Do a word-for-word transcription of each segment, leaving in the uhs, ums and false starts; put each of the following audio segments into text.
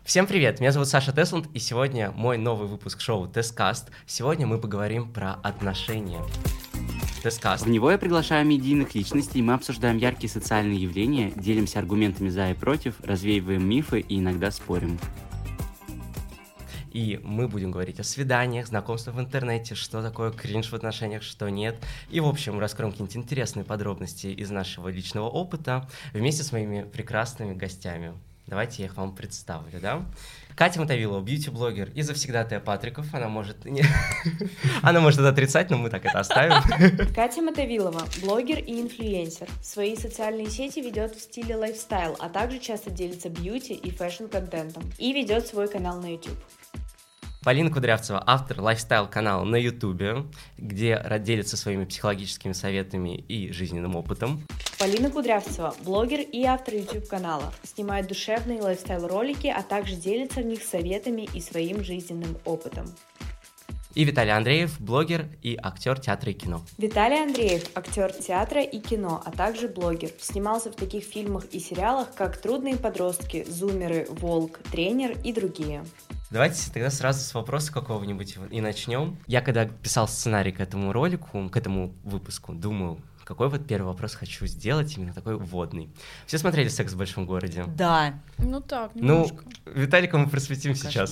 Всем привет, меня зовут Саша Тесланд, и сегодня мой новый выпуск шоу Тесткаст. Сегодня мы поговорим про отношения. Тесткаст. В него я приглашаю медийных личностей, мы обсуждаем яркие социальные явления, делимся аргументами за и против, развеиваем мифы и иногда спорим. И мы будем говорить о свиданиях, знакомствах в интернете, что такое кринж в отношениях, что нет. И, в общем, раскроем какие-нибудь интересные подробности из нашего личного опыта вместе с моими прекрасными гостями. Давайте я их вам представлю, да? Катя Мотовилова, бьюти-блогер и завсегдатая Патриков. Она может... Она может это отрицать, но мы так это оставим. Катя Мотовилова, блогер и инфлюенсер. Свои социальные сети ведет в стиле лайфстайл, а также часто делится бьюти и фэшн-контентом. И ведет свой канал на YouTube. Полина Кудрявцева, автор лайфстайл-канала на Ютубе, где делится своими психологическими советами и жизненным опытом. Полина Кудрявцева, блогер и автор YouTube-канала, снимает душевные лайфстайл-ролики, а также делится в них советами и своим жизненным опытом. И Виталий Андреев, блогер и актер театра и кино. Виталий Андреев, актер театра и кино, а также блогер. Снимался в таких фильмах и сериалах, как «Трудные подростки», «Зумеры», «Волк», «Тренер» и другие. Давайте тогда сразу с вопроса какого-нибудь и начнем. Я когда писал сценарий к этому ролику, к этому выпуску, думаю, какой вот первый вопрос хочу сделать, именно такой вводный. Все смотрели «Секс в большом городе»? Да. Ну так, немножко. Ну, Виталика мы просветим Кошмар. сейчас.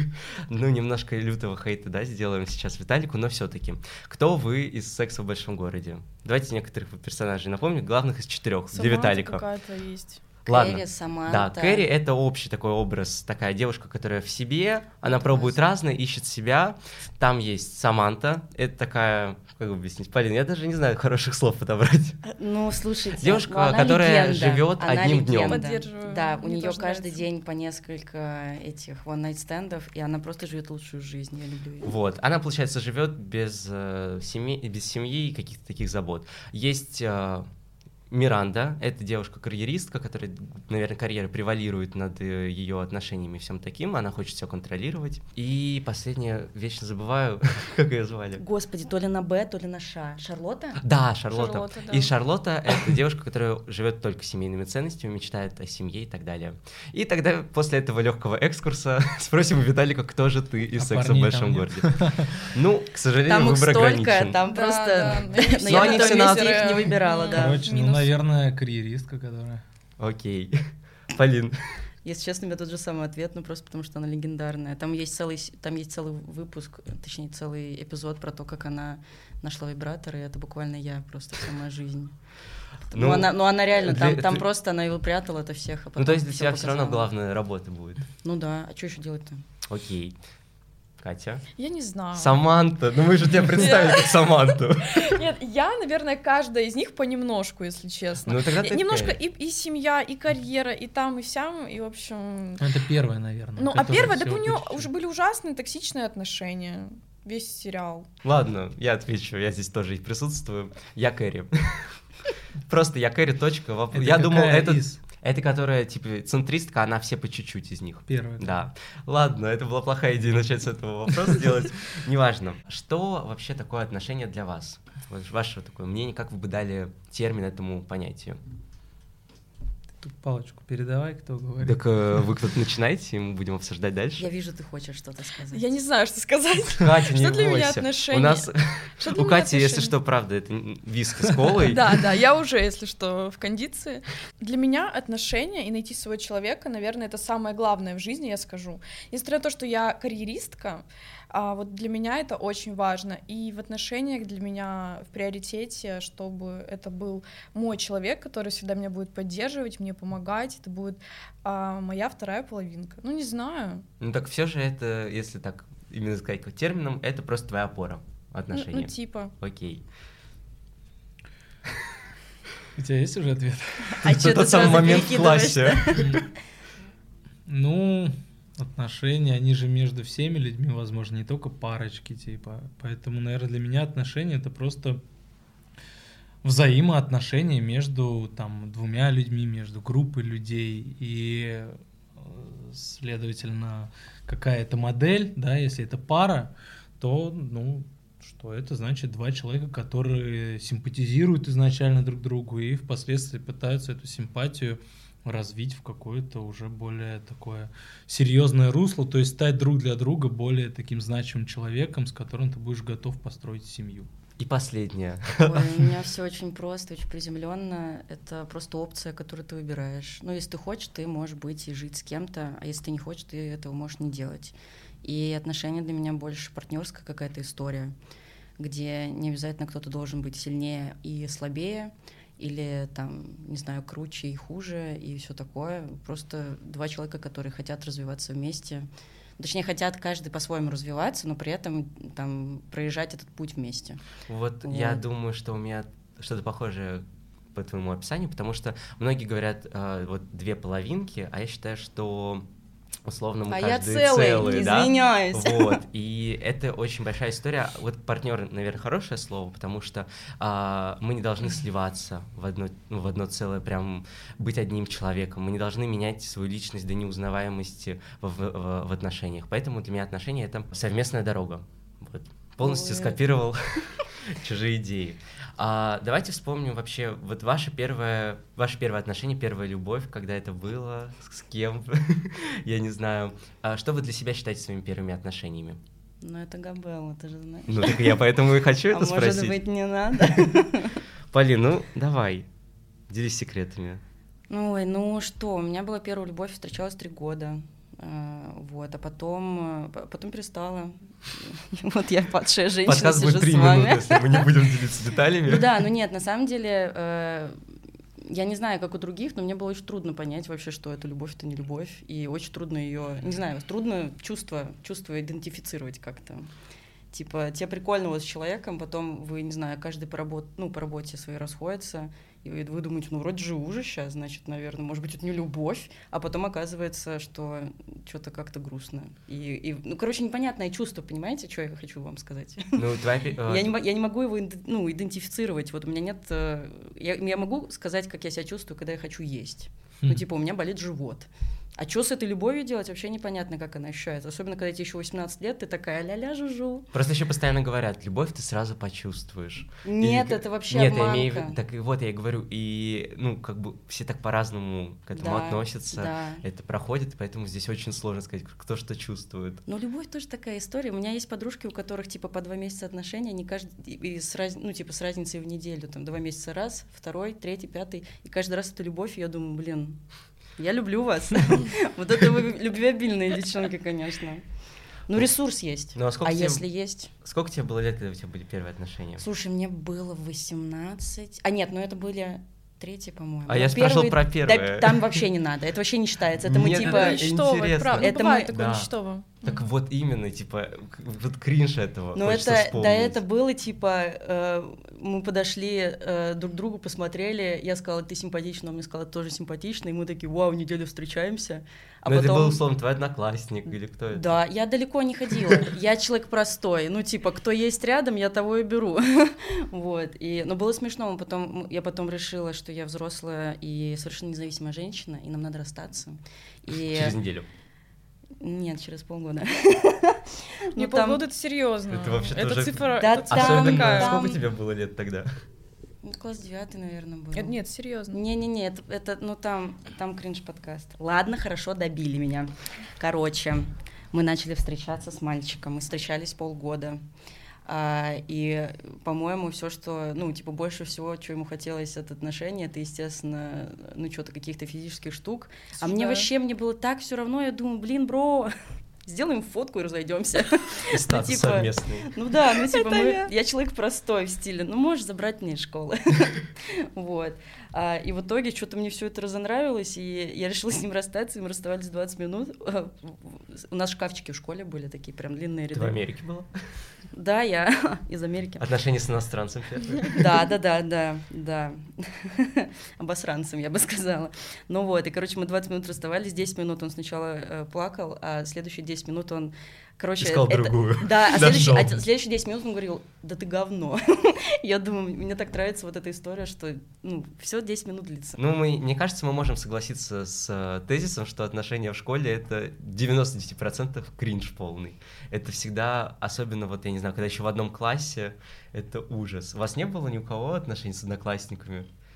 Ну, немножко лютого хейта, да, сделаем сейчас Виталику, но все-таки. Кто вы из «Секса в большом городе»? Давайте некоторых персонажей напомню, главных из четырех, для Саманта Виталика. какая-то есть. Ладно. Кэрри, Саманта. Да, Кэрри — это общий такой образ, такая девушка, которая в себе, она пробует разное, ищет себя. Там есть Саманта, это такая, как объяснить, Полин, я даже не знаю хороших слов подобрать. Ну, слушайте, Девушка, ну, она которая легенда. живет Она одним легенда. днем. Поддерживаю. Да, у Мне нее тоже каждый нравится. день по несколько этих one-night стендов, и она просто живет лучшую жизнь. Я люблю ее. Вот, она, получается, живет без, э, семьи, без семьи и каких-то таких забот. Есть э, Миранда, это девушка-карьеристка, которая, наверное, карьера превалирует над э, ее отношениями и всем таким, она хочет все контролировать. И последнее, вечно забываю, как ее звали. Господи, то ли на Б, то ли на Ш. Шарлотта? Да, Шарлотта. Шарлотта, да. И Шарлотта — это девушка, которая живет только семейными ценностями, мечтает о семье и так далее. И тогда после этого легкого экскурса спросим у Виталика, кто же ты из А «Секса в парней большом там городе». Ну, к сожалению, Там их выбор столько, ограничен. там Да, просто... да. Но Ну, я они на все том на- месте их не выбирала, да. Короче, ну, Минус. наверное, карьеристка, которая... Окей. Полин. Если честно, у меня тот же самый ответ, ну просто потому что она легендарная. Там есть целый, с- там есть целый выпуск, точнее целый эпизод про то, как она нашла вибратор, и это буквально я, просто вся моя жизнь. Ну, Ну, она, ну она реально, для- там, там для- просто она его прятала, это всех, а потом Ну, то есть для всё тебя все равно показала. главная работа будет. Ну да, а что еще делать-то? Окей. Катя. Я не знаю. Саманта. Ну мы же тебя представили как Саманту. Нет, я, наверное, каждая из них понемножку, если честно. Ну тогда И ты Немножко Кэрри. и, и семья, и карьера, и там, и сям, и, в общем... Ну, это первая, наверное. Ну, а которая первое, так всего у нее по чуть-чуть. уже были ужасные токсичные отношения. Весь сериал. Ладно, я отвечу, я здесь тоже и присутствую. Я Кэрри. Просто я Кэрри, точка. Воп- Это Я думал, какая это... из? Это которая, типа, центристка, она все по чуть-чуть из них. Первая. Да. Ладно, это была плохая идея начать с этого вопроса делать. Неважно. Что вообще такое отношение для вас? Вот ваше такое мнение, как вы бы дали термин этому понятию? Тут палочку передавай, кто говорит. Так э, вы кто-то начинаете, и мы будем обсуждать Я дальше? вижу, ты хочешь что-то сказать. Я не знаю, что сказать. Катя, не Что для меня бойся. отношения? У нас, Что для у меня Кати, если отношения? что, правда, это виски с колой. Да, да, я уже, если что, в кондиции. Для меня отношения и найти своего человека, наверное, это самое главное в жизни, я скажу. Несмотря на то, что я карьеристка, а, вот для меня это очень важно. И в отношениях для меня в приоритете, чтобы это был мой человек, который всегда меня будет поддерживать, мне помогать. Это будет а, моя вторая половинка. Ну, не знаю. Ну так все же это, если так именно сказать как термином, это просто твоя опора Ну, отношений. ну, типа. Окей. У тебя есть уже ответ? А Тут чё тот ты самый сразу момент в перекидываешь? классе. Ну, отношения, они же между всеми людьми, возможно, не только парочки, типа. Поэтому, наверное, для меня отношения — это просто взаимоотношения между там двумя людьми, между группой людей. И, э, следовательно, какая-то модель, да, если это пара, то, ну, что это значит два человека, которые симпатизируют изначально друг другу и впоследствии пытаются эту симпатию развить в какое-то уже более такое серьезное русло, то есть стать друг для друга более таким значимым человеком, с которым ты будешь готов построить семью. И последнее. Ой, у меня все очень просто, очень приземленно. Это просто опция, которую ты выбираешь. Ну, если ты хочешь, ты можешь быть и жить с кем-то, а если ты не хочешь, ты этого можешь не делать. И отношения для меня больше партнерская какая-то история, где не обязательно кто-то должен быть сильнее и слабее, или там, не знаю, круче и хуже, и все такое. Просто два человека, которые хотят развиваться вместе. Точнее, хотят каждый по-своему развиваться, но при этом там проезжать этот путь вместе. Вот, Вот. я думаю, что у меня что-то похожее по твоему описанию, потому что многие говорят э, вот две половинки, а я считаю, что условно мы А я каждый целый, целый, да? извиняюсь. Вот, и это очень большая история. Вот партнер, наверное, хорошее слово, потому что а, мы не должны сливаться в одно, ну, в одно целое, прям быть одним человеком. Мы не должны менять свою личность до неузнаваемости в, в, в отношениях. Поэтому для меня отношения — это совместная дорога. Вот. Полностью Ой. скопировал чужие идеи. А, давайте вспомним вообще вот ваше первое, ваше первое отношение, первая любовь, когда это было, с, с кем, я не знаю. А что вы для себя считаете своими первыми отношениями? Ну, это Габелла, ты же знаешь. Ну, так я поэтому и хочу А это спросить. может быть, не надо? Полин, ну, давай, делись секретами. Ну, ой, ну что, у меня была первая любовь, встречалась три года. а, Вот, а потом, а, потом перестала. Вот я падшая женщина, Подкаст сижу будет с три минуты, вами. если мы не будем делиться деталями. Ну да, ну нет, на самом деле, э, я не знаю, как у других, но мне было очень трудно понять вообще, что это любовь, это не любовь, и очень трудно ее, не знаю, трудно чувство, чувство идентифицировать как-то. Типа, тебе прикольно вот с человеком, потом вы, не знаю, каждый по работе, ну, по работе своей расходится, и вы, вы думаете, ну, вроде живу же сейчас, значит, наверное, может быть, это не любовь, а потом оказывается, что что-то как-то грустно. И, и, ну, короче, непонятное чувство, понимаете, что я хочу вам сказать? Ну, твоя пе- э, Я не, мо- я не могу его инд- ну, идентифицировать. Вот у меня нет... э, Я, я могу сказать, как я себя чувствую, когда я хочу есть. Ну, типа, у меня болит живот. А что с этой любовью делать, вообще непонятно, как она ощущается. Особенно, когда тебе еще восемнадцать лет, ты такая ля-ля жужу. Просто еще постоянно говорят, любовь ты сразу почувствуешь. Нет, И- это вообще Нет, обманка. я имею в виду, так и вот я и говорю, и, ну, как бы все так по-разному к этому Да, относятся, да. это проходит, поэтому здесь очень сложно сказать, кто что чувствует. Но любовь тоже такая история. У меня есть подружки, у которых типа по два месяца отношений, они каждый и с раз... ну типа с разницей в неделю, там два месяца раз, второй, третий, пятый, и каждый раз это любовь, и я думаю, блин, я люблю вас. Вот это вы любвеобильные девчонки, конечно. Ну ресурс есть. Ну, а сколько А тебе- если есть? Сколько тебе было лет, когда у тебя были первые отношения? Слушай, мне было восемнадцать. А нет, ну это были третьи, по-моему. А Но я спрашивал первые- про да, первые. там вообще не надо, это вообще не считается. Это мы Нет, типа... это Что вы, интересно. правда, Это бывает мы- такое, Да. что вы. Так вот именно, типа, к- вот кринж этого. Ну хочется это, вспомнить. да, это было типа, э, мы подошли э, друг к другу, посмотрели, я сказала, ты симпатична, он мне сказал, тоже симпатична, и мы такие, вау, неделю встречаемся. А Ну, это потом... был, условно, твой одноклассник или кто это? Да, я далеко не ходила, я человек простой, ну типа, кто есть рядом, я того и беру, вот, и, но было смешно, мы потом, я потом решила, что я взрослая и совершенно независимая женщина, и нам надо расстаться, и... Через неделю. Нет, через полгода. Не Ну, там- полгода, это серьезно. Это вообще-то Это уже- цифра, Да это цифра там- Особенно, такая. там- сколько тебе было лет тогда? Ну, класс девятый, наверное, был. Э, Нет, серьезно. Не-не-не, это, это, ну там, там кринж-подкаст. Ладно, хорошо, добили меня. Короче, мы начали встречаться с мальчиком, мы встречались полгода. А, и, по-моему, все, что, ну, типа, больше всего, что ему хотелось от отношений, это, естественно, ну, что-то каких-то физических штук. А мне Да. вообще, мне было так все равно, я думаю, блин, бро, сделаем фотку и разойдемся. И статус типа, совместный. Ну да, ну типа, Это мы, я. я человек простой в стиле, ну можешь забрать меня из школы. Вот. А, и в итоге что-то мне все это разонравилось, и я решила с ним расстаться, и мы расставались двадцать минут. У нас шкафчики в школе были такие прям длинные Ты в ряды. Америке была? Да, я из Америки. Отношения с иностранцем первые? Да, да, да, да, да. Обосранцем, я бы сказала. Ну вот, и, короче, мы двадцать минут расставались, десять минут он сначала э, плакал, а следующие десять минут он, короче... Искал это- другую. Да, а Нашёл. следующие, а следующие десять минут он говорил, да ты говно. Я думаю, мне так нравится вот эта история, что, ну, все десять минут длится. Ну, мы, мне кажется, мы можем согласиться с э, тезисом, что отношения в школе — это девяносто девять процентов кринж полный. Это всегда, особенно вот, я не знаю, когда еще в одном классе, это ужас. У вас не было ни у кого отношений с одноклассниками?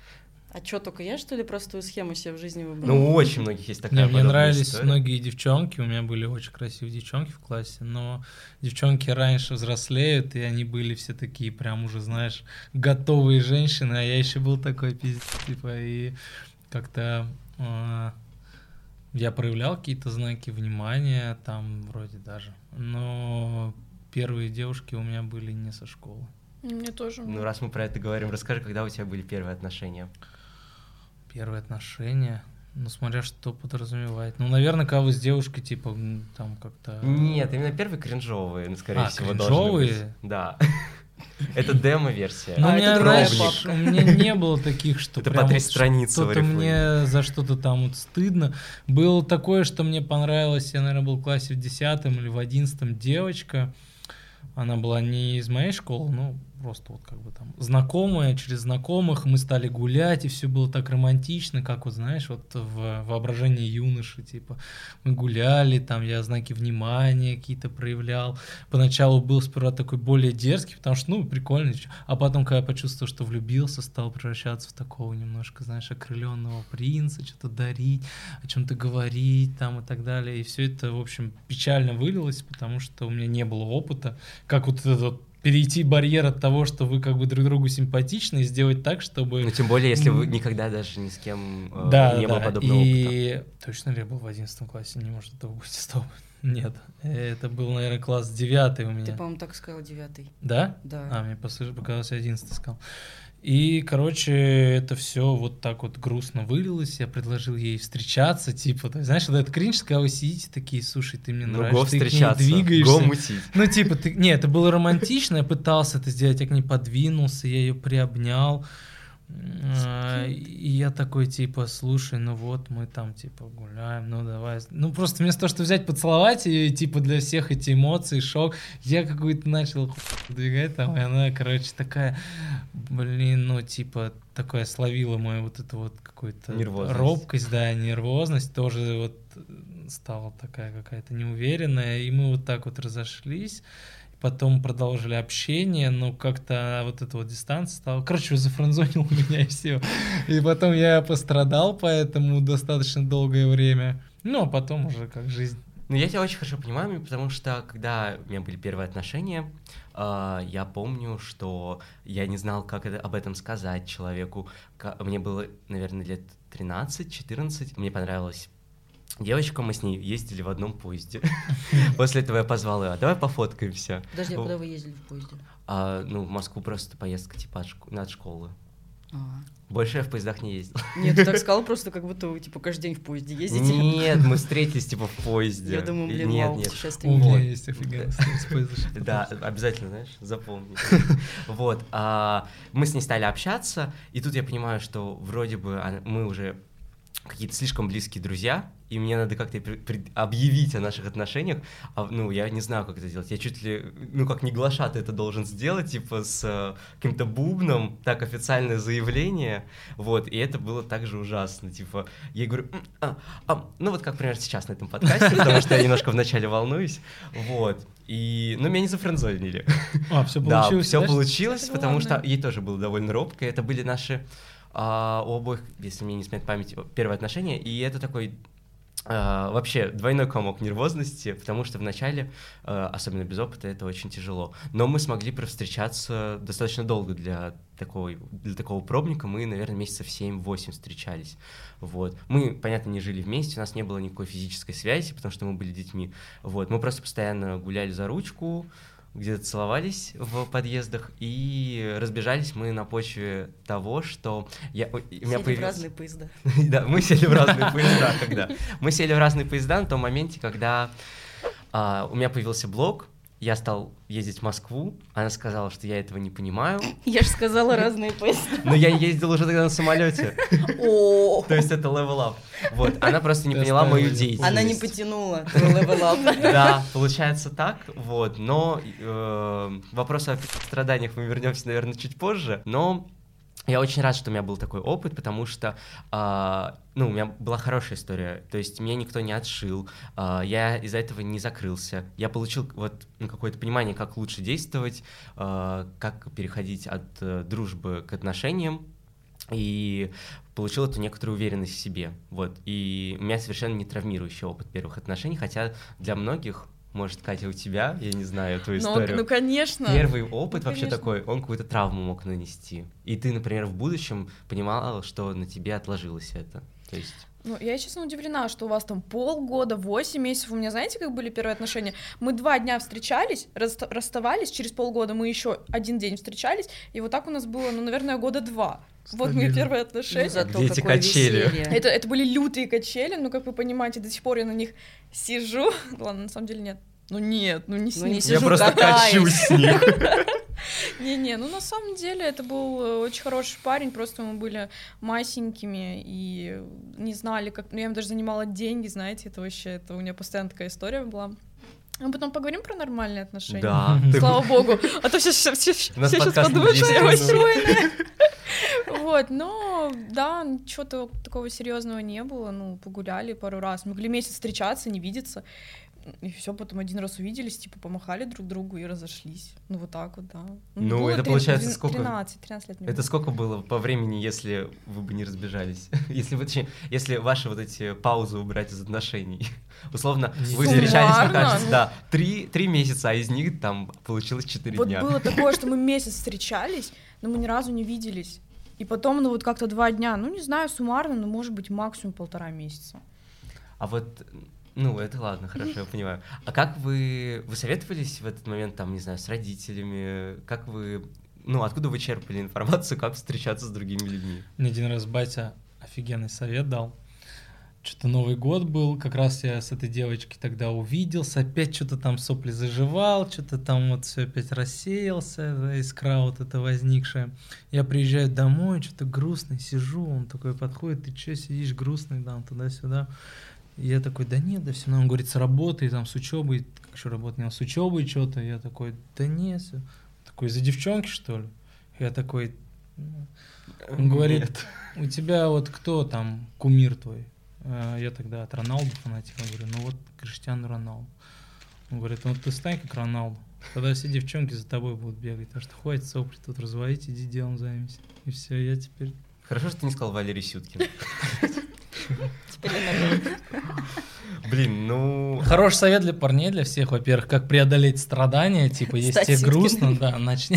А что, только я, что ли, простую схему себе в жизни выбрала? Ну, у очень многих есть такая Не, мне подобная нравились история. многие девчонки, у меня были очень красивые девчонки в классе, но девчонки раньше взрослеют, и они были все такие прям уже, знаешь, готовые женщины, а я еще был такой пиздец, типа, и как-то э, я проявлял какие-то знаки внимания там вроде даже, но первые девушки у меня были не со школы. Мне тоже. Ну, раз мы про это говорим, расскажи, когда у тебя были первые отношения? Первые отношения, ну, смотря что подразумевает. Ну, наверное, когда вы с девушкой, типа, м, там как-то... Нет, именно первые кринжовые, ну, скорее А, всего, кринжовые? должны быть. Да. Это демо-версия. Ну, А, у меня, это другая знаешь, папка. у меня не было таких, что Это прям по три вот страницы в что-то Орифлейме. мне за что-то там вот стыдно. Было такое, что мне понравилось, я, наверное, был в классе в десятом или в одиннадцатом девочка. Она была не из моей школы, ну, просто вот как бы там знакомая, через знакомых мы стали гулять, и все было так романтично, как вот, знаешь, вот в воображении юноши, типа, мы гуляли, там я знаки внимания какие-то проявлял. Поначалу был сперва такой более дерзкий, потому что, ну, прикольно, а потом, когда я почувствовал, что влюбился, стал превращаться в такого немножко, знаешь, окрыленного принца, что-то дарить, о чем-то говорить там и так далее, и все это, в общем, печально вылилось, потому что у меня не было опыта, как вот этот вот перейти барьер от того, что вы как бы друг другу симпатичны, и сделать так, чтобы... Ну, тем более, если вы никогда даже ни с кем э, Да, не да, было подобного опыта. и точно ли я был в одиннадцатом классе? Не может этого быть, стоп. Нет, это был, наверное, класс девятый у меня. Ты, по-моему, так сказал, девятый. Да? Да. А, мне послышалось, показалось, я одиннадцатый сказал. И, короче, это все вот так вот грустно вылилось. Я предложил ей встречаться, типа, то есть, знаешь, вот этот кринж, когда вы сидите такие, слушай, ты мне Ну, нравишься, го ты к ней встречаться, двигаешься. го мутить. Ну, типа, ты... Не, это было романтично, я пытался это сделать, я к ней подвинулся, я ее приобнял. А, И я такой, типа, слушай, ну вот мы там, типа, гуляем, ну давай. Ну, просто вместо того, чтобы взять, поцеловать ее, типа, для всех эти эмоции, шок, я какую-то начал хуй двигать там, и она, короче, такая, блин, ну, типа, такое словила мою вот эту вот какую-то Нервозность. робкость, да, нервозность, тоже вот стала такая какая-то неуверенная, и мы вот так вот разошлись. Потом продолжили общение, но как-то вот эта вот дистанция стала... Короче, зафрендзонил меня и все. И потом я пострадал поэтому достаточно долгое время. Ну, а потом уже как жизнь. Ну, я тебя очень хорошо понимаю, потому что, когда у меня были первые отношения, э, я помню, что я не знал, как это, об этом сказать человеку. Ка- Мне было, наверное, лет тринадцать-четырнадцать. Мне понравилась девочка, мы с ней ездили в одном поезде. После этого я позвал ее, а давай пофоткаемся. Подожди, а куда вы ездили в поезде? А, ну, в Москву просто поездка типа от, шко- от школы. А. Больше я в поездах не ездил. Нет, ты так сказал просто, как будто вы, типа, каждый день в поезде ездите. Нет, мы встретились типа в поезде. Я думаю, блин, Нет, вау, нет. У путешественник. меня Вот. есть офигенная история с поездом, что Да, потом. обязательно, знаешь, запомни. Вот, а, мы с ней стали общаться, и тут я понимаю, что вроде бы она- мы уже какие-то слишком близкие друзья, и мне надо как-то при- при- объявить о наших отношениях, а, ну, я не знаю, как это сделать, я чуть ли, ну, как не глашатый это должен сделать, типа, с э, каким-то бубном, так, официальное заявление, вот, и это было также ужасно, типа, я ей говорю, «М, а, а», ну, вот как, например, сейчас на этом подкасте, потому что я немножко вначале волнуюсь, вот, и, ну, меня не зафрендзонили. А, все Да, получилось? все да, что- получилось, Это потому главное. что ей тоже было довольно робко. Это были наши а, у обоих, если мне не сменит память, первые отношения. И это такой а, вообще двойной комок нервозности, потому что вначале, а, особенно без опыта, это очень тяжело. Но мы смогли провстречаться достаточно долго для такого, для такого пробника. Мы, наверное, месяцев семь-восемь встречались. Вот. Мы, понятно, не жили вместе, у нас не было никакой физической связи, потому что мы были детьми. Вот. Мы просто постоянно гуляли за ручку, где-то целовались в подъездах, и разбежались мы на почве того, что я, у меня Сели в появился... разные поезда. Да, мы сели в разные поезда, когда... Мы сели в разные поезда на том моменте, когда а, у меня появился блог, я стал ездить в Москву, она сказала, что я этого не понимаю, Я же сказала разные поезда. но я ездил уже тогда на самолете, О, то есть это level up. Вот, она просто не Ты поняла мою оставила. деятельность. она не потянула твой level up. Да, получается так, вот, но э, вопрос о страданиях мы вернемся, наверное, чуть позже, но я очень рад, что у меня был такой опыт, потому что, э, ну, у меня была хорошая история, то есть меня никто не отшил, э, я из-за этого не закрылся, я получил вот ну, какое-то понимание, как лучше действовать, э, как переходить от э, дружбы к отношениям. и получил эту некоторую уверенность в себе, вот, и у меня совершенно не травмирующий опыт первых отношений, хотя для многих, может, Катя, у тебя, я не знаю твою Ну, историю, ну, конечно. первый опыт Ну, вообще конечно. такой, он какую-то травму мог нанести, и ты, например, в будущем понимала, что на тебе отложилось это, то есть... Ну, я, честно, удивлена, что у вас там полгода, восемь месяцев. У меня, знаете, как были первые отношения? Мы два дня встречались, раста- расставались, через полгода мы еще один день встречались, и вот так у нас было, ну, наверное, года два. Вот мои Стабильно. первые Ну, отношения. зато Где эти какое качели? веселье. Это, это были лютые качели, но, как вы понимаете, до сих пор я на них сижу. Ладно, на самом деле нет. Ну нет, ну не с Ну, ним. не Я сижу, просто катаюсь. качусь с них. Не-не, ну на самом деле это был э, очень хороший парень, просто мы были масенькими и не знали, как... Ну, я им даже занимала деньги, знаете, это вообще, это у меня постоянно такая история была. А потом поговорим про нормальные отношения. Да. ты- Слава богу, а то все, все, все, У нас сейчас подкаст не подумают, что я десять минут. войсойная. Вот, но да, чего-то такого серьезного не было, ну, погуляли пару раз, могли месяц встречаться, не видеться, и все, потом один раз увиделись, типа, помахали друг другу и разошлись, ну, вот так вот, да. Ну, было это три- получается двен- сколько? тринадцать, тринадцать лет мне Это было. сколько было по времени, если вы бы не разбежались? Если вы, точнее, если ваши вот эти паузы убрать из отношений? Условно, вы Суммарно, встречались, мне кажется, ну. да, три, три месяца, а из них там получилось четыре Вот дня. было такое, что мы месяц встречались, но мы ни разу не виделись. И потом, ну вот как-то два дня, ну не знаю, суммарно, но может быть максимум полтора месяца. А вот, ну, это ладно, хорошо, я понимаю. А как вы, вы советовались в этот момент, там, не знаю, с родителями? Как вы, ну, откуда вы черпали информацию, как встречаться с другими людьми? Мне один раз батя офигенный совет дал. Что-то Новый год был, как раз я с этой девочкой тогда увиделся, опять что-то там сопли заживал, что-то там вот все опять рассеялся, да, искра вот эта возникшая. Я приезжаю домой, что-то грустный, сижу, он такой подходит, ты что сидишь грустный, там, туда-сюда. И я такой, да нет, да все, он говорит, с работой, там, с учебой, как еще работал, с учебой что-то. Я такой, да нет, все. Такой, из-за девчонки, что ли? Я такой, ну. Он говорит, Нет. у тебя вот кто там кумир твой? А я тогда от Роналду фанатик. Я говорю, ну вот Криштиану Роналду. Он говорит, ну ты стань как Роналду. Тогда все девчонки за тобой будут бегать. Так что хватит сопли тут разводить, иди делом займись. И все, я теперь... Хорошо, что ты не сказал Валерий Сюткин. Теперь я нормально. Блин, ну... Хороший совет для парней, для всех, во-первых, как преодолеть страдания, типа, если Стать тебе Сюткиным. грустно, да, начни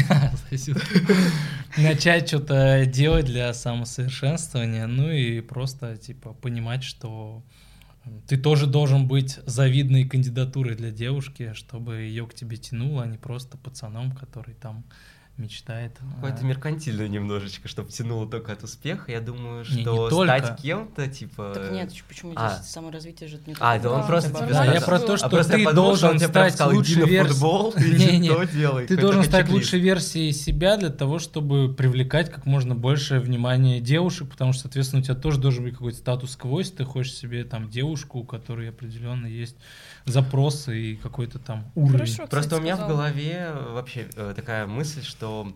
начать что-то делать для самосовершенствования, ну и просто, типа, понимать, что ты тоже должен быть завидной кандидатурой для девушки, чтобы ее к тебе тянуло, а не просто пацаном, который там мечтает. Какое-то а, меркантильное немножечко, чтобы тянуло только от успеха. Я думаю, Не, не что только. стать кем-то, типа... Так нет, почему А. здесь саморазвитие же не А, только да он про просто тебя. тебе Да, сказал. я про то, А что просто я ты подумал, что он должен тебе прям стать сказал, иди лучшей на версией. футбол, Не, иди не. то делай. Ты Это должен как стать чек-лист. лучшей версией себя для того, чтобы привлекать как можно больше внимания девушек, потому что, соответственно, у тебя тоже должен быть какой-то статус-кво, если ты хочешь себе там девушку, у которой определенно есть запросы и какой-то там уровень. Хорошо, Просто кстати, у меня в сказал. голове вообще э, такая мысль, что...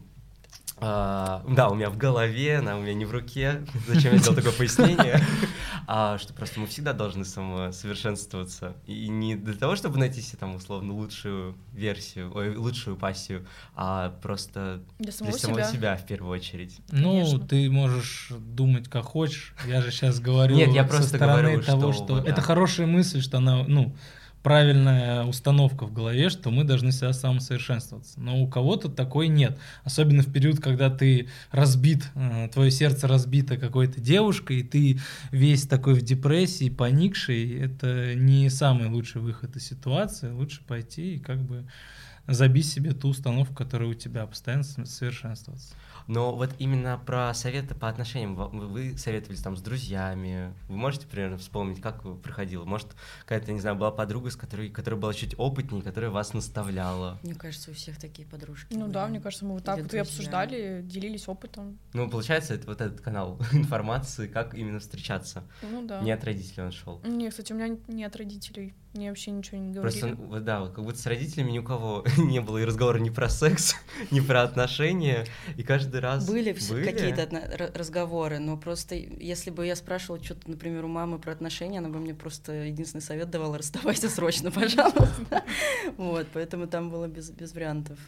а, да, у меня в голове, она у меня не в руке. Зачем я сделал такое пояснение? А, что просто мы всегда должны самосовершенствоваться. И не для того, чтобы найти себе там условно лучшую версию, ой, лучшую пассию, а просто Для самого для самого себя. себя в первую очередь. Ну, Конечно. ты можешь думать как хочешь. Я же сейчас говорю Нет, я со просто стороны говорю, того, что что, вот, это да. хорошая мысль, что она, ну, правильная установка в голове, что мы должны себя самосовершенствоваться. Но у кого-то такой нет. Особенно в период, когда ты разбит, э, твое сердце разбито какой-то девушкой, и ты весь такой в депрессии, поникший. Это не самый лучший выход из ситуации. Лучше пойти и как бы забить себе ту установку, которая у тебя, постоянно совершенствоваться. Но вот именно про советы по отношениям. Вы вы советовались там с друзьями. Вы можете примерно вспомнить, как проходило? Может, какая-то, не знаю, была подруга, с которой, которая была чуть опытнее, которая вас наставляла? Мне кажется, у всех такие подружки. Ну были. да, мне кажется, мы вот так Или вот и друзья. обсуждали, делились опытом. Ну, получается, это вот этот канал информации, как именно встречаться. Ну да. Не от родителей он шел. Нет, кстати, у меня не от родителей. Мне вообще ничего не говорили. Просто, вот да, вот как будто с родителями ни у кого не было и разговора ни про секс, ни про отношения, и каждый раз... Были, вс- какие-то отно- р- разговоры, но просто если бы я спрашивала что-то, например, у мамы про отношения, она бы мне просто единственный совет давала: расставайся срочно, пожалуйста. Вот, поэтому там было без, без вариантов.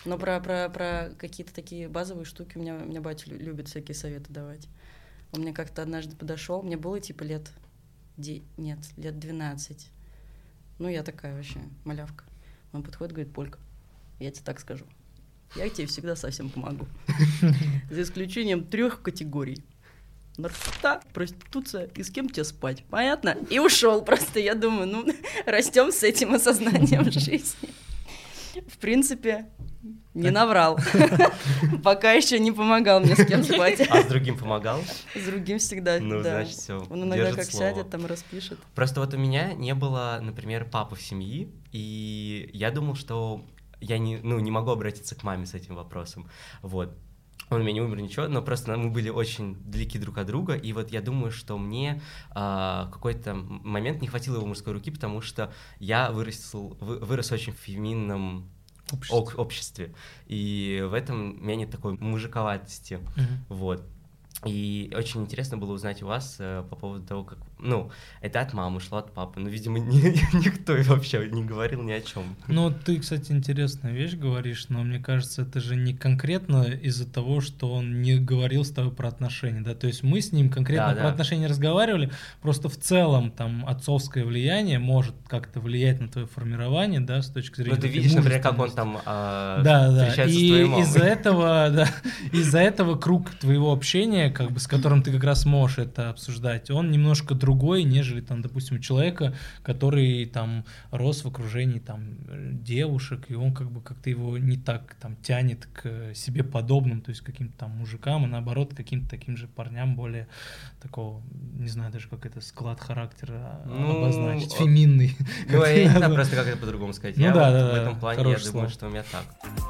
Но про, про, про какие-то такие базовые штуки у меня, у меня батя лю- любит всякие советы давать. Он мне как-то однажды подошел, мне было типа лет... Де... Нет, лет двенадцать. Ну, я такая вообще малявка. Он подходит, говорит: Полька, я тебе так скажу. Я тебе всегда совсем помогу. За исключением трех категорий. Наркота, проституция и с кем тебе спать. Понятно? И ушел просто. Я думаю, ну, растем с этим осознанием жизни. В принципе, не наврал. Пока еще не помогал мне с кем спать. А с другим помогал? С другим всегда, Ну, да. значит, все. Он иногда как сядет, там распишет. Просто вот у меня не было, например, папы в семье, и я думал, что я не, ну, не могу обратиться к маме с этим вопросом. Вот. Он у меня не умер, ничего, но просто мы были очень далеки друг от друга, и вот я думаю, что мне а, какой-то момент не хватило его мужской руки, потому что я вырастил, вы, вырос очень в феминном обществе. Ок, обществе, и в этом у меня нет такой мужиковатости, mm-hmm. вот. И очень интересно было узнать у вас э, по поводу того, как... Ну, это от мамы шло, от папы. Но, видимо, ни, никто вообще не говорил ни о чем. Ну, ты, кстати, интересную вещь говоришь, но мне кажется, это же не конкретно из-за того, что он не говорил с тобой про отношения, да? То есть мы с ним конкретно да, про да. отношения разговаривали, просто в целом там отцовское влияние может как-то влиять на твое формирование, да, с точки зрения... Ну, ты видишь, например, как он там э, да, да. встречается И с твоей мамой. из-за этого, да, из-за этого круг твоего общения, как бы, с которым ты как раз можешь это обсуждать, он немножко другой, нежели, там, допустим, у человека, который там рос в окружении там девушек, и он как бы как-то его не так там тянет к себе подобным, то есть каким-то там мужикам, а наоборот каким-то таким же парням более такого, не знаю даже как это, склад характера ну, обозначить, феминный. Ну, я не знаю просто, как это по-другому сказать. Ну, я да, вот да, в этом да, плане, я думаю, что у меня так.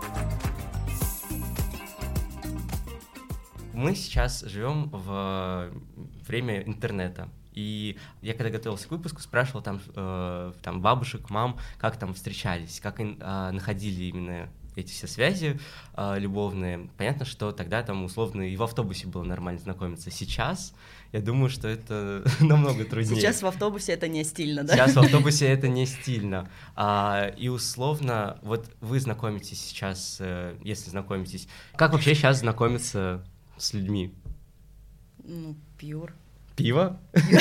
Мы сейчас живем в время интернета. И я когда готовился к выпуску, спрашивал там, э, там бабушек, мам, как там встречались, как э, находили именно эти все связи э, любовные. Понятно, что тогда там условно и в автобусе было нормально знакомиться. Сейчас я думаю, что это намного труднее. Сейчас в автобусе это не стильно, да? Сейчас в автобусе это не стильно. А, и условно, вот вы знакомитесь сейчас, э, если знакомитесь, как вообще сейчас знакомиться с людьми? Ну, пьюр. Пиво?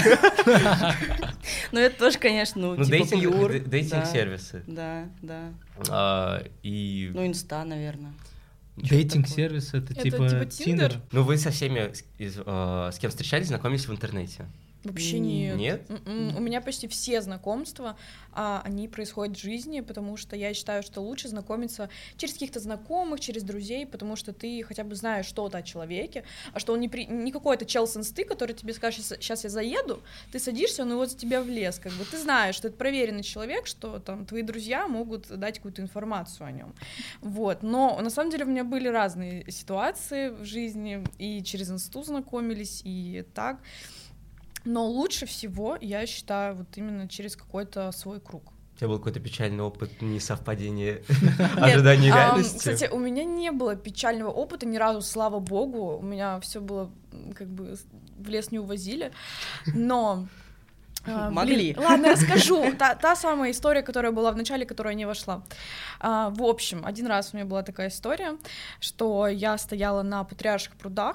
Ну, это тоже, конечно, ну, типа пьюр. Дейтинг-сервисы. Да, да. И... Ну, инста, наверное. Дейтинг-сервис — это типа Тиндер? Ну, вы со всеми, с кем встречались, знакомились в интернете? Вообще нет. Нет? У меня почти все знакомства, а, они происходят в жизни, потому что я считаю, что лучше знакомиться через каких-то знакомых, через друзей, потому что ты хотя бы знаешь что-то о человеке, а что он не, при... не какой-то чел с инсты, который тебе скажет: сейчас я заеду, ты садишься, он и вот за тебя в лес, как бы ты знаешь, что это проверенный человек, что там твои друзья могут дать какую-то информацию о нем. Вот. Но на самом деле у меня были разные ситуации в жизни, и через инсту знакомились, и так. Но лучше всего, я считаю, вот именно через какой-то свой круг. У тебя был какой-то печальный опыт несовпадения ожиданий и реальности? Кстати, у меня не было печального опыта ни разу, слава богу. У меня все было, как бы, в лес не увозили. Но... Могли. Блин, ладно, расскажу. Та, та самая история, которая была в начале, которая не вошла. А, в общем, один раз у меня была такая история, что я стояла на Патриарших прудах.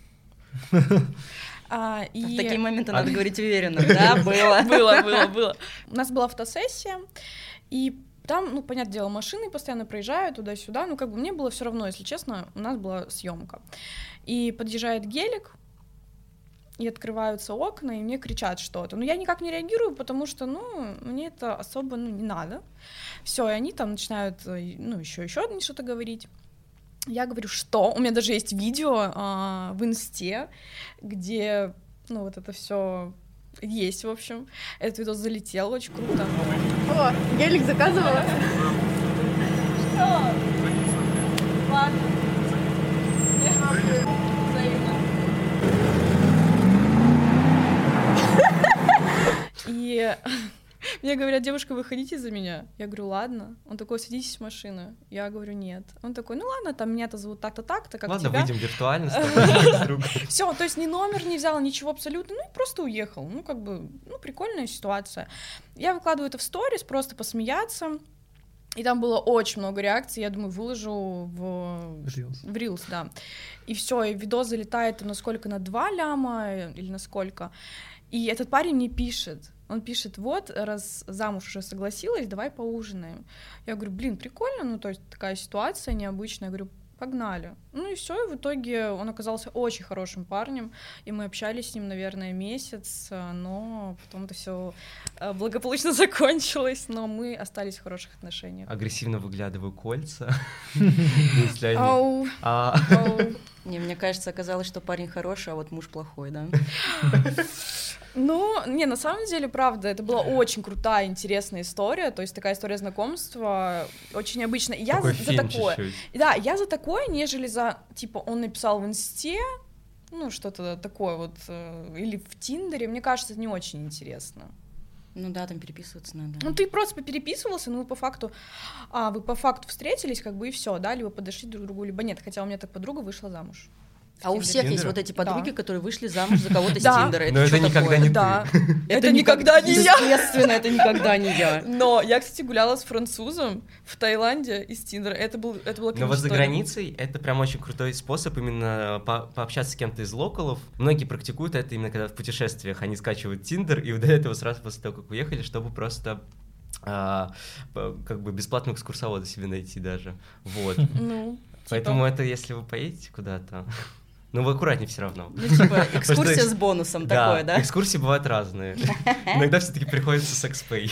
А, и... В такие моменты надо говорить уверенно. Да, было. Было, было, было. У нас была фотосессия, и там, ну, понятное дело, машины постоянно проезжают туда-сюда, ну, как бы мне было все равно, если честно, у нас была съемка. И подъезжает гелик, и открываются окна, и мне кричат что-то. Но я никак не реагирую, потому что, ну, мне это особо, ну, не надо. Все, и они там начинают, ну, еще еще что-то говорить. Я говорю, что? У меня даже есть видео а, в инсте, где, ну, вот это все есть, в общем. Этот видос залетел, очень круто. О, гелик заказывала? Что? Ладно. Взаимно. И... Мне говорят: девушка, выходите за меня. Я говорю: ладно. Он такой: садитесь в машину. Я говорю: нет. Он такой: ну ладно, там меня-то зовут так-то, так-то, как ладно, тебя. Ладно, выйдем виртуально с тобой. Все, то есть ни номер не взял, ничего абсолютно, ну и просто уехал. Ну, как бы, ну, прикольная ситуация. Я выкладываю это в сторис, просто посмеяться. И там было очень много реакций, я думаю, выложу в Reels. в Reels, да. И все, и видос залетает там, насколько, на два ляма или на сколько. И этот парень мне пишет, он пишет: вот, раз замуж уже согласилась, давай поужинаем. Я говорю: блин, прикольно, ну, то есть такая ситуация необычная. Я говорю: погнали. Ну и все, и в итоге он оказался очень хорошим парнем, и мы общались с ним, наверное, месяц, но потом это все благополучно закончилось, но мы остались в хороших отношениях. Агрессивно выглядываю кольца. Если они... Ау. А, Ау. Не, мне кажется, оказалось, что парень хороший, а вот муж плохой, да? Ну, не, на самом деле, правда, это была очень крутая, интересная история, то есть такая история знакомства, очень необычная. И я такой за, за фильм такое, чуть-чуть. да, я за такое, нежели за, типа, он написал в инсте, ну, что-то такое вот, э, или в Тиндере, мне кажется, это не очень интересно. Ну да, там переписываться надо. Ну, ты просто попереписывался, ну, вы по факту, а, вы по факту встретились, как бы, и все, да, либо подошли друг к другу, либо нет, хотя у меня так подруга вышла замуж. А у всех есть Тиндера? вот эти подруги, Да. которые вышли замуж за кого-то с Да. Тиндера. Но это что никогда такое? не ты. Да, Это это никогда не я. Естественно, это никогда не я. Но я, кстати, гуляла с французом в Таиланде из Тиндера, это, был, это было Но вот за границей это прям очень крутой способ именно по- пообщаться с кем-то из локалов. Многие практикуют это именно когда в путешествиях они скачивают Тиндер, и до этого сразу после того, как уехали, чтобы просто а, по- как бы бесплатную экскурсовода себе найти даже. Вот. Ну, Поэтому это если вы поедете куда-то... Ну, вы аккуратнее все равно. Ну, типа, экскурсия Потому что- с бонусом такое, да? экскурсии бывают разные. Иногда все-таки приходится секс-пэй.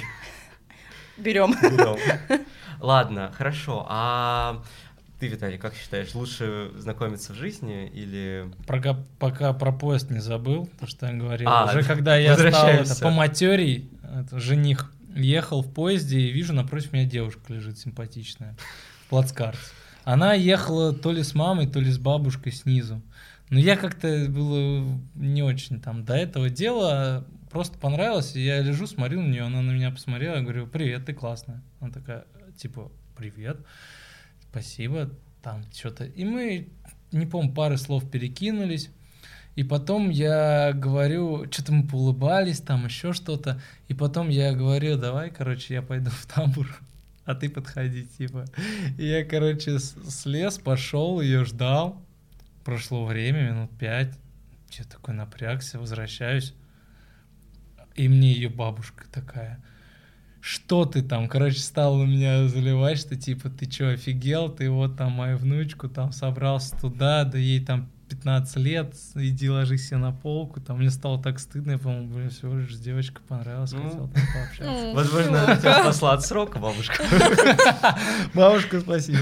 Берем. Берем. Ладно, хорошо. А ты, Виталий, как считаешь, лучше знакомиться в жизни или... Пока, пока про поезд не забыл, то, что я говорил. А, Уже когда я стал возвращаемся. это, по материи, это, жених, ехал в поезде и вижу, напротив меня девушка лежит симпатичная в плацкарте. Она ехала то ли с мамой, то ли с бабушкой снизу. Но я как-то было не очень там до этого дела, просто понравилось, и я лежу, смотрю на нее, она на меня посмотрела, я говорю: привет, ты классная. Она такая, типа, привет, спасибо, там что-то. И мы, не помню, пары слов перекинулись, и потом я говорю, что-то мы поулыбались, там еще что-то, и потом я говорю: давай, короче, я пойду в тамбур, а ты подходи, типа. И я, короче, с- слез, пошел, ее ждал. Прошло время, минут пять. Я такой напрягся, возвращаюсь. И мне ее бабушка такая: что ты там? Короче, стала на меня заливать, что типа: ты что, офигел? Ты вот там мою внучку там собрался туда, да ей там пятнадцать лет, иди ложись себе на полку. Там мне стало так стыдно, я, по-моему, блин, всего лишь девочка понравилась, Ну. хотел там пообщаться. Возможно, тебя спасла от срока бабушка. Бабушка, спасибо.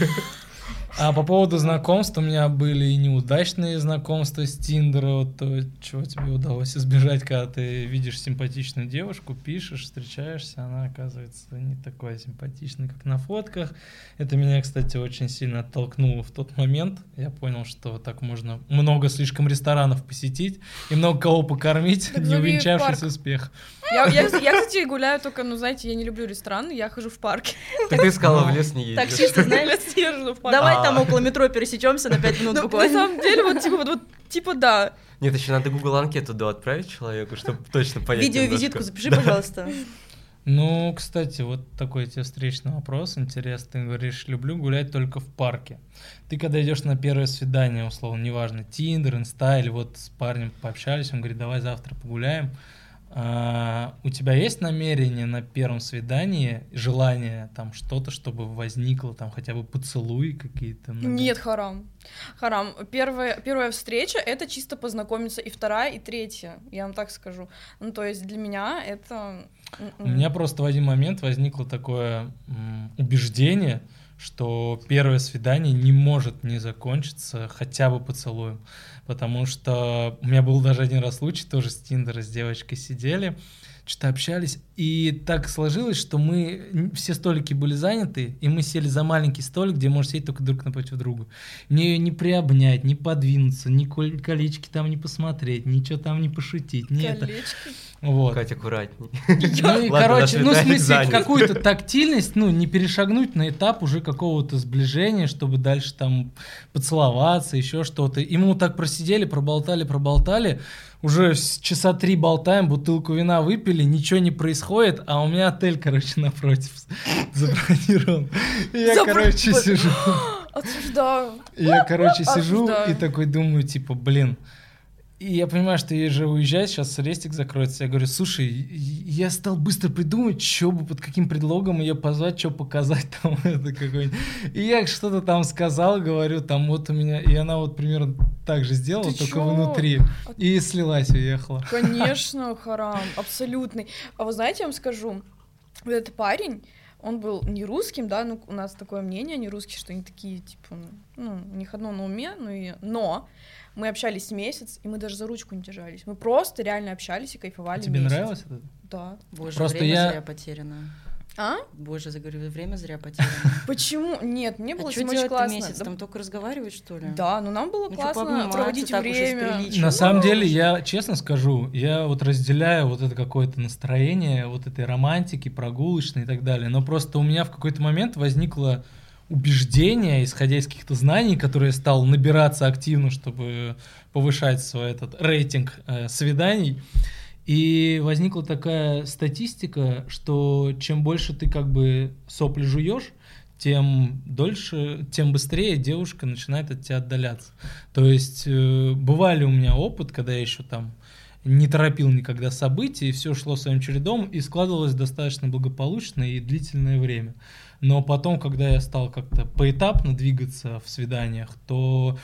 А по поводу знакомств, у меня были и неудачные знакомства с Тиндера, вот то, чего тебе удалось избежать, когда ты видишь симпатичную девушку, пишешь, встречаешься, она оказывается не такой симпатичной, как на фотках. Это меня, кстати, очень сильно оттолкнуло в тот момент. Я понял, что так можно много слишком ресторанов посетить и много кого покормить, Так не зови в увенчавшись парк. успехом. Я, я, я, кстати, гуляю только, ну, знаете, я не люблю рестораны, я хожу в парке. Так ты сказала, в лес не едешь. Таксисты, знаешь, Я езжу в парк. давай А. там около метро пересечемся на пять минут Ну, на буквально. самом деле, вот типа, вот, вот, типа, да. Нет, еще надо Google анкету да, отправить человеку, чтобы точно понять. Видеовизитку немножко. запиши, пожалуйста. Ну, кстати, вот такой тебе встречный вопрос, интересно. Ты говоришь: люблю гулять только в парке. Ты когда идешь на первое свидание, условно, неважно, Тиндер, Инста, или вот с парнем пообщались, он говорит: давай завтра погуляем. А, у тебя есть намерение на первом свидании, желание там что-то, чтобы возникло, там хотя бы поцелуи какие-то? много? Нет, харам. Харам. Первая, первая встреча — это чисто познакомиться, и вторая, и третья, я вам так скажу. Ну, то есть для меня это... У меня просто в один момент возникло такое м, убеждение, что первое свидание не может не закончиться хотя бы поцелуем. Потому что у меня был даже один раз случай, тоже с Тиндера, с девочкой сидели, что-то общались, и так сложилось, что мы, н- все столики были заняты, и мы сели за маленький столик, где можно сидеть только друг напротив друга. Мне ее не приобнять, не подвинуться, ни коль- колечки там не посмотреть, ничего там не пошутить, не это. Колечки. Вот. Кать, аккуратней. Ну и, Ладно, короче, до ну, в свидания, смысле, занят. какую-то тактильность, ну, не перешагнуть на этап уже какого-то сближения, чтобы дальше там поцеловаться, еще что-то. И мы вот так про посидели, проболтали, проболтали, уже часа три болтаем, бутылку вина выпили, ничего не происходит, а у меня отель, короче, напротив забронирован. И я, короче, сижу. Осуждаю. Я, короче, сижу Осуждаю. и такой думаю, типа, блин. И я понимаю, что ей же уезжать, сейчас рестик закроется. Я говорю, слушай, я стал быстро придумывать, что бы, под каким предлогом ее позвать, что показать там это какой-нибудь. И я что-то там сказал, говорю, там вот у меня... И она вот примерно так же сделала, Ты только чё? внутри. И слилась, уехала. Конечно, харам, абсолютный. А вы знаете, я вам скажу, вот этот парень, он был не русским, да, ну, у нас такое мнение, не русские, что они такие, типа, ну, у них одно на уме, ну, и... но мы общались месяц, и мы даже за ручку не держались. Мы просто реально общались и кайфовали. А тебе месяц. нравилось это? Да. Боже, Просто время я- зря потеряно. А? Боже, я говорю, время зря потеряно. Почему? Нет, мне было А с что ним очень делать-то классно. месяц? Да, Там только разговаривать, что ли? да, ну нам было Ну, чё, классно пообниматься проводить так уж из время. приличия. На самом деле, я честно скажу, я вот разделяю вот это какое-то настроение, вот этой романтики, прогулочной и так далее, но просто у меня в какой-то момент возникло убеждение, исходя из каких-то знаний, которые я стал набираться активно, чтобы повышать свой этот рейтинг э, свиданий. И возникла такая статистика, что чем больше ты как бы сопли жуешь, тем дольше, тем быстрее девушка начинает от тебя отдаляться. То есть э, бывали у меня опыт, когда я еще там не торопил никогда события, и все шло своим чередом, и складывалось достаточно благополучно и длительное время. Но потом, когда я стал как-то поэтапно двигаться в свиданиях, то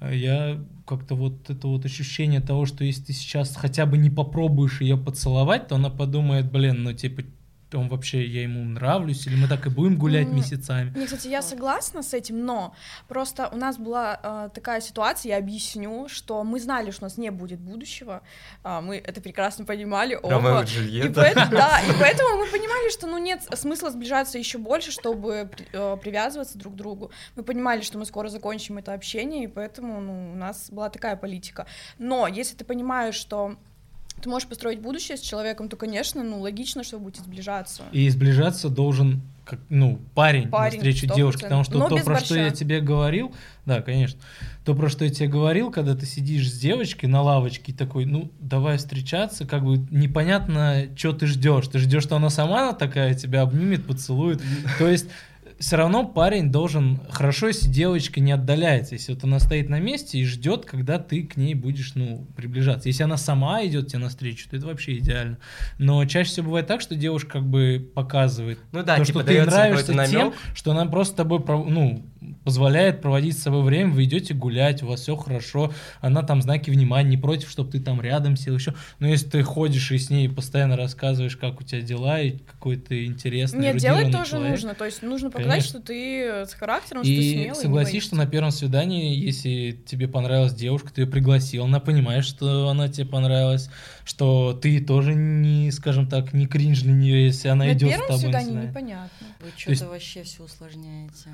я как-то вот это вот ощущение того, что если ты сейчас хотя бы не попробуешь ее поцеловать, то она подумает, блин, ну типа, он вообще, я ему нравлюсь, или мы так и будем гулять М, месяцами. Не, кстати, я согласна с этим, но просто у нас была э, такая ситуация, я объясню, что мы знали, что у нас не будет будущего, а, мы это прекрасно понимали Ромео оба. и И Джульетта. поэтому, да, и поэтому мы понимали, что ну нет смысла сближаться еще больше, чтобы при- э, привязываться друг к другу. Мы понимали, что мы скоро закончим это общение, и поэтому ну, у нас была такая политика. Но если ты понимаешь, что ты можешь построить будущее с человеком, то, конечно, ну, логично, что вы будете сближаться. И сближаться должен как, ну, парень, Парень, навстречу сто девушке, потому процентов. что Но то, без про что борща. я тебе говорил, да, конечно, то, про что я тебе говорил, когда ты сидишь с девочкой на лавочке и такой, ну, давай встречаться, как бы непонятно, что ты ждешь. Ты ждешь, что она сама такая тебя обнимет, поцелует. То есть все равно парень должен, хорошо, если девочка не отдаляется, если вот она стоит на месте и ждет, когда ты к ней будешь, ну, приближаться. Если она сама идет тебе навстречу, то это вообще идеально. Но чаще всего бывает так, что девушка как бы показывает Ну да, то, типа что ты ей даётся нравишься какой-то тем, намёк. что она просто с тобой, пров- ну, позволяет проводить с собой время, вы идете гулять, у вас все хорошо, она там знаки внимания, не против, чтобы ты там рядом сел еще. Но если ты ходишь и с ней постоянно рассказываешь, как у тебя дела, и какой ты интересный, Нет, делать эрудированный тоже человек. нужно, то есть нужно показать, Конечно. что ты с характером, что ты И смелый. согласись, что на первом свидании, если тебе понравилась девушка, ты ее пригласил, она понимает, что она тебе понравилась, что ты тоже не, скажем так, не кринж для нее, если она на идет с первом тобой. на свидании свидание. непонятно. Вы есть- что-то вообще все усложняете.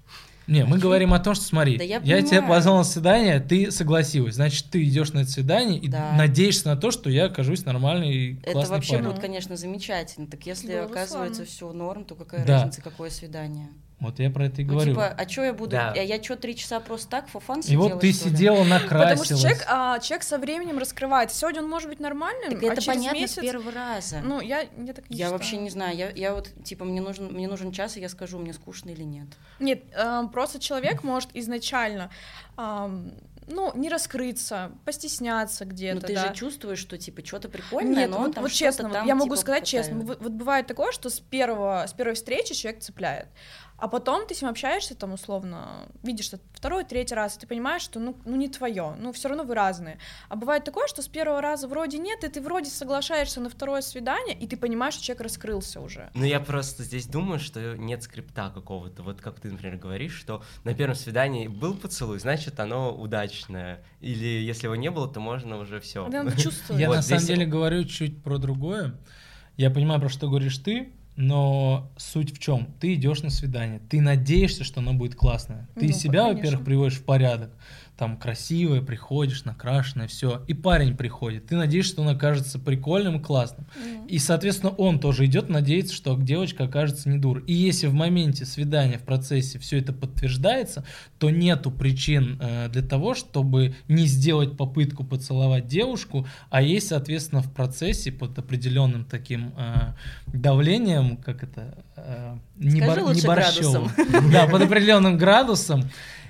Не, мы А чё? говорим о том, что смотри, Да я я тебя понимаю. позвал на свидание, ты согласилась, значит, ты идешь на это свидание и Да. надеешься на то, что я окажусь нормальный и Это классный вообще парень. будет, конечно, замечательно. Так если Было бы оказывается славно. все норм, то какая Да. разница, какое свидание? Вот я про это и Ну, говорю. типа, а что я буду? Да. Я, я что, три часа просто так, for fun И сидела, вот ты что ли? сидела, Потому накрасилась. что человек, а, человек со временем раскрывается. Сегодня он может быть нормальным, Так а это через понятно месяц... с первого раза. Ну, я, я так не я считаю. вообще не знаю. Я, я вот, типа, мне нужен, мне нужен час, и я скажу, мне скучно или нет. Нет, эм, просто человек может изначально, ам, ну, не раскрыться, постесняться где-то, Но ты да. же чувствуешь, что, типа, что-то прикольное, Нет, но он вот, там вот что-то честно, вот там, я могу типа, сказать честно, пытается. вот, вот бывает такое, что с первого, с первой встречи человек цепляет, а потом ты с ним общаешься, там, условно, видишь, что второй, третий раз, и ты понимаешь, что, ну, ну не твое, ну, все равно вы разные. А бывает такое, что с первого раза вроде нет, и ты вроде соглашаешься на второе свидание, и ты понимаешь, что человек раскрылся уже. Ну, я просто здесь думаю, что нет скрипта какого-то. Вот как ты, например, говоришь, что на первом свидании был поцелуй, значит, оно удачное. Или если его не было, то можно уже все. Это надо чувствовать. Я Вот на самом здесь- деле говорю чуть про другое. Я понимаю, про что говоришь ты, но суть в чем? Ты идешь на свидание, ты надеешься, что оно будет классное. Ты Ну, себя, конечно. во-первых, приводишь в порядок. там красивая, приходишь, накрашенная, все, и парень приходит, ты надеешься, что он окажется прикольным, классным, mm-hmm. и, соответственно, он тоже идет, надеется, что девочка окажется не дура. И если в моменте свидания, в процессе все это подтверждается, то нету причин э, для того, чтобы не сделать попытку поцеловать девушку, а есть, соответственно, в процессе под определенным таким э, давлением, как это, э, не, бар, не борщевым, да, под определенным градусом,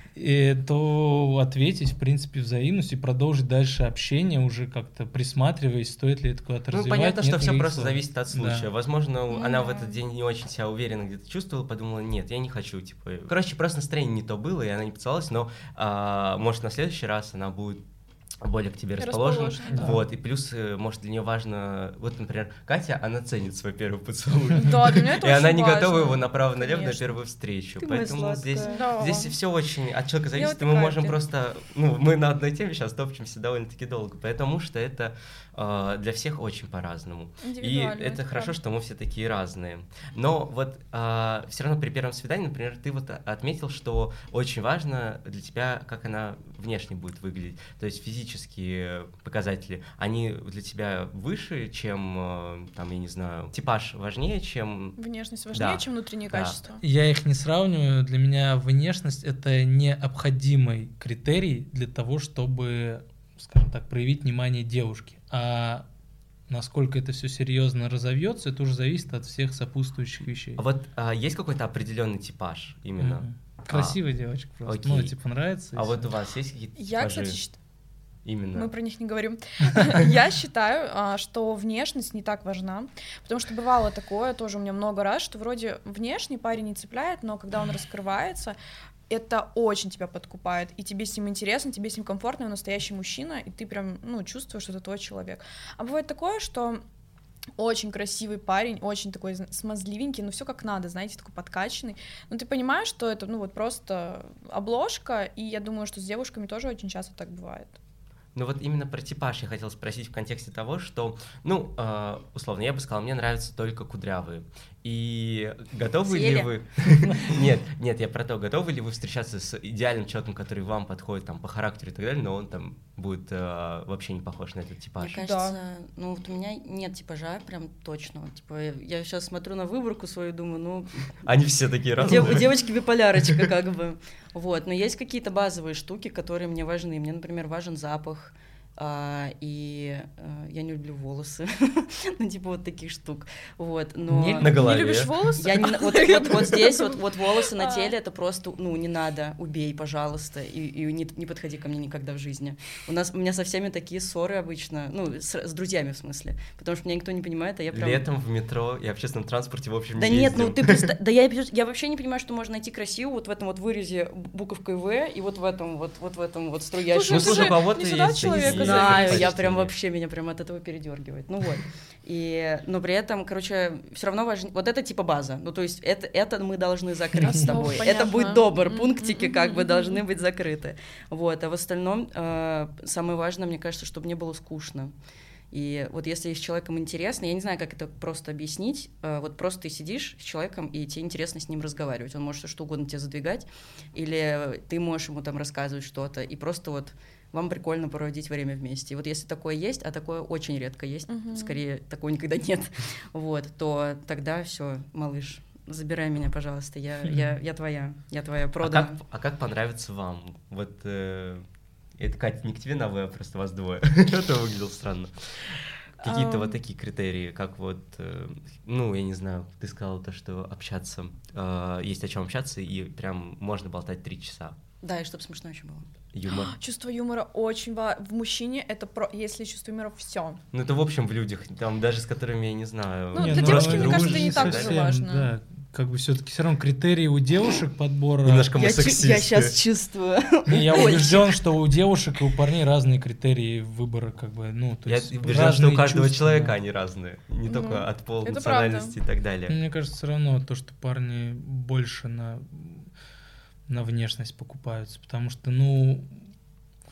и, то ответить, в принципе, взаимность и продолжить дальше общение, уже как-то присматриваясь, стоит ли это куда-то ну, развивать. понятно, что все ли просто их... зависит от случая. Да. Возможно, mm-hmm. она в этот день не очень себя уверенно где-то чувствовала, подумала, нет, я не хочу, типа... Короче, просто настроение не то было, и она не поцеловалась, но, а, может, на следующий раз она будет более к тебе расположена. Да. Вот, и плюс, может, для нее важно... Вот, например, Катя, она ценит свой первый поцелуй. Да, для меня это и она не важно. готова его направо-налево на первую встречу. Ты поэтому здесь, да. здесь все очень от человека зависит, Я и мы вот можем Катя. просто... Ну, мы на одной теме сейчас топчемся довольно-таки долго, потому что это э, для всех очень по-разному. И это да. хорошо, что мы все такие разные. Но вот э, все равно при первом свидании, например, ты вот отметил, что очень важно для тебя, как она внешне будет выглядеть. То есть физические показатели, они для тебя выше, чем, там, я не знаю, типаж важнее, чем... Внешность важнее, да. чем внутренние да. качества. Я их не сравниваю. Для меня внешность — это необходимый критерий для того, чтобы, скажем так, проявить внимание девушки. А насколько это все серьезно разовьется, это уже зависит от всех сопутствующих вещей. А вот а, есть какой-то определенный типаж именно? Mm-hmm. Красивая а, девочка просто. Окей. Ну, типа, нравится. А вот у вас есть какие-то Я, типажи? кстати, считаю... Именно. Мы про них не говорим. Я считаю, что внешность не так важна, потому что бывало такое тоже у меня много раз, что вроде внешний парень не цепляет, но когда он раскрывается, это очень тебя подкупает, и тебе с ним интересно, тебе с ним комфортно, он настоящий мужчина, и ты прям, ну, чувствуешь, что это твой человек. А бывает такое, что очень красивый парень, очень такой смазливенький, но все как надо, знаете, такой подкачанный. Но ты понимаешь, что это, ну, вот просто обложка, и я думаю, что с девушками тоже очень часто так бывает. Ну вот именно про типаж я хотел спросить в контексте того, что, ну, э, условно, я бы сказал, мне нравятся только кудрявые. И готовы Съели? ли вы... Нет, нет, я про то, готовы ли вы встречаться с идеальным человеком, который вам подходит там по характеру и так далее, но он там будет э, вообще не похож на этот типаж? Мне кажется, ну вот у меня нет типажа прям точного. Типа я сейчас смотрю на выборку свою, думаю, ну... Они все такие У разные. девочки биполярочка как бы. Вот, но есть какие-то базовые штуки, которые мне важны. Мне, например, важен запах. А, и а, я не люблю волосы, ну типа вот таких штук, вот, но... Не на голове. Не любишь волосы? Я не, вот, вот, вот здесь вот, вот волосы на теле, это просто, ну, не надо, убей, пожалуйста, и, и не, не подходи ко мне никогда в жизни. У нас, у меня со всеми такие ссоры обычно, ну, с, с друзьями в смысле, потому что меня никто не понимает, а я прям... Летом в метро и общественном транспорте, в общем, Да не нет, ездим. ну ты представь, да я, я вообще не понимаю, что можно найти красиво вот в этом вот вырезе буковкой В и вот в этом вот, вот в этом вот струящем... Ну, слушай, у кого-то есть... Не знаю, я прям вообще, меня прям от этого передергивает. Ну вот. И, но при этом, короче, все равно важнее. Вот это типа база. Ну, то есть это, это мы должны закрыть Основа, с тобой. понятно. Это будет добр. Пунктики как бы должны быть закрыты. Вот. А в остальном э, самое важное, мне кажется, чтобы не было скучно. И вот если с человеком интересно, я не знаю, как это просто объяснить, э, вот просто ты сидишь с человеком, и тебе интересно с ним разговаривать. Он может что угодно тебе задвигать, или ты можешь ему там рассказывать что-то, и просто вот вам прикольно проводить время вместе. И вот если такое есть, а такое очень редко есть, uh-huh. скорее такого никогда нет, вот, то тогда все, малыш, забирай меня, пожалуйста, я, uh-huh. я, я твоя, я твоя продана. А как, а как понравится вам? Вот э, это, Катя, не к тебе на «вы», а просто вас двое. Это выглядело странно. Какие-то вот такие критерии, как вот, э, ну, я не знаю, ты сказала то, что общаться, э, есть о чем общаться, и прям можно болтать три часа. Да, и чтобы смешно еще было. Юмор. Чувство юмора очень важно. В мужчине это про, если чувство юмора, все. Ну, это в общем в людях, там даже с которыми я не знаю. Ну, Не, для ну, девушки, ну, мне кажется, это не совсем, так же важно. Да, как бы все-таки все равно критерии у девушек подбора. Немножко мы Я, сексисты. я сейчас чувствую. Я убежден, что у девушек и у парней разные критерии выбора, как бы, ну, то Я есть убежден, что у каждого чувства, человека да. они разные, не Ну, только от пола, это национальности правда. и так далее. Мне кажется, все равно то, что парни больше на, на внешность покупаются, потому что, ну,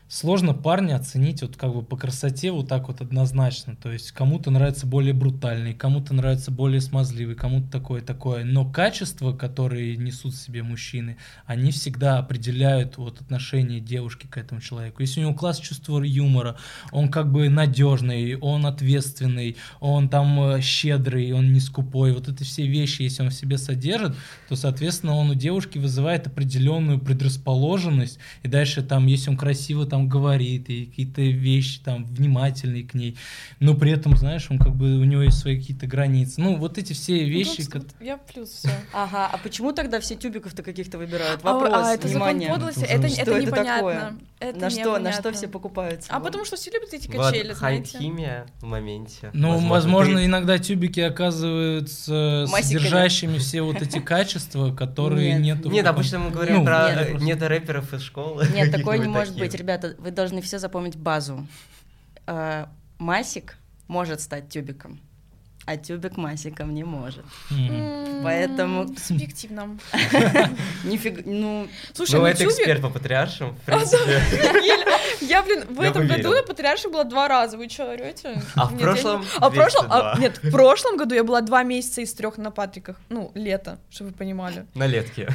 сложно парня оценить вот как бы по красоте вот так вот однозначно. То есть кому-то нравится более брутальный, кому-то нравится более смазливый, кому-то такое, такое. Но качества, которые несут в себе мужчины, они всегда определяют вот отношение девушки к этому человеку. Если у него класс чувства юмора, он как бы надежный, он ответственный, он там щедрый, он не скупой, вот это все вещи, если он в себе содержит, то, соответственно, он у девушки вызывает определенную предрасположенность, и дальше там, если он красиво там говорит, и какие-то вещи там внимательные к ней, но при этом, знаешь, он как бы, у него есть свои какие-то границы. Ну, вот эти все вещи... Ну, тут, я плюс все. Ага, а почему тогда все тюбиков-то каких-то выбирают? А, Вопрос, а, это внимание. закон подлости, это, Что это это непонятно. такое? Это на, что, непонятно. на что все покупаются? А потому что все любят эти Вот качели, знаете. химия в моменте. Ну, возможно, ты- иногда тюбики оказываются Масиками. содержащими все вот эти качества, которые Нет. нету... в Нет, каком- обычно мы говорим Ну, про нет, э, просто- нет рэперов из школы. Нет, такое не каких-нибудь может таких. быть. Ребята, вы должны все запомнить базу. Э, Масик может стать тюбиком, а тюбик масиком не может. Мгм. М, Поэтому- Субъективно. Нифига, ну, Слушай, Ну, ну это тюбик... эксперт по патриаршим, в принципе. Я, блин, в Я этом бы году верил. на Патриарших была два раза, вы что, орете? А в Нет, прошлом я не- А в прошлом... а, двести два. Нет, в прошлом году я была два месяца из трех на Патриках. Ну, лето, чтобы вы понимали. На летке.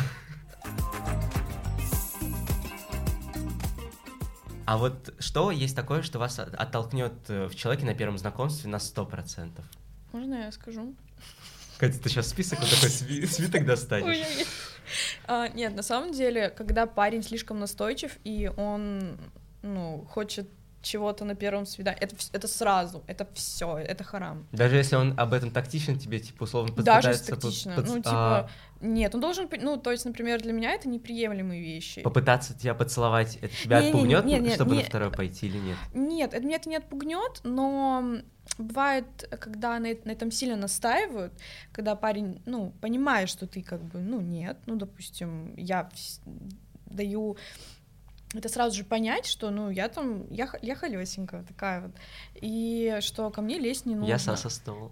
А вот что есть такое, что вас от- оттолкнет э, в человеке на первом знакомстве на сто процентов? Можно я скажу? Катя, ты сейчас список вот такой сви- свиток достанешь. Ой-ой-ой. А, Нет, на самом деле, когда парень слишком настойчив, и он, ну, хочет чего-то на первом свидании, это, вс- это сразу, это все, это харам. Даже если он об этом тактичен, тебе, типа, условно, Даже попытается по- тактично. подс- Ну, а, типа, нет, он должен, пон- ну, то есть, например, для меня это неприемлемые вещи. попытаться тебя поцеловать, это тебя Не-не-не, отпугнет, не-не, чтобы не- на второе пойти или нет? Нет, это меня это не отпугнет, но бывает, когда на, э- на этом сильно настаивают, когда парень, ну, понимает, что ты как бы, ну, нет, ну, допустим, я вс- даю это сразу же понять, что, ну, я там, я, х- я холёсенькая такая вот, и что ко мне лезть не нужно. Я Саса Стоун.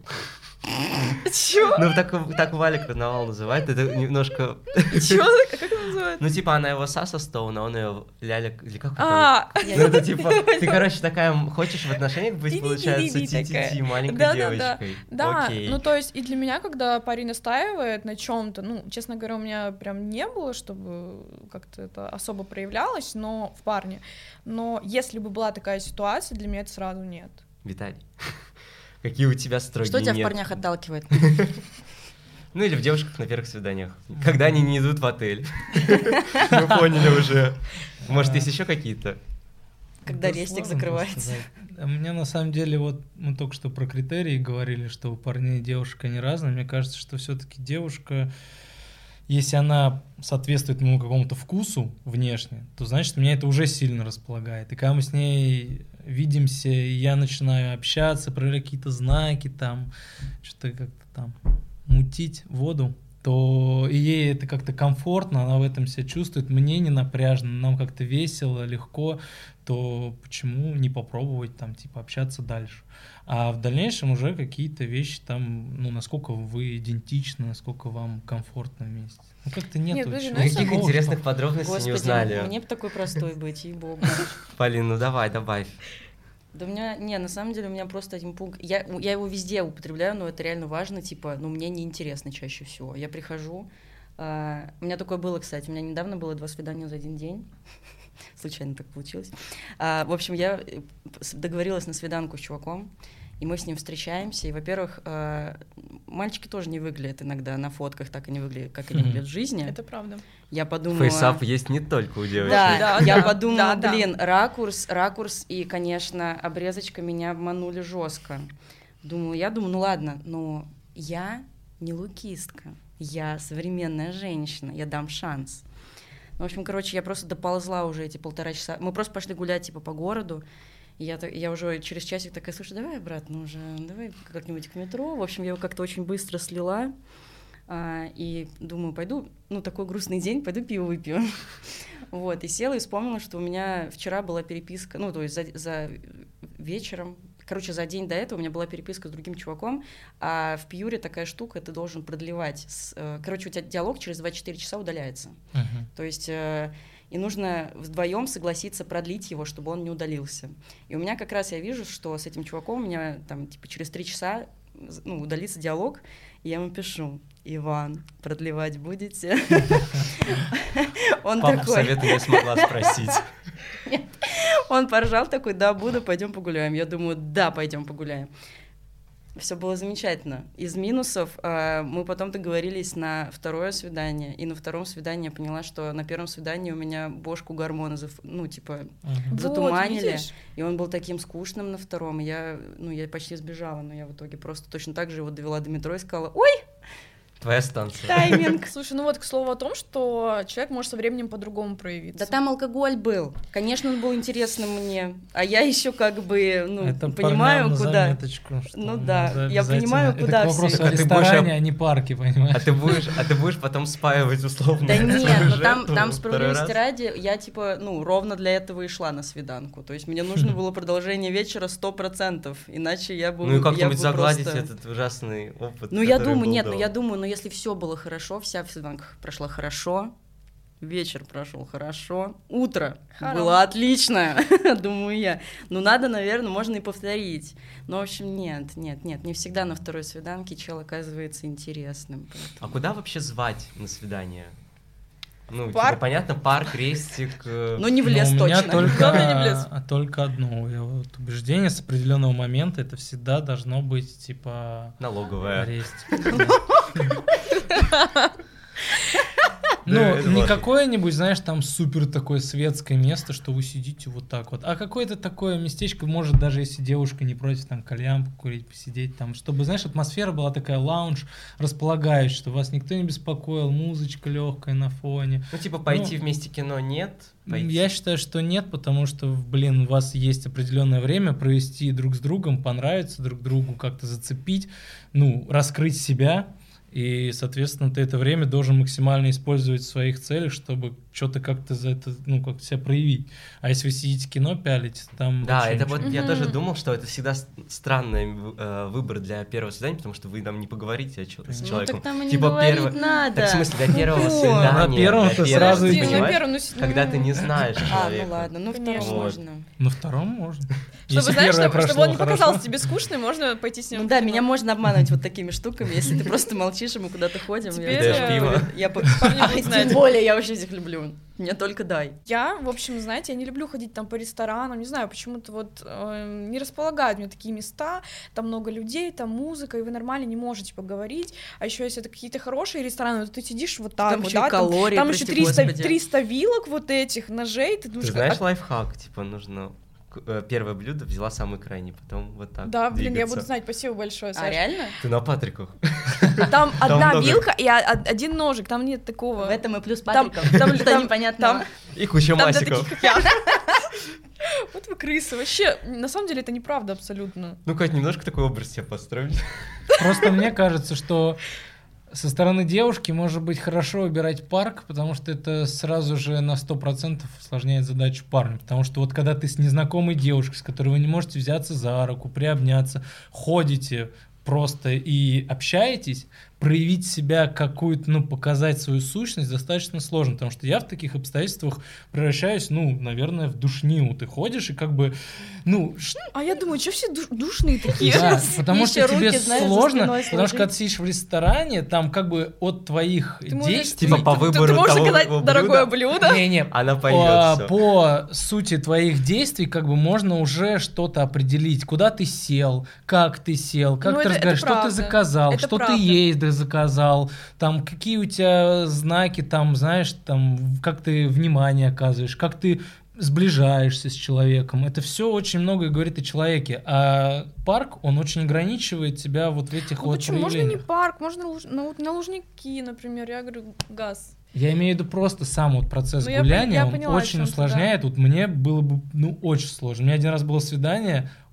Чё? Ну, так, так Валя Карнавал называет, это немножко... Чё? Как это называется? Ну, типа, она его Саса Стоун, а он ее Ляля... Или как это? А, Ну, это типа, ты, короче, такая, м, хочешь в отношениях быть, получается, Ти-ти-ти-ти ти-ти-ти, такая. маленькой Да-да-да. девочкой. Да, Окей. ну то есть и для меня, когда парень настаивает на чем-то, ну, честно говоря, у меня прям не было, чтобы как-то это особо проявлялось, но в парне. Но если бы была такая ситуация, для меня это сразу нет. Виталий, какие у тебя строгие что тебя в нет? парнях отталкивает? Ну, или в девушках на первых свиданиях. Когда они не идут в отель. Мы поняли уже. Может, есть еще какие-то? Когда Да рестик сложно закрывается. сказать. А мне на самом деле, вот мы только что про критерии говорили, что у парней и девушек они разные. Мне кажется, что все-таки девушка, если она соответствует моему какому-то вкусу внешне, то значит, меня это уже сильно располагает. И когда мы с ней видимся, и я начинаю общаться, проверять какие-то знаки, там, что-то как-то там мутить воду, то и ей это как-то комфортно, она в этом себя чувствует, мне не напряжно, нам как-то весело, легко, то почему не попробовать там, типа, общаться дальше? А в дальнейшем уже какие-то вещи там, ну, насколько вы идентичны, насколько вам комфортно вместе. Ну, как-то нету Нет, подожди, чего ну, Каких самого, интересных подробностей не Господи, узнали? мне бы такой простой быть, ей-богу. Полин, ну давай, добавь. Да у меня, не, на самом деле у меня просто один пункт, я, я его везде употребляю, но это реально важно, типа, ну, мне неинтересно чаще всего. Я прихожу, а, у меня такое было, кстати, у меня недавно было два свидания за один день, случайно так получилось. А, в общем, я договорилась на свиданку с чуваком, и мы с ним встречаемся, и, во-первых, а, мальчики тоже не выглядят иногда на фотках, так и не выглядят, как они выглядят в жизни. Это правда. Я подумала... Фейсап есть не только у девочек. Да, Да, я да, подумала, да, да. блин, ракурс, ракурс, и, конечно, обрезочка меня обманули жестко. Думаю, я думаю, ну ладно, но я не лукистка, я современная женщина, я дам шанс. В общем, короче, я просто доползла уже эти полтора часа. Мы просто пошли гулять, типа, по городу. И я, так- я уже через часик такая, слушай, давай обратно уже, давай как-нибудь к метро. В общем, я его как-то очень быстро слила. А, и думаю, пойду, ну, такой грустный день, пойду пиво выпью. Вот, и села и вспомнила, что у меня вчера была переписка, ну, то есть за, за вечером, короче, за день до этого у меня была переписка с другим чуваком, а в Пьюре такая штука, ты должен продлевать. С, э, короче, у тебя диалог через двадцать четыре часа удаляется. Мгм. То есть... э, и нужно вдвоем согласиться продлить его, чтобы он не удалился. И у меня как раз я вижу, что с этим чуваком у меня там типа через три часа ну, удалится диалог, и я ему пишу: Иван, продлевать будете? Он Папу такой... совета не смогла спросить. Он поржал такой: да, буду, пойдем погуляем. Я думаю: да, пойдем погуляем. Все было замечательно. Из минусов э, мы потом договорились на второе свидание, и на втором свидании я поняла, что на первом свидании у меня бошку гормоны заф... ну, типа, Мгм. затуманили, Вот, видишь? и он был таким скучным на втором, и я, ну, я почти сбежала, но я в итоге просто точно так же его довела до метро и сказала: ой, Твоя станция. тайминг. Слушай, ну вот к слову о том, что человек может со временем по-другому проявиться. Да там алкоголь был. Конечно, он был интересным мне, а я еще как бы, ну, Это понимаю, парням на куда. заметочку, что Ну да, надо я обязательно- понимаю, куда Это к все вопросу идут. о А ты будешь ресторане, об- а не парке, понимаешь? А ты будешь, а ты будешь потом спаивать условно. Да нет, свою ну там, жертву там второй справедливости раз? ради, я типа, ну, ровно для этого и шла на свиданку. То есть мне нужно было продолжение вечера сто процентов, иначе я бы... Ну и я как-нибудь бы загладить просто- этот ужасный опыт. Ну я который думаю, был нет, до. ну я думаю, но если все было хорошо, вся свиданка прошла хорошо, вечер прошел хорошо, утро Харам. было отлично, думаю я. Ну надо, наверное, можно и повторить. Но, в общем, нет, нет, нет, не всегда на второй свиданке чел оказывается интересным. А куда вообще звать на свидание? Ну, типа, парк? понятно, парк, рестик. э, Ну не в лес Но у меня точно. только, Главное, не в лес. а, только одно я вот убеждение с определенного момента, это всегда должно быть типа Налоговая. рестик. Ну, Да, это не важно. какое-нибудь, знаешь, там супер такое светское место, что вы сидите вот так вот, а какое-то такое местечко, может, даже если девушка не против, там, кальян покурить, посидеть там, чтобы, знаешь, атмосфера была такая лаунж, располагающая, что вас никто не беспокоил, музычка легкая на фоне. Ну, типа, пойти Ну, вместе кино нет? Пойти. Я считаю, что нет, потому что, блин, у вас есть определенное время провести друг с другом, понравиться друг другу, как-то зацепить, ну, раскрыть себя. И, соответственно, ты это время должен максимально использовать в своих целях, чтобы что-то как-то за это, ну, как себя проявить. А если вы сидите кино пялите, там Да, вообще это ничего. вот я Мгм. тоже думал, что это всегда с- странный э, выбор для первого свидания, потому что вы там не поговорите о чё- с Ну, Ну человеком. так там и не Типа говорить первое- надо. Так в смысле, для первого Ну, свидания. на первом для ты первого, сразу ты идти. Подожди, ну, на понимаешь, первом, ну, с- когда ну, ты не знаешь А, человека. ну ладно, ну Конечно. втором Вот. можно. На втором можно. Чтобы, Если знаешь, первое чтобы, чтобы прошло он не хорошо. показался тебе скучным, можно пойти с ним Ну в да, кино. меня можно обманывать вот такими штуками, если ты просто молчишь, и мы куда-то ходим. Теперь, я- Даешь э, пиво. Я по- Парни А, будут знать. Тем более, я вообще этих люблю. Мне только дай. Я, в общем, знаете, я не люблю ходить там по ресторанам, не знаю, почему-то вот э, не располагают мне такие места, там много людей, там музыка, и вы нормально не можете поговорить, а еще если это какие-то хорошие рестораны, то ты сидишь вот так Там вот, еще и да, там, калории, там еще прости триста, господи. триста вилок вот этих, ножей, ты думаешь, Ты знаешь а- лайфхак? Типа, нужно к- э, первое блюдо взяла самый крайний, потом вот так да, блин, я двигаться. буду знать, спасибо большое, А Саш. реально? Ты на Патриках. Там одна много. вилка и а- а- один ножик, там нет такого. В этом и плюс Там- Патриков. там- Что там- непонятного. там- И куча Там для масиков. таких, как я. Вот вы крысы. Вообще, на самом деле, это неправда абсолютно. Ну, Кать, немножко такой образ себе построим. Просто мне кажется, что со стороны девушки может быть хорошо выбирать парк, потому что это сразу же на сто процентов усложняет задачу парню. Потому что вот когда ты с незнакомой девушкой, с которой вы не можете взяться за руку, приобняться, ходите просто и общаетесь, проявить себя какую-то, ну, показать свою сущность достаточно сложно, потому что я в таких обстоятельствах превращаюсь, ну, наверное, в душнилу. Ты ходишь и как бы, ну, ш- А я думаю, что все душ- душные такие? да, потому что Еще тебе руки, знаешь, за сложно, спиной потому что сложить. когда ты сидишь в ресторане, там как бы от твоих Ты можешь- действий... Типа по ты- ты- выбору Ты можешь того заказать блюда. дорогое блюдо? Не-не, Она по, поймет всё. по сути твоих действий как бы можно уже что-то определить, куда ты сел, как ты сел, как Ну, ты это- разговариваешь, это что ты правда. заказал, Это что правда. ты есть да заказал, там какие у тебя знаки, там знаешь, там как ты внимание оказываешь, как ты сближаешься с человеком. Это все очень многое говорит о человеке. А парк, он очень ограничивает тебя вот в этих Ну вот почему? Можно не проявлениях. парк, можно луж- на на Лужники, например. Я говорю, газ. Я имею в виду просто сам вот процесс Ну, я пон- гуляния, я он поняла, о очень чём ты, усложняет. Вот мне было бы, ну, очень сложно. У меня один раз было свидание,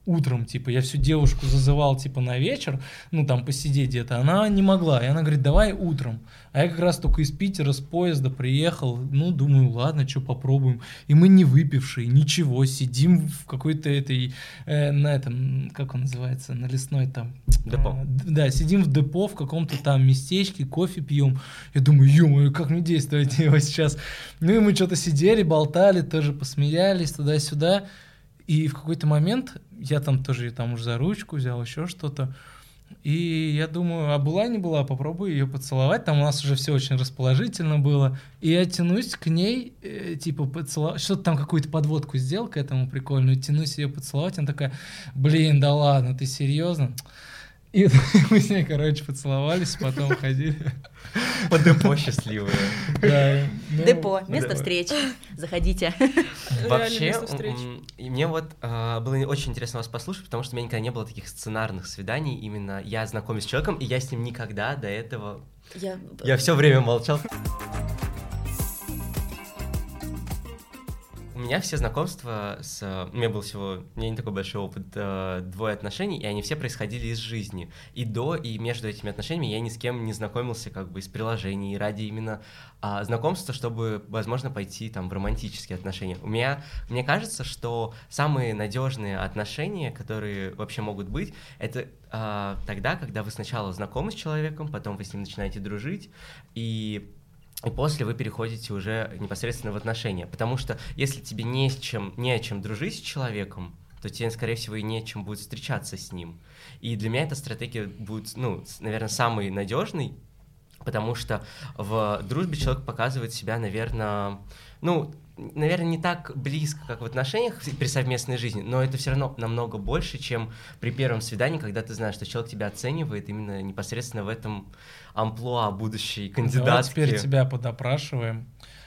утром, типа, я всю девушку зазывал, типа, на вечер, ну, там, посидеть где-то, она не могла, и она говорит, давай утром. А я как раз только из Питера с поезда приехал, ну, думаю, ладно, что попробуем. И мы не выпившие, ничего, сидим в какой-то этой, э, на этом, как он называется, на лесной там. Депо. Э, да, сидим в депо в каком-то там местечке, кофе пьем. Я думаю, ё-моё, как мне действовать его сейчас? Ну, и мы что-то сидели, болтали, тоже посмеялись туда-сюда. И в какой-то момент я там тоже там уже за ручку взял, еще что-то. И я думаю, а была не была, попробую ее поцеловать. Там у нас уже все очень расположительно было. И я тянусь к ней, э, типа поцеловать. Что-то там какую-то подводку сделал к этому прикольную. Тянусь ее поцеловать. Она такая, блин, да ладно, ты серьезно? И мы с ней, короче, поцеловались, потом ходили. По депо счастливые. Да, ну, Депо, место да. встречи. Заходите. Вообще, место встреч. м, и мне вот а, было очень интересно вас послушать, потому что у меня никогда не было таких сценарных свиданий. Именно я знакомлюсь с человеком, и я с ним никогда до этого... Я... Я все время молчал. У меня все знакомства с... У меня был всего... У меня не такой большой опыт э, двое отношений, и они все происходили из жизни. И до, и между этими отношениями я ни с кем не знакомился как бы из приложений, ради именно а, знакомства, чтобы, возможно, пойти там в романтические отношения. У меня... Мне кажется, что самые надежные отношения, которые вообще могут быть, это а, тогда, когда вы сначала знакомы с человеком, потом вы с ним начинаете дружить, и... И после вы переходите уже непосредственно в отношения. Потому что если тебе не с чем, не о чем дружить с человеком, то тебе, скорее всего, и не о чем будет встречаться с ним. И для меня эта стратегия будет, ну, наверное, самой надежной, потому что в дружбе человек показывает себя, наверное, ну, наверное, не так близко, как в отношениях при совместной жизни, но это все равно намного больше, чем при первом свидании, когда ты знаешь, что человек тебя оценивает именно непосредственно в этом амплуа будущей кандидатки. Давай теперь тебя подопрашиваем.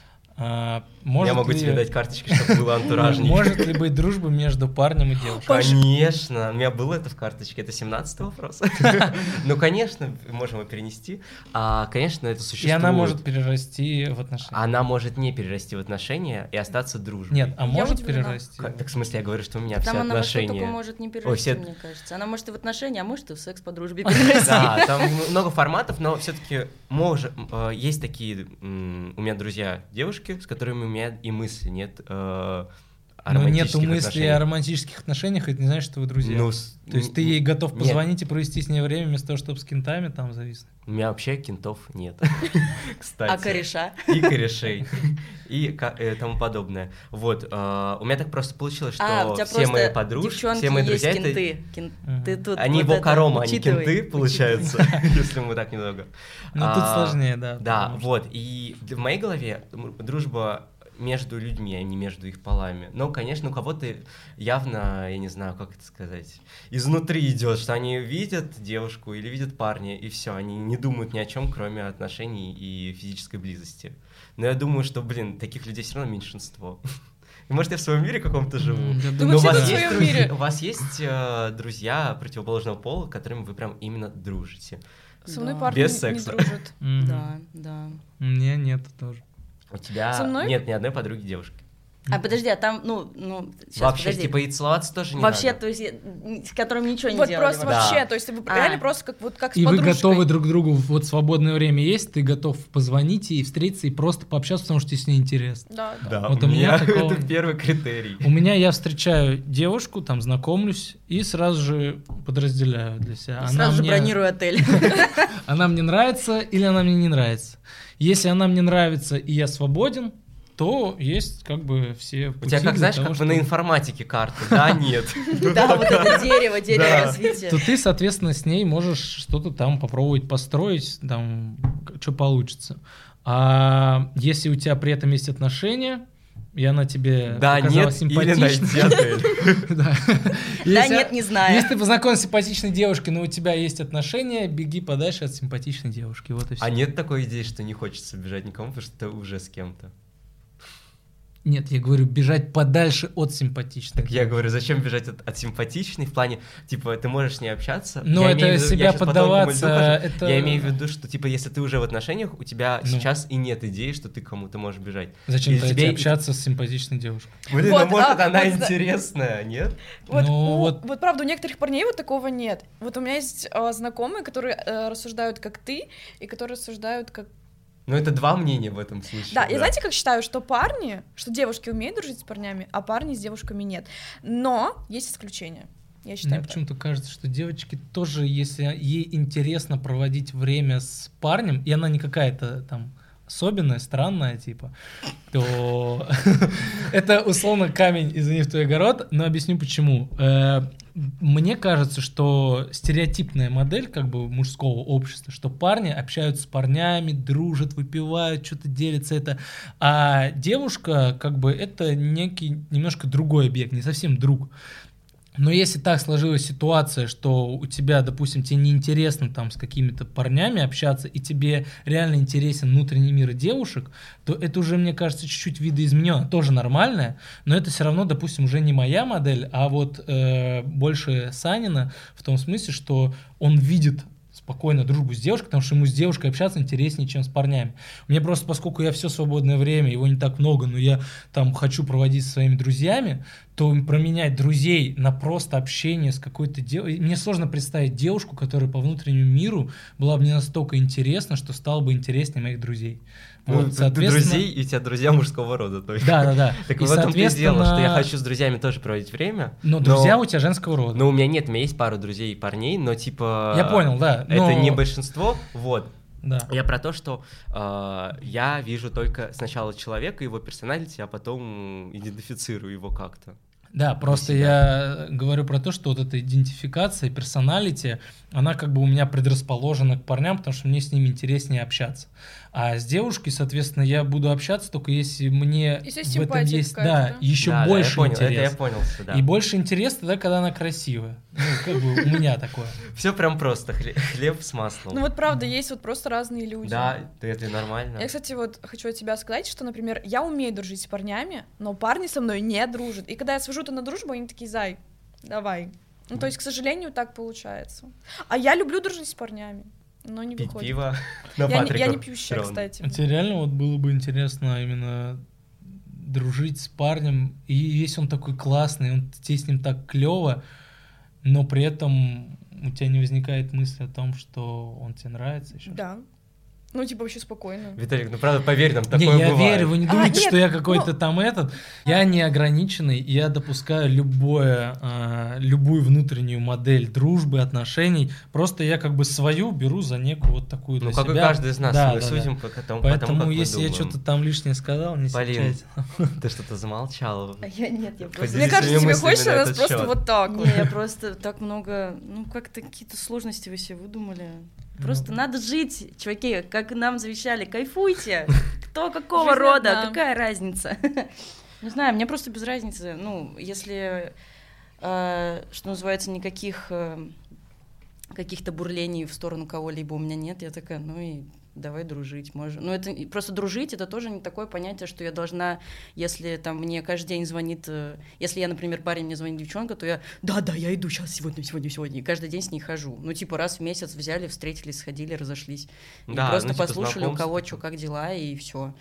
А, может Я могу ли... тебе дать карточки, чтобы было антуражнее. Может ли быть дружба между парнем и девушкой? Конечно, у меня было это в карточке, это семнадцатый вопрос. Ну, конечно, можем его перенести. А, конечно, это существует. И она может перерасти в отношения. Она может не перерасти в отношения и остаться дружбой. Нет, а может удивлена. перерасти? Как- Так в смысле, я говорю, что у меня Там все она во что только отношения... может не Ой, перерасти, все- мне кажется. Она может и в отношения, а может и в секс по дружбе перерасти. Да, там много форматов, но все-таки может, э, есть такие м, у меня друзья девушки, с которыми у меня и мысли нет э, о Но нету романтических мысли отношениях. о романтических отношениях, это не значит, что вы друзья. Ну, с- То есть ты н- ей готов нет. позвонить и провести с ней время вместо того, чтобы с кентами там зависнуть? У меня вообще кентов нет, кстати. А кореша? И корешей, и ка- э, тому подобное. Вот, э, у меня так просто получилось, что А, у тебя все просто мои подружки, девчонки все мои есть друзья, это... кенты. Кен- Мгм. Ты тут Они вот это вокарома, они учитывай, кенты, учитывай. получается, если мы так немного. Ну тут А, сложнее, да. Да, потому что- вот, и в моей голове м, дружба между людьми, а не между их полами. Но, конечно, у кого-то явно, я не знаю, как это сказать, изнутри идет, что они видят девушку или видят парня, и все, они не думают ни о чем, кроме отношений и физической близости. Но я думаю, что, блин, таких людей все равно меньшинство. И, может, я в своем мире каком-то живу. М, я Да думаю, мы Но у все вас тут в есть своем друзья- мире. у вас есть э, друзья противоположного пола, которыми вы прям именно дружите? Со мной Да. парни Без не- не секса. дружат. Мгм. Да, да. Мне нет тоже. У тебя Со мной? нет ни одной подруги девушки. А подожди, а там, ну, ну, сейчас, Вообще, подожди. типа, и целоваться тоже не Вообще, надо. то есть, я- с которым ничего не Вот делали просто Да. вообще, то есть вы А. реально просто как вот как с И вы подружкой. готовы друг другу, вот свободное время есть, ты готов позвонить ей, встретиться и просто пообщаться, потому что тебе с ней интересно. Да, да. Да, Вот у у меня меня такого- это первый критерий. У меня я встречаю девушку, там знакомлюсь и сразу же подразделяю для себя. Она Сразу же мне- бронирую отель. Она мне нравится или она мне не нравится. Если она мне нравится и я свободен, то есть как бы все У пути тебя, как для знаешь, того, как бы на чтобы- информатике карты, да, нет. Да, вот это дерево, дерево Да. развития. то ты, соответственно, с ней можешь что-то там попробовать построить, там, что получится. А если у тебя при этом есть отношения, и она тебе Да, показалась нет, или симпатичной. найти отель. Да. Да, Если- нет, не знаю. Если ты познакомился с симпатичной девушкой, но у тебя есть отношения, беги подальше от симпатичной девушки. Вот и все. А нет такой идеи, что не хочется бежать никому, потому что ты уже с кем-то. Нет, я говорю, бежать подальше от симпатичной. Так я говорю, зачем бежать от, от симпатичной, в плане, типа, ты можешь с ней общаться. Ну, я это имею в виду, себя я щас по тонкому льду поддаваться, хожу. это- Я имею в виду, что, типа, если ты уже в отношениях, у тебя Ну. сейчас и нет идеи, что ты к кому-то можешь бежать. Зачем Или тебе тебе- общаться с симпатичной девушкой? Блин, Вот, ну может а, она вот за- интересная, нет? Вот, Ну, у- вот- вот правда, у некоторых парней вот такого нет. Вот у меня есть а, знакомые, которые э, рассуждают как ты, и которые рассуждают как... Ну это два мнения в этом случае. Да, я знаете, как считаю, что парни, что девушки умеют дружить с парнями, а парни с девушками нет. Но есть исключения. Я считаю Мне так. почему-то кажется, что девочке тоже, если ей интересно проводить время с парнем, и она не какая-то там особенная, странная, типа, то это условно камень, извини, в твой огород, но объясню почему. Э, Мне кажется, что стереотипная модель как бы мужского общества, что парни общаются с парнями, дружат, выпивают, что-то делятся, это, а девушка как бы это некий немножко другой объект, не совсем друг. Но если так сложилась ситуация, что у тебя, допустим, тебе неинтересно там с какими-то парнями общаться, и тебе реально интересен внутренний мир девушек, то это уже, мне кажется, чуть-чуть видоизменено, тоже нормальное, но это все равно, допустим, уже не моя модель, а вот э, больше Санина, в том смысле, что он видит спокойно дружбу с девушкой, потому что ему с девушкой общаться интереснее, чем с парнями. Мне просто, поскольку я все свободное время, его не так много, но я там хочу проводить со своими друзьями, то променять друзей на просто общение с какой-то девушкой... Мне сложно представить девушку, которая по внутреннему миру была бы не настолько интересна, что стала бы интереснее моих друзей. Ну, Вот, ты соответственно- друзей, и у тебя друзья мужского рода. То есть. Да, да, да. Так И, в этом-то и дело, соответственно, что я хочу с друзьями тоже проводить время. Но друзья у тебя женского рода. Но у меня нет, у меня есть пару друзей и парней, но типа... Я понял, да. Это но- не большинство, вот. Да. Я про то, что э, я вижу только сначала человека, его персоналити, а потом идентифицирую его как-то. Да, просто себя. я говорю про то, что вот эта идентификация, персоналити, она как бы у меня предрасположена к парням, потому что мне с ними интереснее общаться. А с девушкой, соответственно, я буду общаться только если мне Если в этом симпатия есть, какая-то, да, да? еще Да, да, больше я понял, интерес. это я понял, да. И больше интерес тогда, когда она красивая. Ну, как бы у меня такое. Все прям просто, хлеб, хлеб с маслом. Ну вот правда, есть вот просто разные люди. Да, да, это нормально. Я, кстати, вот хочу от тебя сказать, что, например, я умею дружить с парнями, но парни со мной не дружат. И когда я свожу-то на дружбу, они такие: зай, давай. Ну, то есть, к сожалению, так получается. А я люблю дружить с парнями, но не Пить выходит. пиво на Я, не, я не Патриков пьющая, Рон. кстати. А тебе реально вот было бы интересно именно дружить с парнем, и если он такой классный, он, тебе с ним так клево, но при этом у тебя не возникает мысли о том, что он тебе нравится еще? Да. Ну, типа, вообще спокойно. Виталик, ну правда, поверь нам, такое Не, я бывает. верю, вы не А, думайте, нет, что я какой-то ну- там этот. Я не ограниченный, и я допускаю любое, а, любую внутреннюю модель дружбы, отношений. Просто я как бы свою беру за некую вот такую для Ну, как и себя. каждый из нас, Да, мы да, судим да. по тому, по Поэтому, тому, как мы если я думаем. что-то там лишнее сказал, не Полин, серчайте. ты что-то замолчала. А я нет, я просто... Поделись Мне кажется, своими тебе мыслями хочется на нас этот просто счет. вот так вот. Не, я просто так много... Ну, как-то какие-то сложности вы себе выдумали. Просто Ну. надо жить, чуваки, как нам завещали, кайфуйте. Кто какого Жизнь рода, одна. какая разница? Не знаю, мне просто без разницы. Ну, если, э, что называется, никаких э, каких-то бурлений в сторону кого-либо у меня нет, я такая, ну и давай дружить, можно. Ну, это и просто дружить, это тоже не такое понятие, что я должна, если там мне каждый день звонит, э, если я, например, парень, мне звонит девчонка, то я, да-да, я иду сейчас, сегодня, сегодня, сегодня, и каждый день с ней хожу. Ну, типа, раз в месяц взяли, встретились, сходили, разошлись. И Да, просто ну, типа, послушали, у кого знакомство. что, как дела, и все.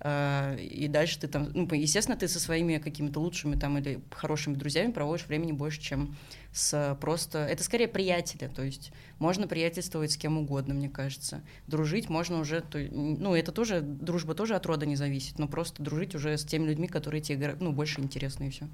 И дальше ты там, ну, естественно, ты со своими какими-то лучшими там или хорошими друзьями проводишь времени больше, чем с просто... Это скорее приятели, то есть можно приятельствовать с кем угодно, мне кажется. Дружить можно уже... То, ну, это тоже... Дружба тоже от рода не зависит, но просто дружить уже с теми людьми, которые тебе, ну, больше интересны, и все.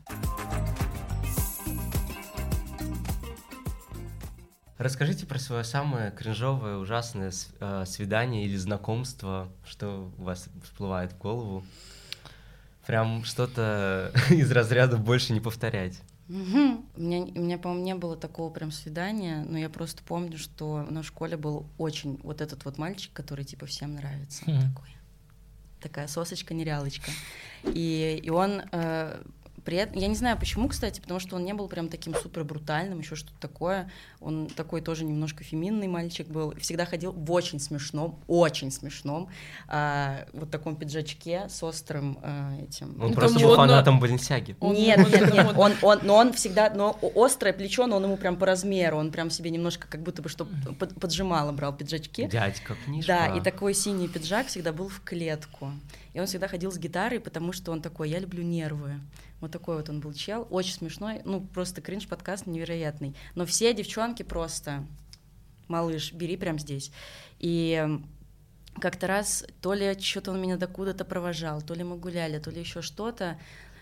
Расскажите про свое самое кринжовое, ужасное с- э, свидание или знакомство, что у вас всплывает в голову. Прям что-то из разряда больше не повторять. Мгм. У меня, у меня, по-моему, не было такого прям свидания, но я просто помню, что на школе был очень вот этот вот мальчик, который типа всем нравится. Он Хм. такой. Такая сосочка-нерялочка. И, и он э, при этом, я не знаю почему, кстати, потому что он не был прям таким супер брутальным, еще что-то такое. Он такой тоже немножко феминный мальчик был. Всегда ходил в очень смешном, очень смешном, а, вот таком пиджачке с острым а, этим. Он Это просто был модно. фанатом Баленсиаги. Он Нет, модно, нет, нет, модно. он, он, но он всегда, но острое плечо, но он ему прям по размеру, он прям себе немножко как будто бы что под- поджимало, брал пиджачки. Дядька, книжка. Да, и такой синий пиджак всегда был в клетку. И он всегда ходил с гитарой, потому что он такой, я люблю нервы. Вот такой вот он был чел, очень смешной, ну просто кринж-подкаст невероятный. Но все девчонки просто, малыш, бери прям здесь. И как-то раз то ли что-то он меня докуда-то провожал, то ли мы гуляли, то ли еще что-то.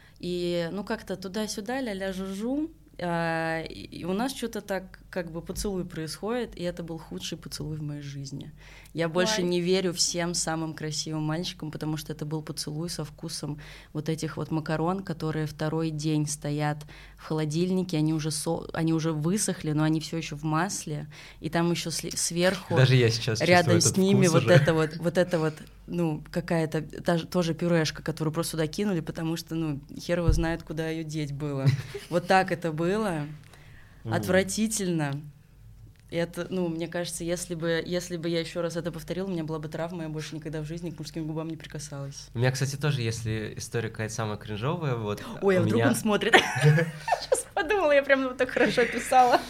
И ну как-то туда-сюда, ля-ля жужу. А, и у нас что-то так как бы поцелуй происходит, и это был худший поцелуй в моей жизни. Я больше Ой. не верю всем самым красивым мальчикам, потому что это был поцелуй со вкусом вот этих вот макарон, которые второй день стоят в холодильнике, они уже, со... они уже высохли, но они все еще в масле, и там еще сверху Даже я сейчас рядом чувствую с этот ними вкус вот уже. это вот, вот это вот, ну, какая-то та- тоже пюрешка, которую просто сюда кинули, потому что, ну, хер его знает, куда ее деть было. Вот так это было. Отвратительно. И это, ну, мне кажется, если бы, если бы я еще раз это повторила, у меня была бы травма, я больше никогда в жизни к мужским губам не прикасалась. У меня, кстати, тоже, если история какая-то самая кринжовая, вот Ой, а у вдруг меня... он смотрит? Сейчас подумала, я прям вот так хорошо писала.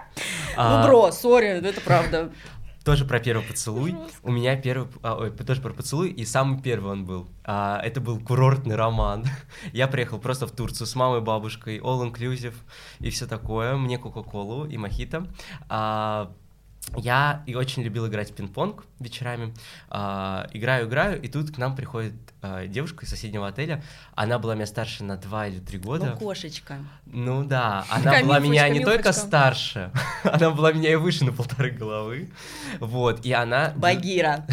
А, Ну, бро, сори, это правда. Тоже про первый поцелуй. У меня первый, а, ой, тоже про поцелуй, и самый первый он был. А, это был курортный роман. Я приехал просто в Турцию с мамой, бабушкой, all inclusive и все такое. Мне кока-колу и мохито. А, я и очень любил играть в пинг-понг вечерами. А, играю, играю, и тут к нам приходит а, девушка из соседнего отеля. Она была меня старше на два или три года. Ну, кошечка. Ну да, она Такая была меня милфочка, не только милфочка. старше, она была меня и выше на полторы головы. Вот, и она... Багира.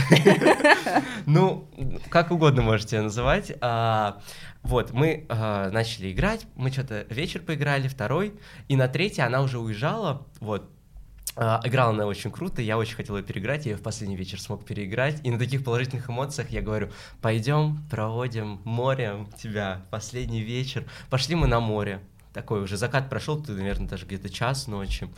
Ну, как угодно можете ее называть. А, вот, мы а, начали играть, мы что-то вечер поиграли, второй, и на третий она уже уезжала, вот. А, играла она очень круто, я очень хотел ее переиграть, я ее в последний вечер смог переиграть, и на таких положительных эмоциях я говорю, пойдем, проводим морем тебя, последний вечер, пошли мы на море. Такой уже закат прошел, ты, наверное, даже где-то час ночи.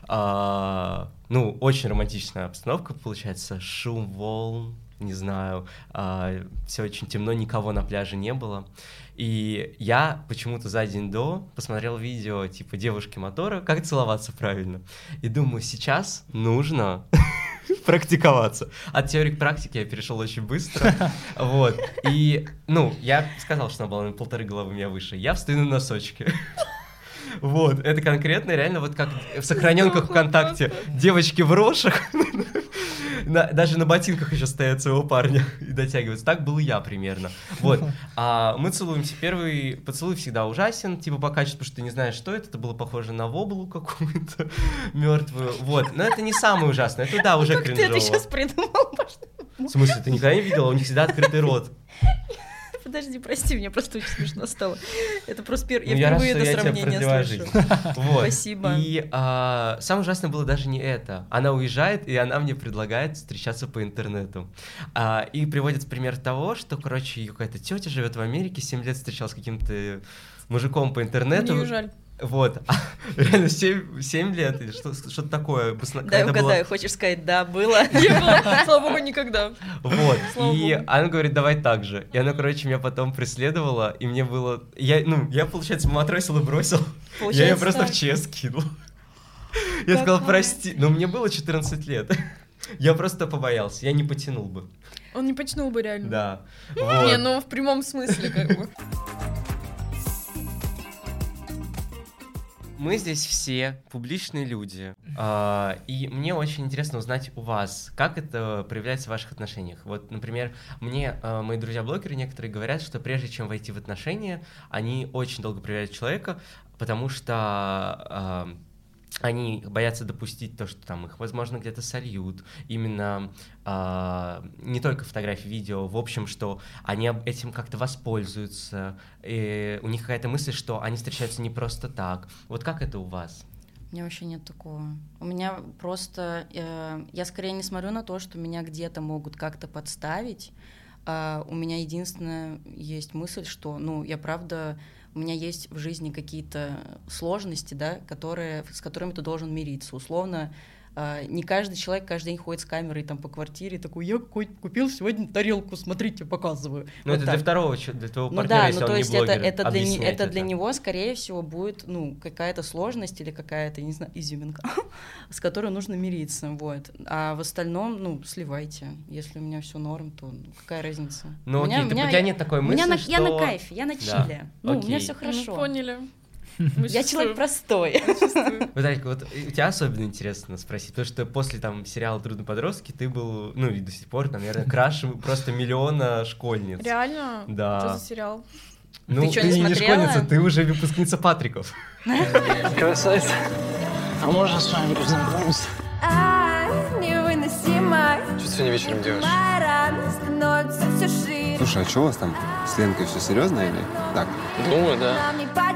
А, ну, очень романтичная обстановка получается, шум волн, не знаю, а, все очень темно, никого на пляже не было. И я почему-то за день до посмотрел видео типа девушки мотора, как целоваться правильно. И думаю, сейчас нужно практиковаться. От теории к практике я перешел очень быстро. Вот. И, ну, я сказал, что она была на полторы головы меня выше. Я встаю на носочки. Вот, это конкретно, реально, вот как в сохраненках ВКонтакте девочки в рошах, на, даже на ботинках еще стоят своего парня и дотягиваются. Так был и я примерно. Вот, а мы целуемся. Первый поцелуй всегда ужасен, типа по качеству, потому что ты не знаешь, что это. Это было похоже на воблу какую-то мертвую. Вот, но это не самое ужасное, это да, уже Как ты это кринжово. сейчас придумал? В смысле, ты никогда не видела? У них всегда открытый рот. Подожди, прости, мне просто очень смешно стало. Это просто пер... Ну, я я рад, впервые что это я тебе сравнение продлеваю слышу. жизнь. Вот. Спасибо. И а, самое ужасное было даже не это. Она уезжает, и она мне предлагает встречаться по интернету. А, и приводит пример того, что, короче, ее какая-то тетя живет в Америке, семь лет встречалась с каким-то мужиком по интернету. Мне жаль. Вот. Реально, семь лет или что, что-то такое. Басно- Дай когда было- угадаю, хочешь сказать, да, было? Не было, слава богу, никогда. Вот, Слава и богу. она говорит, давай так же. И она, короче, меня потом преследовала, и мне было... Я, ну, я, получается, матросил и бросил. Я ее Получается просто так. в ЧС кинул. Я сказал, прости, но мне было четырнадцать лет. Я просто побоялся, я не потянул бы. Он не почнул бы реально. Да. Не, Вот. ну в прямом смысле как бы. Мы здесь все публичные люди, а, и мне очень интересно узнать у вас, как это проявляется в ваших отношениях. Вот, например, мне а, мои друзья-блогеры некоторые говорят, что прежде чем войти в отношения, они очень долго проверяют человека, потому что а, они боятся допустить то, что там их, возможно, где-то сольют. Именно а, не только фотографии, видео, в общем, что они об- этим как-то воспользуются. И у них какая-то мысль, что они встречаются не просто так. Вот как это у вас? У меня вообще нет такого. У меня просто... э, я скорее не смотрю на то, что меня где-то могут как-то подставить. А у меня единственная есть мысль, что, ну, я правда у меня есть в жизни какие-то сложности, да, которые, с которыми ты должен мириться. Условно, не каждый человек каждый день ходит с камерой там по квартире, такой, я купил сегодня тарелку, смотрите, показываю. Ну, вот это так. для второго, для твоего ну, партнера, да, если ну, он то не есть блогер, это, это, для, объяснять это это. для него, скорее всего, будет, ну, какая-то сложность или какая-то, не знаю, изюминка, с которой нужно мириться, вот. А в остальном, ну, сливайте. Если у меня все норм, то какая разница? Ну, у меня, окей, у ты, меня, у тебя нет такой у мысли, меня на, что... Я на кайфе, я на Да, чиле. Ну, у меня окей. все хорошо. Мы поняли. Я человек простой. Вот, вот у тебя особенно интересно спросить, потому что после там сериала «Трудные подростки» ты был, ну и до сих пор, там, наверное, краш просто миллиона школьниц. Реально? Да. Что за сериал? Ну, Ты чё, ты не не смотрела? школьница, ты уже выпускница Патриков. Красавица. А можно с вами познакомиться? Что ты сегодня вечером делаешь? Слушай, а что у вас там с Ленкой все серьезно или так? Думаю, да.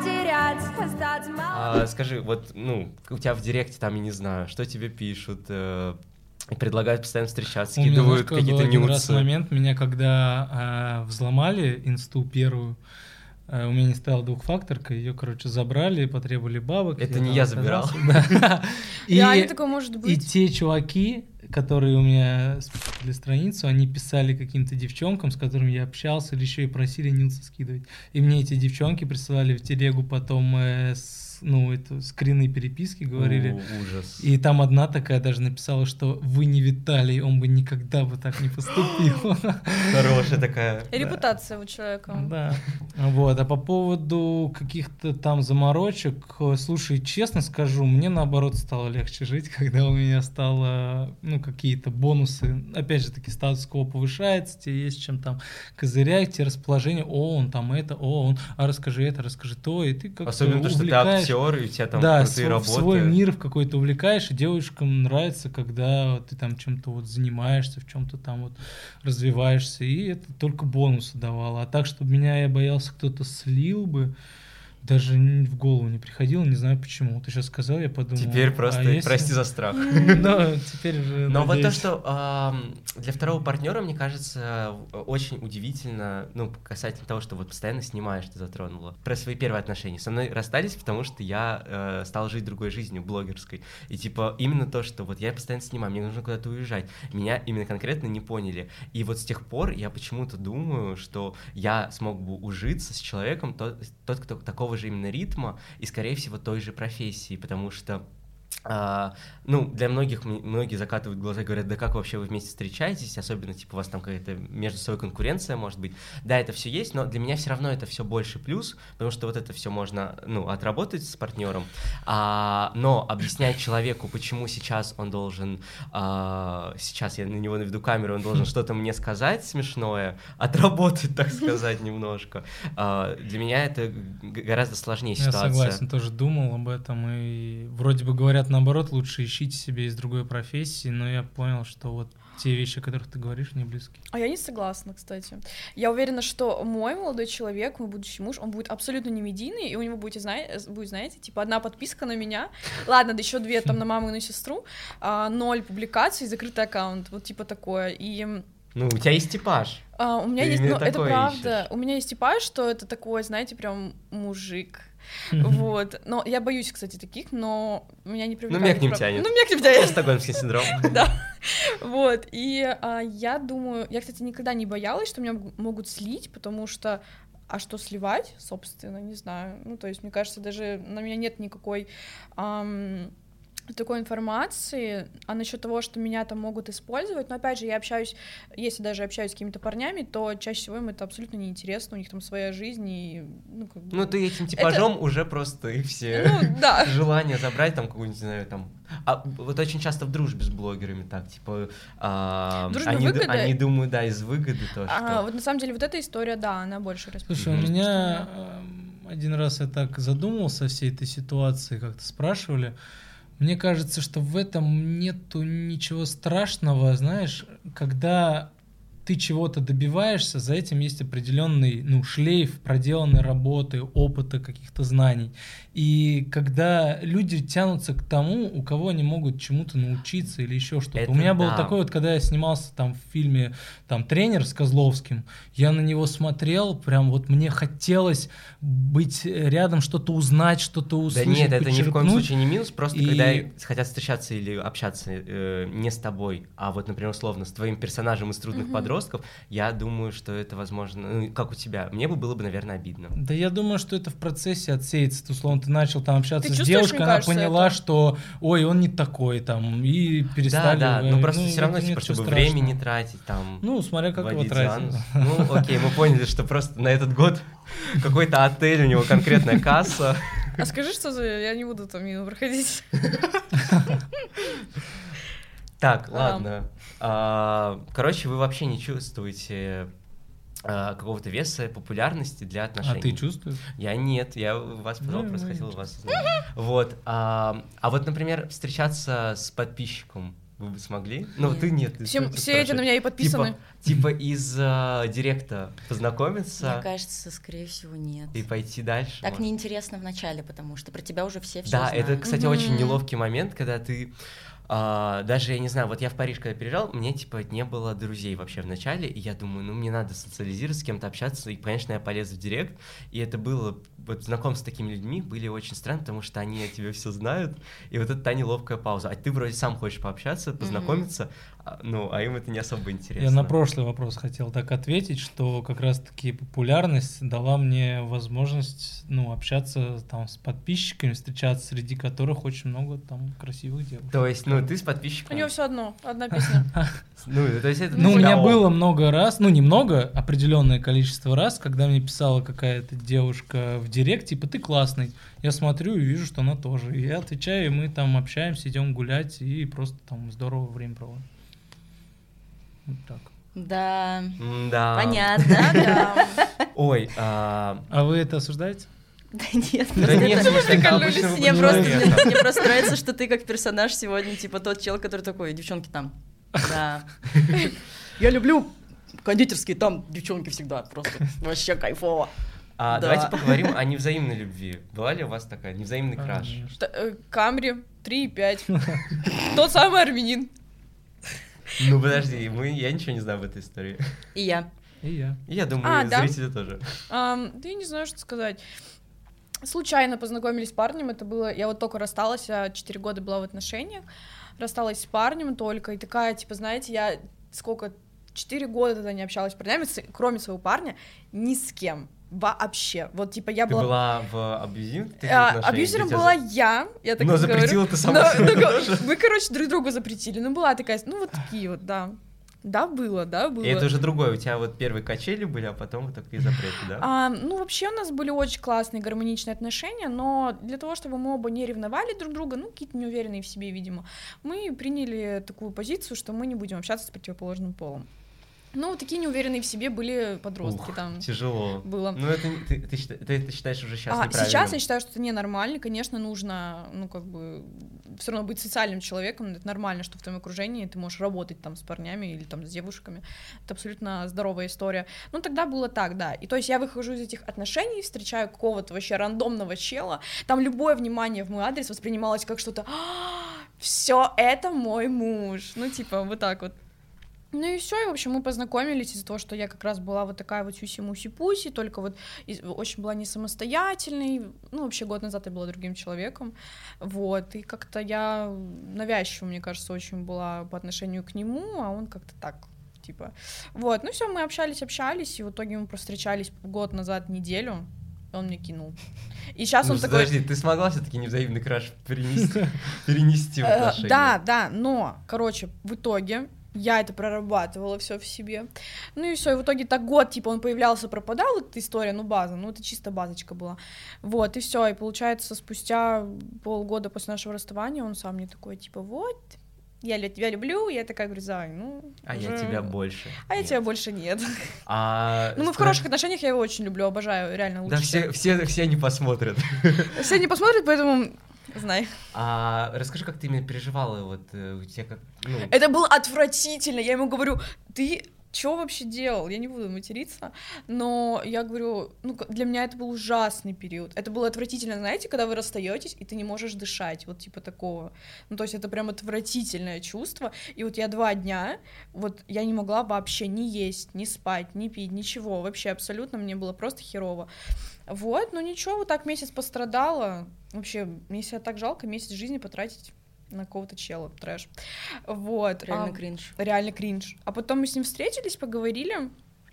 А, скажи, вот, ну, у тебя в директе там, я не знаю, что тебе пишут, э, предлагают постоянно встречаться, У меня, знаешь, скидывают какой какие-то был один раз нюцы. момент, меня когда э, взломали инсту первую, э, у меня не стояла двухфакторка, ее, короче, забрали, потребовали бабок. Это там не я забирал. отказался. Да. И- Реально такое может И быть? те чуваки, которые у меня спили страницу, они писали каким-то девчонкам, с которыми я общался, или еще и просили нюцы скидывать. И мне эти девчонки присылали в телегу потом э, с- ну, это, скрины переписки, говорили. У, ужас. И там одна такая даже написала, что вы не Виталий, он бы никогда бы так не поступил. Хорошая такая. Репутация у человека. Да. Вот. А по поводу каких-то там заморочек, э, слушай, честно скажу, мне наоборот стало легче жить, когда у меня стало, ну, какие-то бонусы. Опять же таки, статус-кво повышается, тебе есть чем там козырять, тебе расположение, о, он там это, о, он, а расскажи это, расскажи то, и ты как-то Особенно то, что ты увлекаешь. актер, и у тебя там Да, крутые св- работы. в свой мир в какой-то увлекаешь, и девушкам нравится, когда ты там чем-то вот занимаешься, в чем-то там вот развиваешься, и это только бонусы давало. А так, чтобы меня, я боялся, кто-то слил бы, даже н- в голову не приходило, не знаю почему. Ты сейчас сказал, я подумал. Теперь просто а если- прости за страх. Ну, теперь уже Но вот то, надеюсь. что ам, для второго партнера, мне кажется, очень удивительно, ну, касательно того, что вот постоянно снимаешь, ты затронула. Про свои первые отношения. Со мной расстались, потому что я э, стал жить другой жизнью, блогерской. И типа именно то, что вот я постоянно снимаю, мне нужно куда-то уезжать. Меня именно конкретно не поняли. И вот с тех пор я почему-то думаю, что я смог бы ужиться с человеком, тот, тот кто такого же именно ритма и, скорее всего, той же профессии, потому что А, ну, для многих, м- многие закатывают глаза и говорят, да как вообще вы вместе встречаетесь, особенно, типа, у вас там какая-то между собой конкуренция, может быть. Да, это все есть, но для меня все равно это все больше плюс, потому что вот это все можно, ну, отработать с партнером, а, но объяснять человеку, почему сейчас он должен, а, сейчас я на него наведу камеру, он должен что-то мне сказать смешное, отработать, так сказать, немножко, а, для меня это г- гораздо сложнее Я ситуация. согласен, тоже думал об этом, и вроде бы говорят наоборот, лучше ищите себе из другой профессии, но я понял, что вот те вещи, о которых ты говоришь, мне близки. А я не согласна, кстати. Я уверена, что мой молодой человек, мой будущий муж, он будет абсолютно не медийный, и у него будет, зна- будет знаете, типа одна подписка на меня, ладно, да еще две там на маму и на сестру, а, ноль публикаций, закрытый аккаунт, вот типа такое, и... Ну, у тебя есть типаж. А, у меня Ты есть, именно ну, это такое правда, ищешь. у меня есть типаж, что это такой, знаете, прям мужик, вот, но я боюсь, кстати, таких, но меня не привлекает. меня к ним прав- тянет. Ну, меня к ним тянет. Стокгольмский синдром. Да, вот, и а, я думаю, я, кстати, никогда не боялась, что меня м- могут слить, потому что, а что сливать, собственно, не знаю, ну, то есть, мне кажется, даже на меня нет никакой ам, такой информации, а насчет того, что меня там могут использовать, но, опять же, я общаюсь, если даже общаюсь с какими-то парнями, то чаще всего им это абсолютно неинтересно, у них там своя жизнь, и, ну, как бы... Ну, ты этим типажом уже просто и все Ну, да. желание забрать там какую-нибудь, не знаю, там... А вот очень часто в дружбе с блогерами так, типа... а, В дружбе они, ду- выгода? они думают, да, из выгоды то, что... А, вот на самом деле вот эта история, да, она больше Слушай, у Мгм. меня эм, один раз я так задумался о всей этой ситуации, как-то спрашивали. Мне кажется, что в этом нету ничего страшного, знаешь, когда ты чего-то добиваешься, за этим есть определенный, ну, шлейф проделанной работы, опыта, каких-то знаний. И когда люди тянутся к тому, у кого они могут чему-то научиться или еще что-то. Это у меня да. было такое, вот, когда я снимался там в фильме там «Тренер» с Козловским, я на него смотрел, прям вот мне хотелось быть рядом, что-то узнать, что-то услышать, Да нет, это ни в коем подчеркнуть. случае не минус, просто И- когда хотят встречаться или общаться э, не с тобой, а вот, например, условно, с твоим персонажем из «Трудных Мгм. подростков», я думаю, что это возможно, ну, как у тебя, мне бы было бы, наверное, обидно. Да я думаю, что это в процессе отсеется. Ты, условно, ты начал там общаться Ты с чувствуешь, девушкой, мне она кажется, поняла, это? что ой, он не такой там, и перестали... Да, да, э, ну просто все равно, это типа, ничего чтобы страшного. время не тратить, там, Ну, смотря как его водить за тратить. нос. Ну, окей, мы поняли, что просто на этот год какой-то отель, у него конкретная касса. А скажи, что за... Я не буду там мимо проходить. Так, А. ладно. А, Короче, вы вообще не чувствуете а, какого-то веса, популярности для А отношений. ты чувствуешь? Я нет, я у вас позвал, Ну, просто ну, хотел вас узнать. Вот. А, а вот, например, встречаться с подписчиком вы бы смогли? Ну, Нет. ты нет. ты Все, всё- все эти спрашиваешь. на меня и подписаны. Типа, типа из а, директа познакомиться Мне кажется, скорее всего, нет. и пойти дальше. Так может? неинтересно в начале, потому что про тебя уже все все Да, знают. это, кстати, Мгм. очень неловкий момент, когда ты а, даже, я не знаю, вот я в Париж, когда переезжал, мне, типа, не было друзей вообще в начале, и я думаю, ну, мне надо социализироваться, с кем-то общаться, и, конечно, я полез в директ, и это было, вот, знакомство с такими людьми были очень странно, потому что они о тебе все знают, и вот это та неловкая пауза, а ты вроде сам хочешь пообщаться, познакомиться, а, ну, а им это не особо интересно. Я на прошлый вопрос хотел так ответить, что как раз-таки популярность дала мне возможность, ну, общаться там с подписчиками, встречаться, среди которых очень много там красивых девушек. То есть, ну, ты с У подписчиком... него все одно, одна песня. Ну, то есть это Ну, у для меня тебя было ок. много раз, ну, немного, определенное количество раз, когда мне писала какая-то девушка в директ, типа, ты классный. Я смотрю и вижу, что она тоже. И я отвечаю, и мы там общаемся, идем гулять, и просто там здорово время проводим. Вот так. Да, Да. понятно. Да. Ой, а... А вы это осуждаете? Да нет, Да просто нет, это- в смысле, это прикольнулись. обычно Мне выпуск просто, человека. мне просто нравится, что ты как персонаж сегодня, типа тот чел, который такой, девчонки там. Да. Я люблю кондитерские, там девчонки всегда, просто вообще кайфово. А, Да. Давайте поговорим о невзаимной любви. Была ли у вас такая невзаимный краш? Конечно. Т- э, Камри три и пять. Тот самый армянин. Ну подожди, мы, я ничего не знаю об этой истории. И я. И я. И я думаю, А, да? зрители тоже. Ам, да я не знаю, что сказать. Случайно познакомились с парнем, это было... Я вот только рассталась, я четыре года была в отношениях, рассталась с парнем только, и такая, типа, знаете, я сколько... четыре года тогда не общалась с парнями, с- кроме своего парня, ни с кем. Вообще. Вот, типа, я Ты была... была в абьюзивных таких А, отношениях, абьюзером где тебя была за- я, я так Но говорю. запретила ты сама Но- себе ну, тоже. Мы, короче, друг другу запретили. Ну, была такая, ну, вот такие вот, да. Да, было, да, было. И это уже другое. У тебя вот первые качели были, а потом вот такие запреты, да? А, ну, вообще у нас были очень классные гармоничные отношения, но для того, чтобы мы оба не ревновали друг друга, ну, какие-то неуверенные в себе, видимо, мы приняли такую позицию, что мы не будем общаться с противоположным полом. Ну, такие неуверенные в себе были подростки Ух, там. тяжело. было. Ну, это не- ты, ты счита- ты это считаешь уже сейчас А, неправильным? сейчас я считаю, что это ненормально. Конечно, нужно, ну, как бы, все равно быть социальным человеком. Это нормально, что в твоем окружении ты можешь работать там с парнями или там с девушками. Это абсолютно здоровая история. Ну, тогда было так, да. И то есть я выхожу из этих отношений, встречаю какого-то вообще рандомного чела. Там любое внимание в мой адрес воспринималось как что-то все это мой муж. Ну, типа, вот так вот. Ну и все, и, в общем, мы познакомились из-за того, что я как раз была вот такая вот сюси-муси-пуси, только вот из- очень была не самостоятельной, ну, вообще год назад я была другим человеком, вот, и как-то я навязчива, мне кажется, очень была по отношению к нему, а он как-то так, типа, вот, ну все, мы общались-общались, и в итоге мы встречались год назад неделю, и он мне кинул. И сейчас Ну, он такой... подожди, ты смогла все-таки невзаимный краш перенести, перенести в Э, отношения? Да, да, но, короче, в итоге я это прорабатывала все в себе. Ну и все, и в итоге так год, типа, он появлялся, пропадал, эта история, ну, база, ну, это чисто базочка была. Вот, и все, и получается, спустя полгода после нашего расставания он сам мне такой, типа, вот, я лю- тебя люблю, я такая говорю, Зай, ну... А уже- я тебя больше. А я Нет. тебя больше нет. А, Ну, мы в скажи- хороших отношениях, я его очень люблю, обожаю, реально лучше. Да, все, все, все не посмотрят. Все не посмотрят, поэтому знай. А расскажи, как ты именно переживала, вот э, у тебя как, ну, Это было отвратительно. Я ему говорю, ты что вообще делал? Я не буду материться, но я говорю, ну, для меня это был ужасный период. Это было отвратительно, знаете, когда вы расстаетесь, и ты не можешь дышать, вот типа такого. Ну, то есть это прям отвратительное чувство. И вот я два дня, вот я не могла вообще ни есть, ни спать, ни пить, ничего. Вообще абсолютно мне было просто херово. Вот, ну ничего, вот так месяц пострадала. Вообще, мне себя так жалко месяц жизни потратить на какого-то чела, трэш. Вот. Реально а, кринж. Реально кринж. А потом мы с ним встретились, поговорили.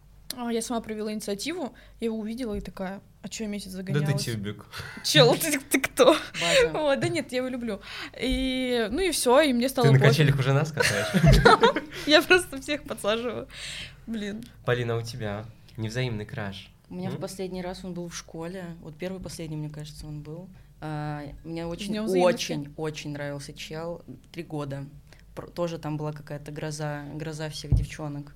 А, я сама провела инициативу, я его увидела и такая, а чё я месяц загонялась? Да ты тюбик. Чел, ты, ты кто? База. Вот, да нет, я его люблю. И, ну и все, и мне стало Ты на пофиг. качелях уже нас катаешь? Я просто всех подсаживаю. Блин. Полина, у тебя невзаимный краш? У меня в последний раз он был в школе. Вот первый, последний, мне кажется, он был. А, мне очень, Днём взаимности. очень, очень нравился чел. Три года. Про- тоже там была какая-то гроза, гроза всех девчонок.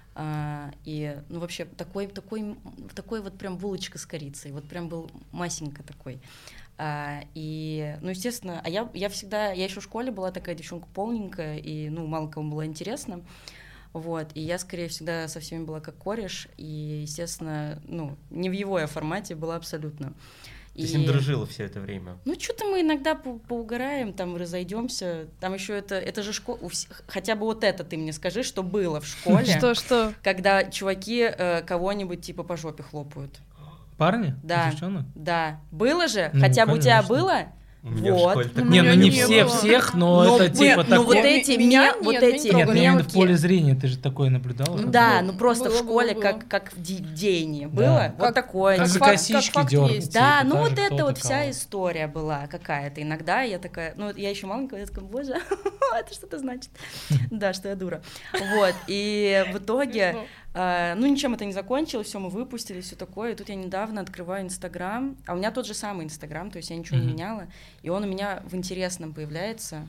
А, и, ну, вообще, такой, такой, такой вот прям булочка с корицей. Вот прям был масенько такой. А, и, ну, естественно, а я, я всегда, я еще в школе была такая девчонка полненькая, и, ну, мало кому было интересно. Вот, и я, скорее, всегда со всеми была как кореш, и, естественно, ну, не в его я формате была абсолютно. Ты и... с ним дружила все это время? Ну, что-то мы иногда по поугараем, там, разойдемся, там еще это, это же школа, хотя бы вот это ты мне скажи, что было в школе. Что, что? Когда чуваки э, кого-нибудь, типа, по жопе хлопают. Парни? Да. Девчонок? Да. Было же? Ну, хотя бы у тебя конечно. было? У меня в Вот. школе так Не, ну меня не не все было. всех, но, Но это вы- типа ну вот такое... эти, Меня меня, нет, вот меня не эти, Нет, ну меня именно вот в поле те- зрения, ты же такое наблюдала? Ну, Да, Было, ну просто было, в школе, было, как, было. как в де- дении. Да. Было? Как- Вот такое. Как как за факт- косички как факт дергать. есть. Да, типа, ну даже вот это кто-то вот вся кого. история была какая-то. Иногда я такая, ну я еще маленькая, я такая, боже, это что-то значит. Да, что я дура. Вот, и в итоге, а, ну ничем это не закончилось, все, мы выпустили, все такое. И тут я недавно открываю Инстаграм, а у меня тот же самый Инстаграм, то есть я ничего не Мгм. меняла. И он у меня в интересном появляется.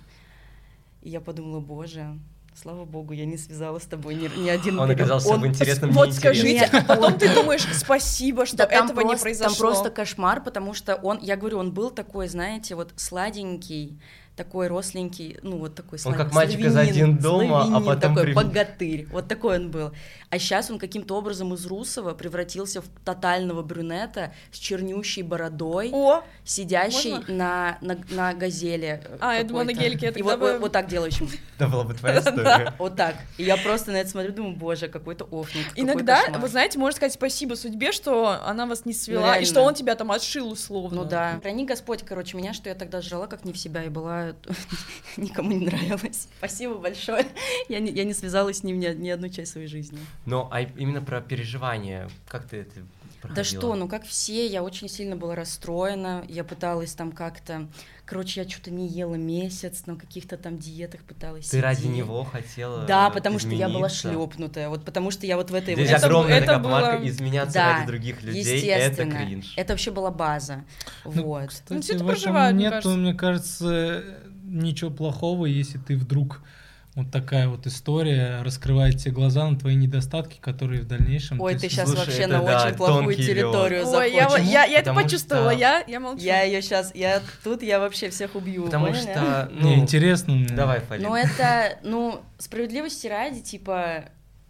И я подумала, боже, слава богу, я не связала с тобой ни, ни один Он период. оказался Он- в интересном, Вот неинтересном. скажите, Нет, а потом он- ты думаешь, спасибо, что Да там этого не просто- произошло. Там просто кошмар, потому что он, я говорю, он был такой, знаете, вот сладенький, такой росленький, ну вот такой Он слав- как мальчик из славянин, «Один дома», а славянин потом такой при- богатырь, вот такой он был. А сейчас он каким-то образом из русого превратился в тотального брюнета с чернющей бородой, О, сидящий можно? на, на, на газели. э, А, я думала, на какой-то. гелике, я И тогда вот, бы- вот, вот так делающим. Это была бы твоя история. Вот так. И я просто на это смотрю, думаю, боже, какой-то офник. какой иногда, кошмар. вы знаете, можно сказать спасибо судьбе, что она вас не свела, и реально. что он тебя там отшил условно. Ну да. Храни Господь, короче, меня, что я тогда жрала как не в себя и была... никому не нравилась. Спасибо большое. Я не, я не связалась с ним ни, ни одну часть своей жизни. Но а именно про переживания, как ты это проходила? Да что, ну как все, я очень сильно была расстроена. Я пыталась там как-то... Короче, я что-то не ела месяц, на каких-то там диетах пыталась Ты ради сидеть. него хотела Да, потому что я была измениться? шлепнутая. Вот потому что я вот в этой... Здесь вот... Это- огромная это такая помарка, было- изменяться Да, ради других людей, это естественно. кринж. Это вообще была база. Ну, Вот. кстати, все это в проживают, этом мне нету, кажется. мне кажется, ничего плохого, если ты вдруг вот такая вот история раскрывает тебе глаза на твои недостатки, которые в дальнейшем... Ой, ты сейчас слушай, вообще это на да, очень плохую тонкий лёд. территорию Ой, я, заходишь. я, я это Потому почувствовала, что- я, я молчу. Я ее сейчас, я тут я вообще всех убью. Потому поняли? что, Не, ну, интересно мне. давай, Полин. Ну это, ну справедливости ради, типа,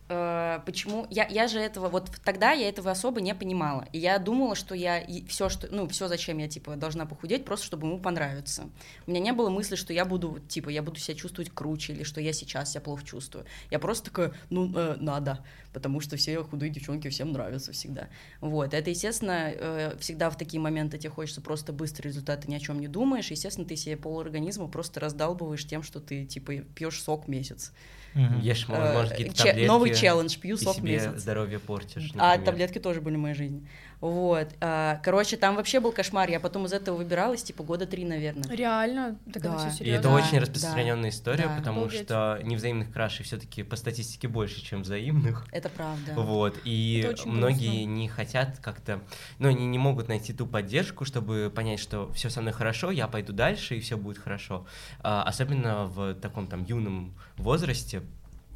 э, почему я я же этого вот тогда я этого особо не понимала, и я думала, что я все что ну все зачем я типа должна похудеть просто чтобы ему понравиться. У меня не было мысли, что я буду типа я буду себя чувствовать круче или что я сейчас себя плохо чувствую. Я просто такая, ну э, надо, потому что все худые девчонки всем нравятся всегда. Вот это естественно э, всегда в такие моменты тебе хочется просто быстрый результат, ты ни о чем не думаешь, естественно ты себе полуорганизма просто раздалбываешь тем, что ты типа пьешь сок месяц. Мгм. Ешь, может, Э, может, какие-то че- таблетки. новый челлендж, пью и сок себе месяц. здоровье портишь, А например. таблетки тоже были в моей жизни. Вот. а, Короче, там вообще был кошмар. Я потом из этого выбиралась, типа, года три, наверное. Реально? Так Да. это все И серьезно? это Да, очень да, распространенная история, да. потому Обалдеть. что невзаимных крашей все-таки по статистике больше, чем взаимных. Это правда. Вот, и Это очень многие грустно. не хотят как-то, ну, они не могут найти ту поддержку, чтобы понять, что все со мной хорошо, я пойду дальше, и все будет хорошо. А, особенно в таком там юном возрасте.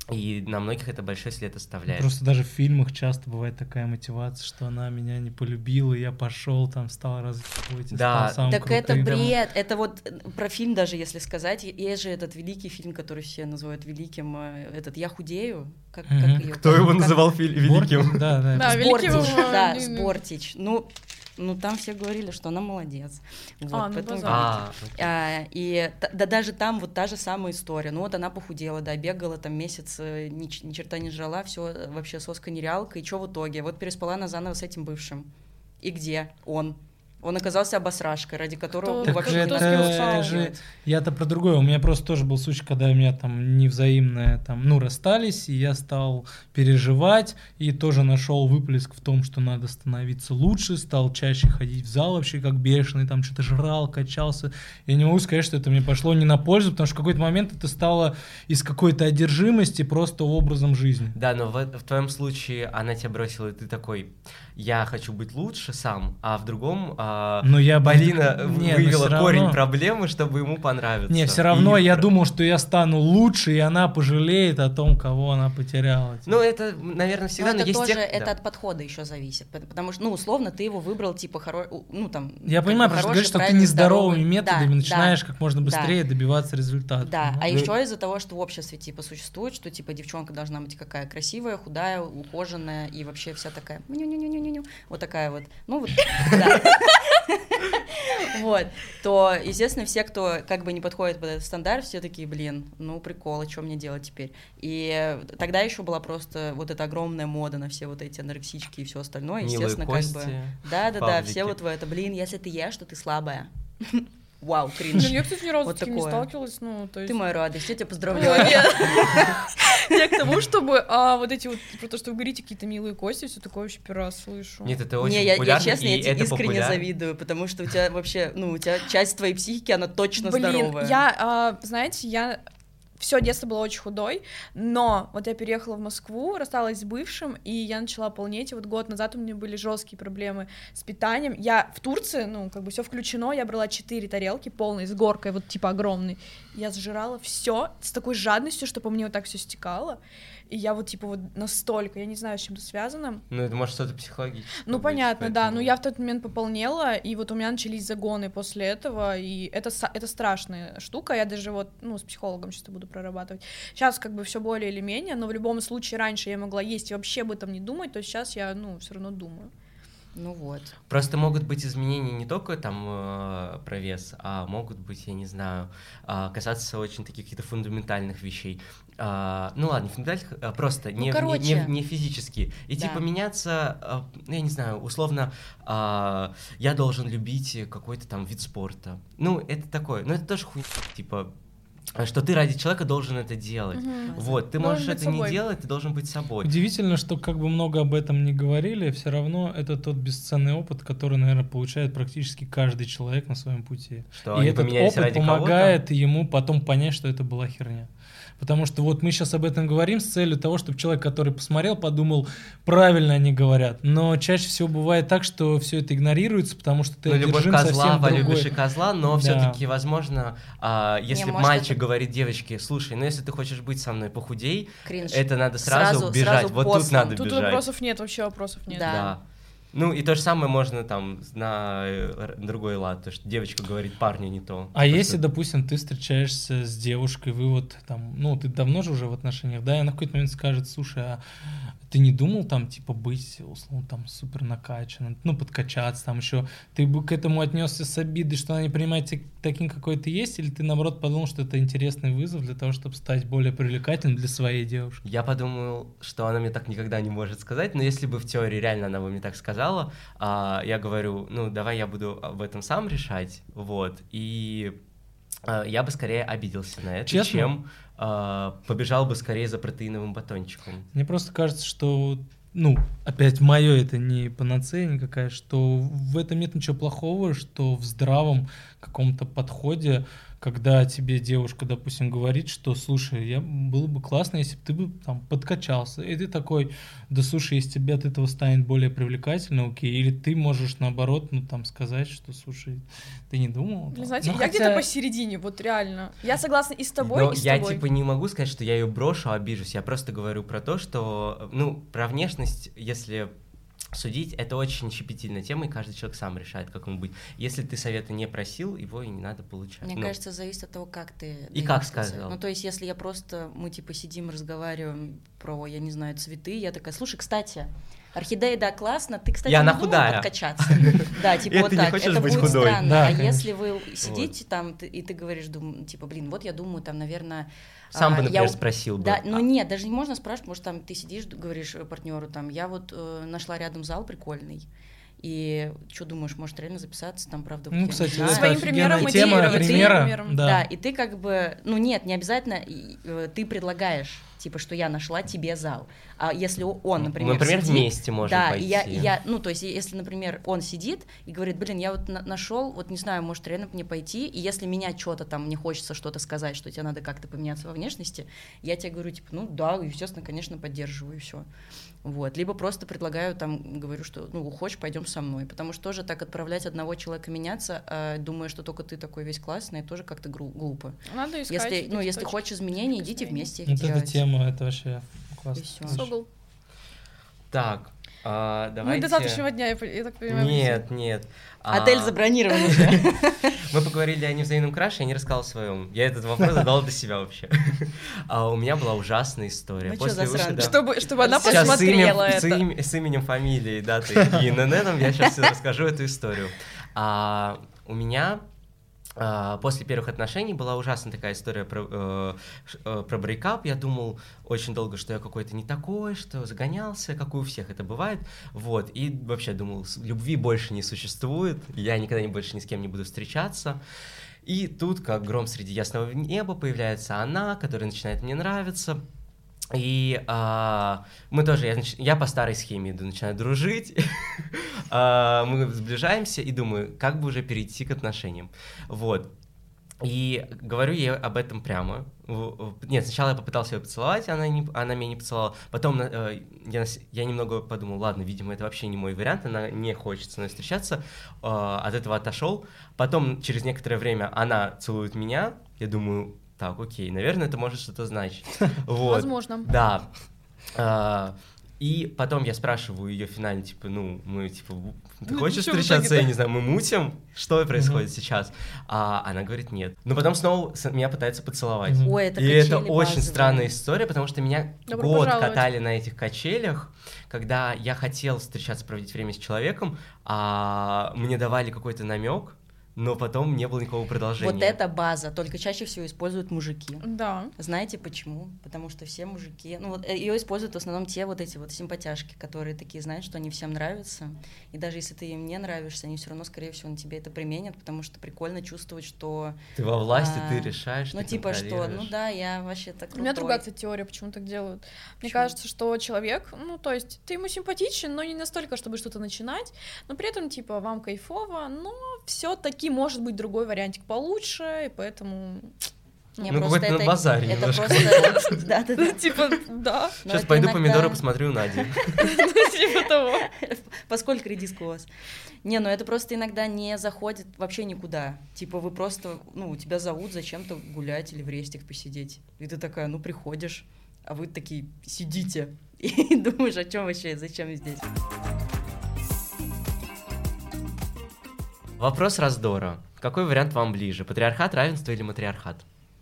И на многих это большой след оставляет. Просто даже в фильмах часто бывает такая мотивация, что она меня не полюбила, я пошел, там стал разъебывать, да. стал самым Так крутым. это бред, это вот про фильм даже если сказать, есть же этот великий фильм, который все называют великим, этот «Я худею», как, Mm-hmm. как ее, Кто как, его как... называл фи- великим? Да, да. Да, Сбортич, великим, да, э, Сбортич. Ну, ну, там все говорили, что она молодец. Вот, А, ну, поэтому базар. А, А, и т- да даже там вот та же самая история. Ну вот она похудела, да, бегала там месяц, э, ни, ч- ни черта не жрала, все вообще соска нереалка. И что в итоге? Вот переспала она заново с этим бывшим. И где он? Он оказался обосрашкой, ради которого Кто- Так вообще кто это с кем не спал? же... Я-то про другое. У меня просто тоже был случай, когда у меня там невзаимное, там, ну, расстались, и я стал переживать, и тоже нашел выплеск в том, что надо становиться лучше, стал чаще ходить в зал вообще как бешеный, там что-то жрал, качался. Я не могу сказать, что это мне пошло не на пользу, потому что в какой-то момент это стало из какой-то одержимости просто образом жизни. Да, но в, в твоем случае она тебя бросила, и ты такой, я хочу быть лучше сам, а в другом а, Но я бы- Полина Не, но вывела всё корень равно- проблемы, чтобы ему понравиться. Не, все равно И я про- думал, что я стану лучше, и она пожалеет о том, кого она потеряла. Ну, это, наверное, всегда, но но это есть тоже те- это да. от подхода еще зависит, пот- потому что, ну, условно, ты его выбрал, типа, хоро... ну, там... Я как понимаю, бы просто хороший, говоришь, что ты правильный, нездоровыми здоровый. методами Да, начинаешь да. как можно быстрее добиваться результата. Да, а Ну, еще из-за того, что в обществе, типа, существует, что, типа, девчонка должна быть какая красивая, худая, ухоженная и вообще вся такая, ню-ню-ню-ню-ню, вот такая вот, ну, вот, да. Вот, то, естественно, все, кто как бы не подходит под этот стандарт, все такие, блин, ну, прикол, а что мне делать теперь? И тогда еще была просто вот эта огромная мода на все вот эти анорексички и все остальное, Милые естественно, как кости, бы... Да-да-да, павлики. все вот в это, блин, если ты ешь, то ты слабая. Вау, Блин, кринж. я, кстати, ни разу Вот с таким не такое. сталкивалась, ну, то есть... Ты моя радость, я тебя поздравляю. Молодец. Я к тому, чтобы а, вот эти вот, про то, что вы говорите, какие-то милые кости, все такое вообще первый раз слышу. Нет, это очень Не, я, я популярно, честно, и я тебе это искренне популярно. завидую, потому что у тебя вообще, ну, у тебя часть твоей психики, она точно Блин, здоровая. я, а, знаете, я все детство была очень худой, но вот я переехала в Москву, рассталась с бывшим, и я начала полнеть, и вот год назад у меня были жесткие проблемы с питанием. Я в Турции, ну, как бы все включено, я брала четыре тарелки полные, с горкой, вот типа огромной. Я сжирала все с такой жадностью, что по мне вот так все стекало. И я вот, типа, вот настолько, я не знаю, с чем это связано. Ну, это может что-то психологическое. Ну, быть, понятно, да, поэтому- но я в тот момент пополнела, и вот у меня начались загоны после этого, и это, са- это страшная штука, я даже вот, ну, с психологом сейчас буду прорабатывать. Сейчас как бы все более или менее, но в любом случае раньше я могла есть и вообще об этом не думать, то сейчас я, ну, все равно думаю. Ну вот. Просто могут быть изменения не только там э, про вес, а могут быть, я не знаю, э, касаться очень таких каких-то фундаментальных вещей. А, ну ладно, не фундаментальных, а просто Ну, не, короче. не, не, не физические. И Да. типа меняться, э, ну я не знаю, условно, э, я должен любить какой-то там вид спорта. Ну, это такое, ну это тоже хуйня, типа, что ты ради человека должен это делать. Мгм. Вот, ты Должен можешь быть это собой. не делать, ты должен быть собой. Удивительно, что как бы много об этом не говорили, все равно это тот бесценный опыт, который, наверное, получает практически каждый человек на своем пути. Что И они этот поменялись опыт ради помогает ему потом понять, что это была херня. Потому что вот мы сейчас об этом говорим с целью того, чтобы человек, который посмотрел, подумал, правильно они говорят. Но чаще всего бывает так, что все это игнорируется, потому что ты Ну, любовь одержим козла, совсем другой. полюбишь и козла, но Да. все-таки, возможно, а, если Не, может, мальчик это- говорит девочке, слушай, ну если ты хочешь быть со мной, похудей, Кринж. это надо сразу, Сразу- бежать, сразу вот тут постом. надо Тут бежать. вопросов нет, вообще вопросов нет. Да. Да. Ну и то же самое можно там на э, другой лад, то что девочка говорит парню не то. А Типа, если, что- допустим, ты встречаешься с девушкой, вы вот там, ну, ты давно же уже в отношениях, да, и она в какой-то момент скажет, слушай, а ты не думал там, типа, быть, условно, там, супер накачанным, ну, подкачаться там еще, ты бы к этому отнесся с обидой, что она не принимает тебя таким, какой ты есть, или ты, наоборот, подумал, что это интересный вызов для того, чтобы стать более привлекательным для своей девушки? Я подумал, что она мне так никогда не может сказать, но если бы в теории реально она бы мне так сказала, а, я говорю, ну, давай я буду об этом сам решать, вот, и а, я бы скорее обиделся на это, Честно? чем а, побежал бы скорее за протеиновым батончиком. Мне просто кажется, что, ну, опять мое это не панацея никакая, что в этом нет ничего плохого, что в здравом каком-то подходе когда тебе девушка, допустим, говорит, что, слушай, я, было бы классно, если бы ты бы там подкачался, и ты такой, да слушай, если тебе от этого станет более привлекательно, окей, или ты можешь, наоборот, ну, там, сказать, что, слушай, ты не думал? Блин, знаете, ну, я хотя... где-то посередине, вот реально. Я согласна и с тобой, Но и с я, тобой. типа, не могу сказать, что я ее брошу, обижусь. Я просто говорю про то, что, ну, про внешность, если судить, это очень щепетильная тема, и каждый человек сам решает, как ему быть. Если ты совета не просил, его и не надо получать. Мне ну. кажется, зависит от того, как ты... И как сказал. Ну, то есть, если я просто, мы, типа, сидим, разговариваем про, я не знаю, цветы, я такая, слушай, кстати... Орхидея, да, классно. Ты, кстати, я не она думал худая. подкачаться? Да, типа вот так. Это будет странно. А если вы сидите там, и ты говоришь, типа, блин, вот я думаю, там, наверное... Сам бы, например, спросил бы. Да, ну нет, даже не можно спрашивать, может, там ты сидишь, говоришь партнеру, там, я вот нашла рядом зал прикольный. И что думаешь, может реально записаться там, правда? Ну, кстати, да. это своим примером тема, примера, примером. Да. да, и ты как бы, ну нет, не обязательно, ты предлагаешь, типа, что я нашла тебе зал. А если он, например, например, сидит, вместе можем да, пойти. И я, и я, ну, то есть, если, например, он сидит и говорит, блин, я вот на- нашел, вот не знаю, может реально мне пойти, и если меня что-то там, мне хочется что-то сказать, что тебе надо как-то поменяться во внешности, я тебе говорю, типа, ну да, естественно, конечно, поддерживаю, и все. Вот. Либо просто предлагаю, там, говорю, что, ну, хочешь, пойдем со мной, потому что тоже так отправлять одного человека меняться, э, думая, что только ты такой весь классный, тоже как-то гру- глупо. Надо искать. Если, ну, если точки хочешь изменений, идите вместе их Вот делать. эта тема, это вообще классно. И всё. Очень. Согл. Так, а, давайте... Мы до завтрашнего дня, я, я так понимаю. Нет, нет. Отель А, забронирован уже. Мы поговорили о невзаимном краше, я не рассказал о своем. Я этот вопрос задал для себя вообще. А у меня была ужасная история. Ну чё, После засранец? выхода- Чтобы, чтобы она Сейчас с посмотрела именем, с, это. именем, с именем, фамилией, датой и эн эн эном я сейчас расскажу эту историю. А, у меня а, после первых отношений была ужасная такая история про, э, ш- э, про брейкап. Я думал очень долго, что я какой-то не такой, что загонялся, как у всех это бывает. Вот. И вообще думал, с- любви больше не существует, я никогда не больше ни с кем не буду встречаться. И тут, как гром среди ясного неба, появляется она, которая начинает мне нравиться. И а, мы тоже, я, нач- я по старой схеме иду, начинаю дружить, А, мы сближаемся и думаю, как бы уже перейти к отношениям. Вот. И говорю ей об этом прямо. В- в- Нет, сначала я попытался ее поцеловать, она, не, она меня не поцеловала. Потом э, я, нас- я немного подумал, ладно, видимо, это вообще не мой вариант, она не хочет со мной встречаться, э, от этого отошел. Потом, через некоторое время, она целует меня, я думаю, так, окей, наверное, это может что-то значить. Вот. Возможно. Да. А, И потом я спрашиваю ее финально, типа, ну, мы, типа, ты Ну, хочешь чё в встречаться, итоге-то? я не знаю, мы мутим? Что происходит сейчас? А она говорит, нет. Но потом снова с- меня пытается поцеловать. Мгм. Ой, это И это качели очень базовые. странная история, потому что меня Добро год пожаловать. катали на этих качелях, когда я хотел встречаться, проводить время с человеком, а мне давали какой-то намек, но потом не было никакого продолжения. Вот это база, только чаще всего используют мужики. Да. Знаете почему? Потому что все мужики, ну вот ее используют в основном те вот эти вот симпатяшки, которые такие, знают, что они всем нравятся, и даже если ты им не нравишься, они все равно, скорее всего, на тебе это применят, потому что прикольно чувствовать, что... Ты во власти, а, ты решаешь, Ну ты типа что, контролируешь. ну да, я вообще так У меня другая, кстати, теория, почему так делают. Мне Почему? кажется, что человек, ну, то есть, ты ему симпатичен, но не настолько, чтобы что-то начинать, но при этом, типа, вам кайфово, но все-таки может быть другой вариантик получше, и поэтому... Не, Ну, просто какой-то на это- базаре это немножко. просто... Да-да-да. Типа, да, Но Сейчас это пойду иногда- помидоры посмотрю на один. типа того. Поскольку редиска у вас? Не, ну это просто иногда не заходит вообще никуда. Типа вы просто, ну, тебя зовут зачем-то гулять или в рестик посидеть. И ты такая, ну, приходишь, а вы такие сидите. И думаешь, о чем вообще, зачем здесь? Вопрос раздора. Какой вариант вам ближе? Патриархат, равенство или матриархат?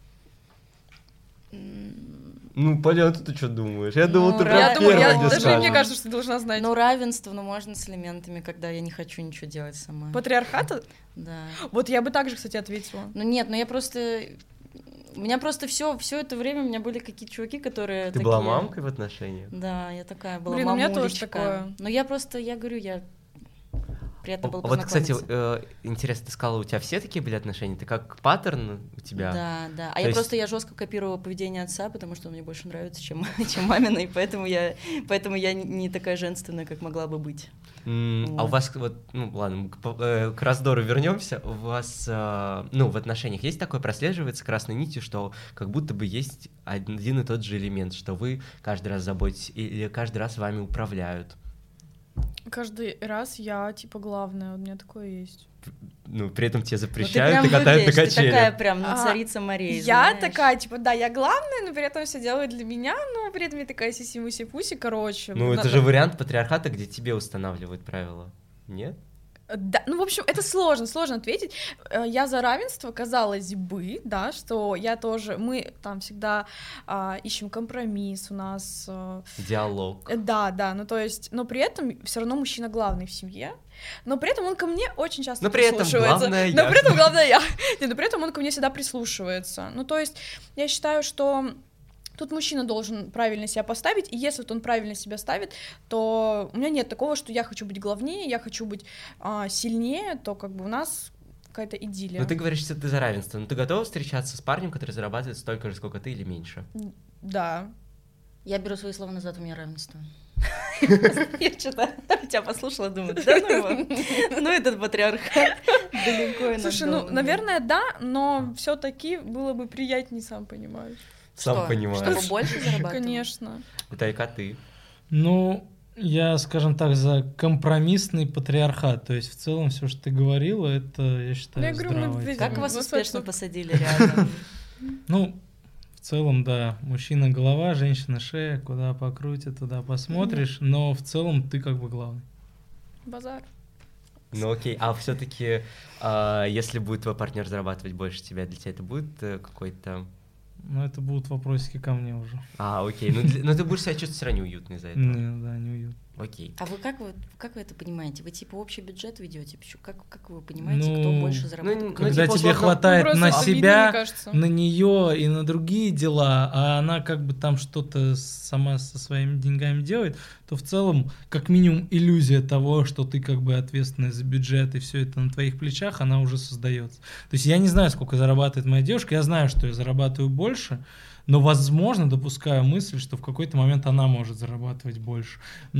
Ну, понятно, ты что думаешь. Я думал, думал, ты ты прям Я прям думаю, я, первая даже скажешь. мне кажется, что ты должна знать. Ну, равенство, ну, можно с элементами, когда я не хочу ничего делать сама. Патриархата? Да. Вот я бы также, кстати, ответила. Ну нет, ну я просто... У меня просто все, все это время у меня были какие-то чуваки, которые Ты такие... была мамкой в отношениях? Да, я такая была Блин, у меня тоже мамулечка. такое. Но я просто, я говорю, я Приятно было Вот, кстати, познакомиться. э, интересно, ты сказала, у тебя все такие были отношения? Ты как паттерн у тебя? Да, да. А То я есть- просто я жестко копировала поведение отца, потому что он мне больше нравится, чем, чем мамина, и поэтому я, поэтому я не- не такая женственная, как могла бы быть. М, А у Вот. вас, вот, ну ладно, мы к, по- э, к раздору вернемся. У вас, э, ну, в отношениях есть такое, прослеживается красной нитью, что как будто бы есть один и тот же элемент, что вы каждый раз заботитесь или каждый раз вами управляют. Каждый раз я, типа, главная, у меня такое есть. Ну, при этом тебе Ну, ты запрещают прям и катают на выглядишь, ты такая качелях. прям, ну, А, царица морей, Я знаешь. такая, типа, да, я главная, но при этом все делают для меня, но при этом я такая сиси-муси-пуси, короче. Ну, это надо- же вариант патриархата, где тебе устанавливают правила. Нет? Да, ну, в общем, это сложно, сложно ответить. Э, Я за равенство, казалось бы, да, что я тоже, мы там всегда а, ищем компромисс, у нас... э, Диалог. э, Да, да, ну то есть, но при этом все равно мужчина главный в семье, но при этом он ко мне очень часто Но при этом прислушивается. главное Но я. при этом главное я. Нет, но при этом он ко мне всегда прислушивается. Ну то есть, я считаю, что тут мужчина должен правильно себя поставить, и если вот он правильно себя ставит, то у меня нет такого, что я хочу быть главнее, я хочу быть а, сильнее, то как бы у нас какая-то идиллия. Ну, ты говоришь, что ты за равенство, но ты готова встречаться с парнем, который зарабатывает столько же, сколько ты, или меньше? Да. Я беру свои слова назад, у меня равенство. Я что-то тебя послушала, думаю, да ну его, ну этот патриархат далеко и Слушай, ну, надолго. наверное, да, но все-таки было бы приятнее, сам понимаешь. Сам Что? понимаешь. Чтобы больше зарабатывать? Конечно. Тайка, ты. Ну, я, скажем так, за компромиссный патриархат. То есть в целом все, что ты говорила, это, я считаю, Я говорю, мы здраво. ведь- Как вас Достаточно. успешно посадили рядом? Ну, в целом, да, мужчина голова, женщина шея, куда покрутит, туда посмотришь, но в целом ты как бы главный. Базар. Ну окей, а все-таки, если будет твой партнер зарабатывать больше тебя, для тебя это будет э, какой-то... Но это будут вопросики ко мне уже. А, окей, ну, для- но ты будешь себя чувствовать все равно неуютно из-за этого. Не, да, не уютно. Окей. А вы как вы как вы это понимаете? Вы типа общий бюджет ведете? Как как вы понимаете, кто Ну, больше ну, зарабатывает? ну, Когда типа, тебе условно, хватает просто на обидно, себя, мне кажется. на нее и на другие дела, а она как бы там что-то сама со своими деньгами делает, то в целом как минимум иллюзия того, что ты как бы ответственный за бюджет и все это на твоих плечах, она уже создается. То есть я не знаю, сколько зарабатывает моя девушка, я знаю, что я зарабатываю больше, но, возможно, допускаю мысль, что в какой-то момент она может зарабатывать больше.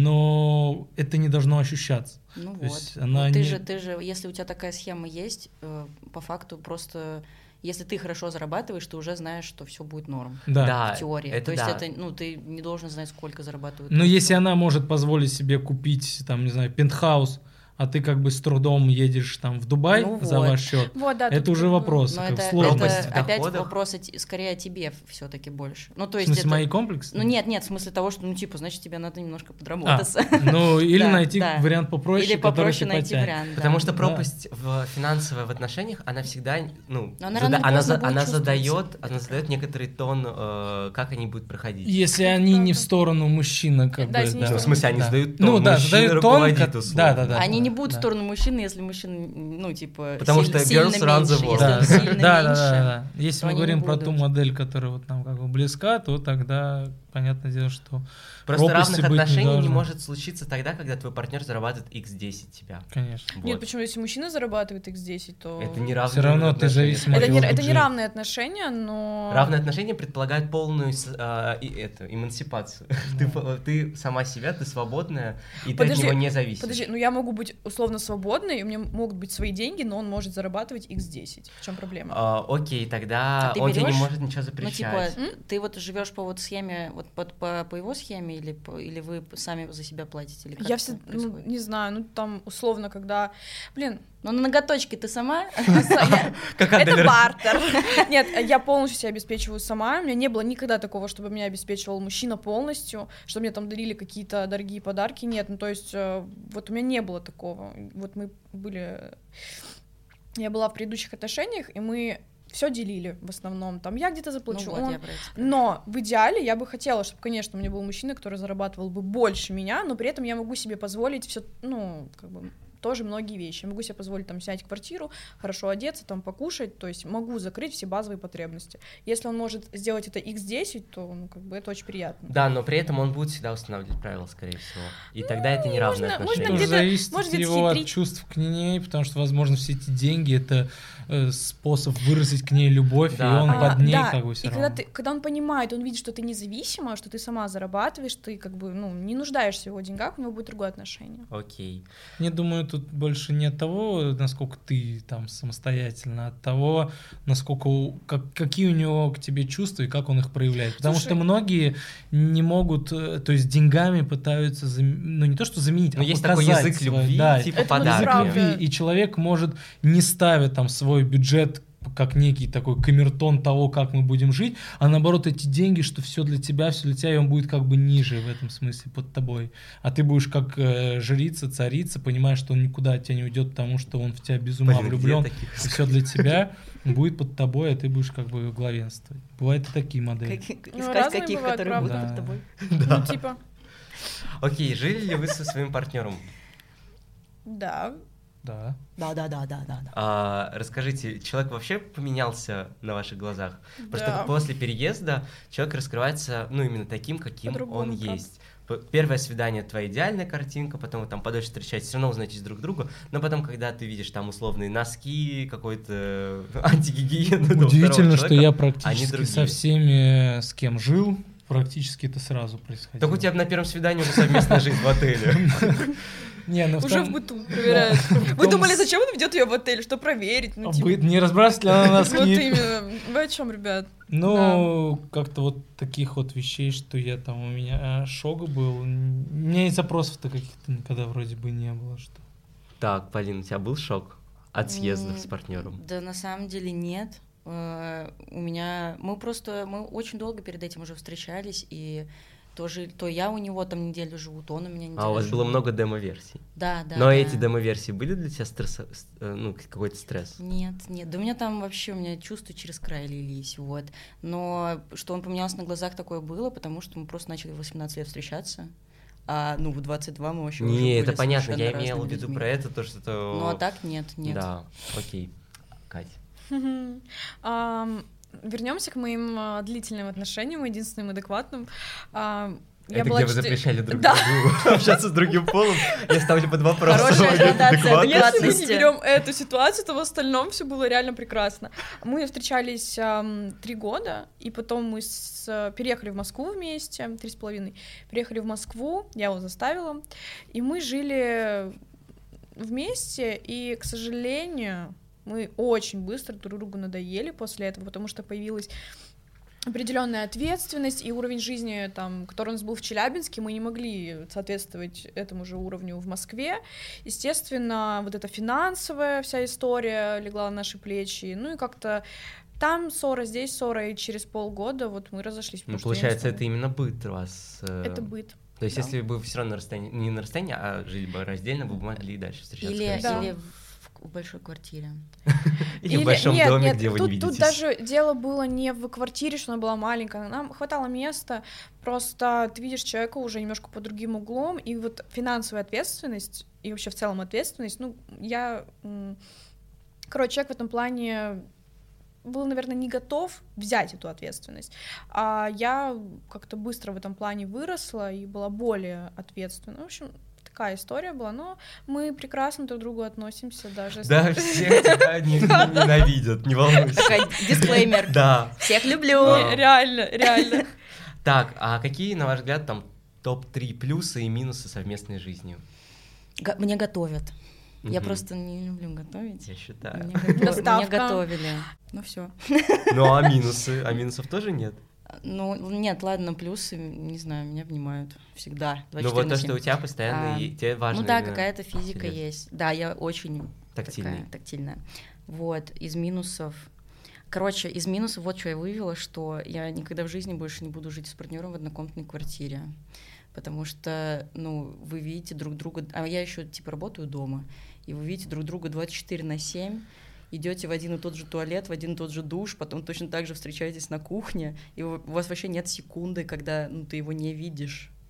Но это не должно ощущаться. Ну То вот. есть она Ну, ты не- же, ты же, если у тебя такая схема есть, э, по факту просто, если ты хорошо зарабатываешь, ты уже знаешь, что все будет норм. Да. Да, В теории. это То есть да. это, ну, ты не должен знать, сколько зарабатывают. Но другие. если она может позволить себе купить, там, не знаю, пентхаус, а ты как бы с трудом едешь там в Дубай Ну за вот. ваш счет, Вот, да, это тут уже как бы- вопрос, Но как это, сложность. Пропасть это в опять доходах. вопрос о те- скорее о тебе все-таки больше. Ну, то В есть смысле, это... мои комплексы? Ну нет, нет, в смысле того, что, ну, типа, значит, тебе надо немножко подработаться. А, ну, или Да, найти да. вариант попроще, Или который попроще тебя найти потянет. вариант. да. Потому что Да. пропасть в финансовая в отношениях, она всегда, ну, Но она зада- рано или она, поздно за- будет она чувствоваться. задает, она задает некоторый тон, э, как они будут проходить. Если они не в сторону мужчины, как Да, бы, если не да. в Ну, в смысле, они Да. задают тон, Ну да, мужчина задают тон, руководит, как- условно. да, да, да. Они не будут в да. сторону мужчины, если мужчина, ну, типа, Потому силь- что сильно girls run the меньше. world. Если Да, он сильно да, да, меньше, да, да. Если то мы они говорим не про ту будут. модель, которая вот нам как бы близка, то тогда понятное дело, что Просто пропасти равных быть не отношений не, должно. может случиться тогда, когда твой партнер зарабатывает икс десять тебя. конечно. Вот. Нет, почему, если мужчина зарабатывает икс десять, то... Это не равные Всё равно ты отношения. зависим от Это не, его это не бюджета. равные отношения, но... Равные отношения предполагают полную с- а, и, это, эмансипацию. Ты, по- ты сама себя, ты свободная, и ты Подожди, от него не зависишь. Подожди, ну я могу быть условно свободной, у меня могут быть свои деньги, но он может зарабатывать икс десять. В чем проблема? А, окей, тогда А ты он тебе не берёшь? может ничего Ну, запрещать. типа, ты вот живешь по вот схеме, вот по, по, по его схеме, или, по- или вы всеми за себя платите? Или как Я это все, ну, происходит? не знаю, ну там условно, когда, блин, Ну, на ноготочки ты сама? Как это Адель. бартер. Нет, я полностью себя обеспечиваю сама. У меня не было никогда такого, чтобы меня обеспечивал мужчина полностью, что мне там дарили какие-то дорогие подарки. Нет, ну то есть э, вот у меня не было такого. Вот мы были, я была в предыдущих отношениях, и мы все делили в основном. Там я где-то Ну заплачу, вот, он. я про это. Но в идеале я бы хотела, чтобы, конечно, у меня был мужчина, который зарабатывал бы больше меня, но при этом я могу себе позволить все, ну, как бы тоже многие вещи. Я могу себе позволить там снять квартиру, хорошо одеться, там покушать, то есть могу закрыть все базовые потребности. Если он может сделать это икс десять, то ну, как бы это очень приятно. Да, но при этом он будет всегда устанавливать правила, скорее всего. И ну, тогда это неравное можно, отношение. можно Тоже зависит может, от его от чувств к ней, потому что, возможно, все эти деньги — это э, способ выразить к ней любовь, да. и он а, под ней да. как бы все и равно. когда, ты, когда он понимает, он видит, что ты независима, что ты сама зарабатываешь, ты как бы ну, не нуждаешься в его деньгах, у него будет другое отношение. Окей. Я думаю, тут больше не от того, насколько ты там самостоятельно, а от того, насколько, у- как, какие у него к тебе чувства и как он их проявляет. Потому Слушай, что многие не могут, э, то есть деньгами пытаются, зам- ну не то что заменить, Но а есть такой показать язык свой- любви, да, типа Это вот подарки. правда. любви, и человек может, не ставя там свой бюджет как некий такой камертон того, как мы будем жить, а наоборот эти деньги, что все для тебя, все для тебя, и он будет как бы ниже в этом смысле под тобой. А ты будешь как э, жрица, царица, понимаешь, что он никуда от тебя не уйдет, потому что он в тебя без ума Блин, где влюблен, таких и все для тебя будет под тобой, а ты будешь как бы главенствовать. Бывают и такие модели. Как- Ну, Искать разные каких, бывают, которые будут правда. под тобой. Да. Ну, типа, Окей, жили ли вы со своим партнером? да. Да. Да, да, да, да, да, да. А, расскажите, человек вообще поменялся на ваших глазах? Потому Да. что после переезда человек раскрывается, ну, именно таким, каким По-другому, он правда. есть. П- Первое свидание — твоя идеальная картинка, потом вы там подольше встречаетесь, все равно узнаетесь друг друга, но потом, когда ты видишь там условные носки, какой-то антигигиену того Удивительно, второго что человека, я они практически другие. со всеми, с кем жил, практически это сразу происходило. Так у тебя на первом свидании уже совместная жизнь в отеле. Не, ну Уже том- в быту проверяют. Вы том думали, с- зачем он ведет ее в отель? Что проверить? Ну, А типа, вы не разбрасывать ли она вот носки? именно. Вы о чем, ребят? Ну, как-то вот таких вот вещей, что я там, у меня а, шок был. У меня и запросов-то каких-то никогда вроде бы не было. Что... Так, Полин, у тебя был шок от съездов с М, партнером? Да, на самом деле нет. Э, У меня... Мы просто... Мы очень долго перед этим уже встречались, и тоже то я у него там неделю живу, то он у меня неделю А у вас было живет. много демо-версий? Да, да, Но да. эти демо-версии были для тебя стресс, э, ну, какой-то стресс? Нет, нет, да у меня там вообще, у меня чувства через край лились, вот. Но что он поменялся на глазах, такое было, потому что мы просто начали в восемнадцать лет встречаться, а ну в двадцать два мы вообще уже Не, были это понятно, я совершенно имел в разными виду людьми. про это, то, что это... Ну а так нет, нет. Да, окей. Кать. Вернемся к моим а, длительным отношениям, единственным адекватным. А, я Это была где вы четы- запрещали друг Да. другу общаться с другим полом? Я ставлю под вопрос. Хорошая свою градация адекватность. Если мы не адекватности. берем эту ситуацию, то в остальном все было реально прекрасно. Мы встречались ам, три года, и потом мы с- переехали в Москву вместе, три с половиной. Приехали в Москву, я его заставила, и мы жили вместе, и, к сожалению, мы очень быстро друг другу надоели после этого, потому что появилась определенная ответственность и уровень жизни, там, который у нас был в Челябинске, мы не могли соответствовать этому же уровню в Москве. Естественно, вот эта финансовая вся история легла на наши плечи, ну и как-то там ссора, здесь ссора, и через полгода вот мы разошлись. Ну, потому что я не получается, это смогла. именно быт у вас. э, Это быт. То есть, да. если бы вы все равно на расстоянии, не на расстоянии, а жили бы раздельно, вы бы могли и дальше встречаться. Или, скорее Да. всего. или в, в большой квартире. Или в большом нет, доме, нет, где вы тут, не тут видитесь. даже дело было не в квартире, что она была маленькая, нам хватало места, просто ты видишь человека уже немножко под другим углом, и вот финансовая ответственность, и вообще в целом ответственность, ну, я... м, Короче, человек в этом плане был, наверное, не готов взять эту ответственность, а я как-то быстро в этом плане выросла и была более ответственна. В общем, такая история была, но мы прекрасно друг к другу относимся, даже если... Да, все тебя не- ненавидят, не волнуйся. Такая дисклеймер. Да. Всех люблю. А. Реально, реально. Так, а какие, на ваш взгляд, там топ три плюсы и минусы совместной жизни? Га- Мне готовят. Я Мгм. просто не люблю готовить. Я считаю. Мне, гото- мне Доставка. готовили. Ну все. Ну, а минусы? А минусов тоже нет? Ну, нет, ладно, плюсы, не знаю, меня внимают всегда. Ну, двадцать четыре вот на то, семь. что у тебя постоянно, А, и тебе важно Ну да, именно какая-то физика тактильность. есть. Да, я очень Тактильный. такая тактильная. Вот, из минусов. Короче, из минусов вот что я вывела, что я никогда в жизни больше не буду жить с партнером в однокомнатной квартире. Потому что, ну, вы видите друг друга, а я еще типа работаю дома, и вы видите друг друга двадцать четыре на семь, идете в один и тот же туалет, в один и тот же душ, потом точно так же встречаетесь на кухне, и у у вас вообще нет секунды, когда ну, ты его не видишь.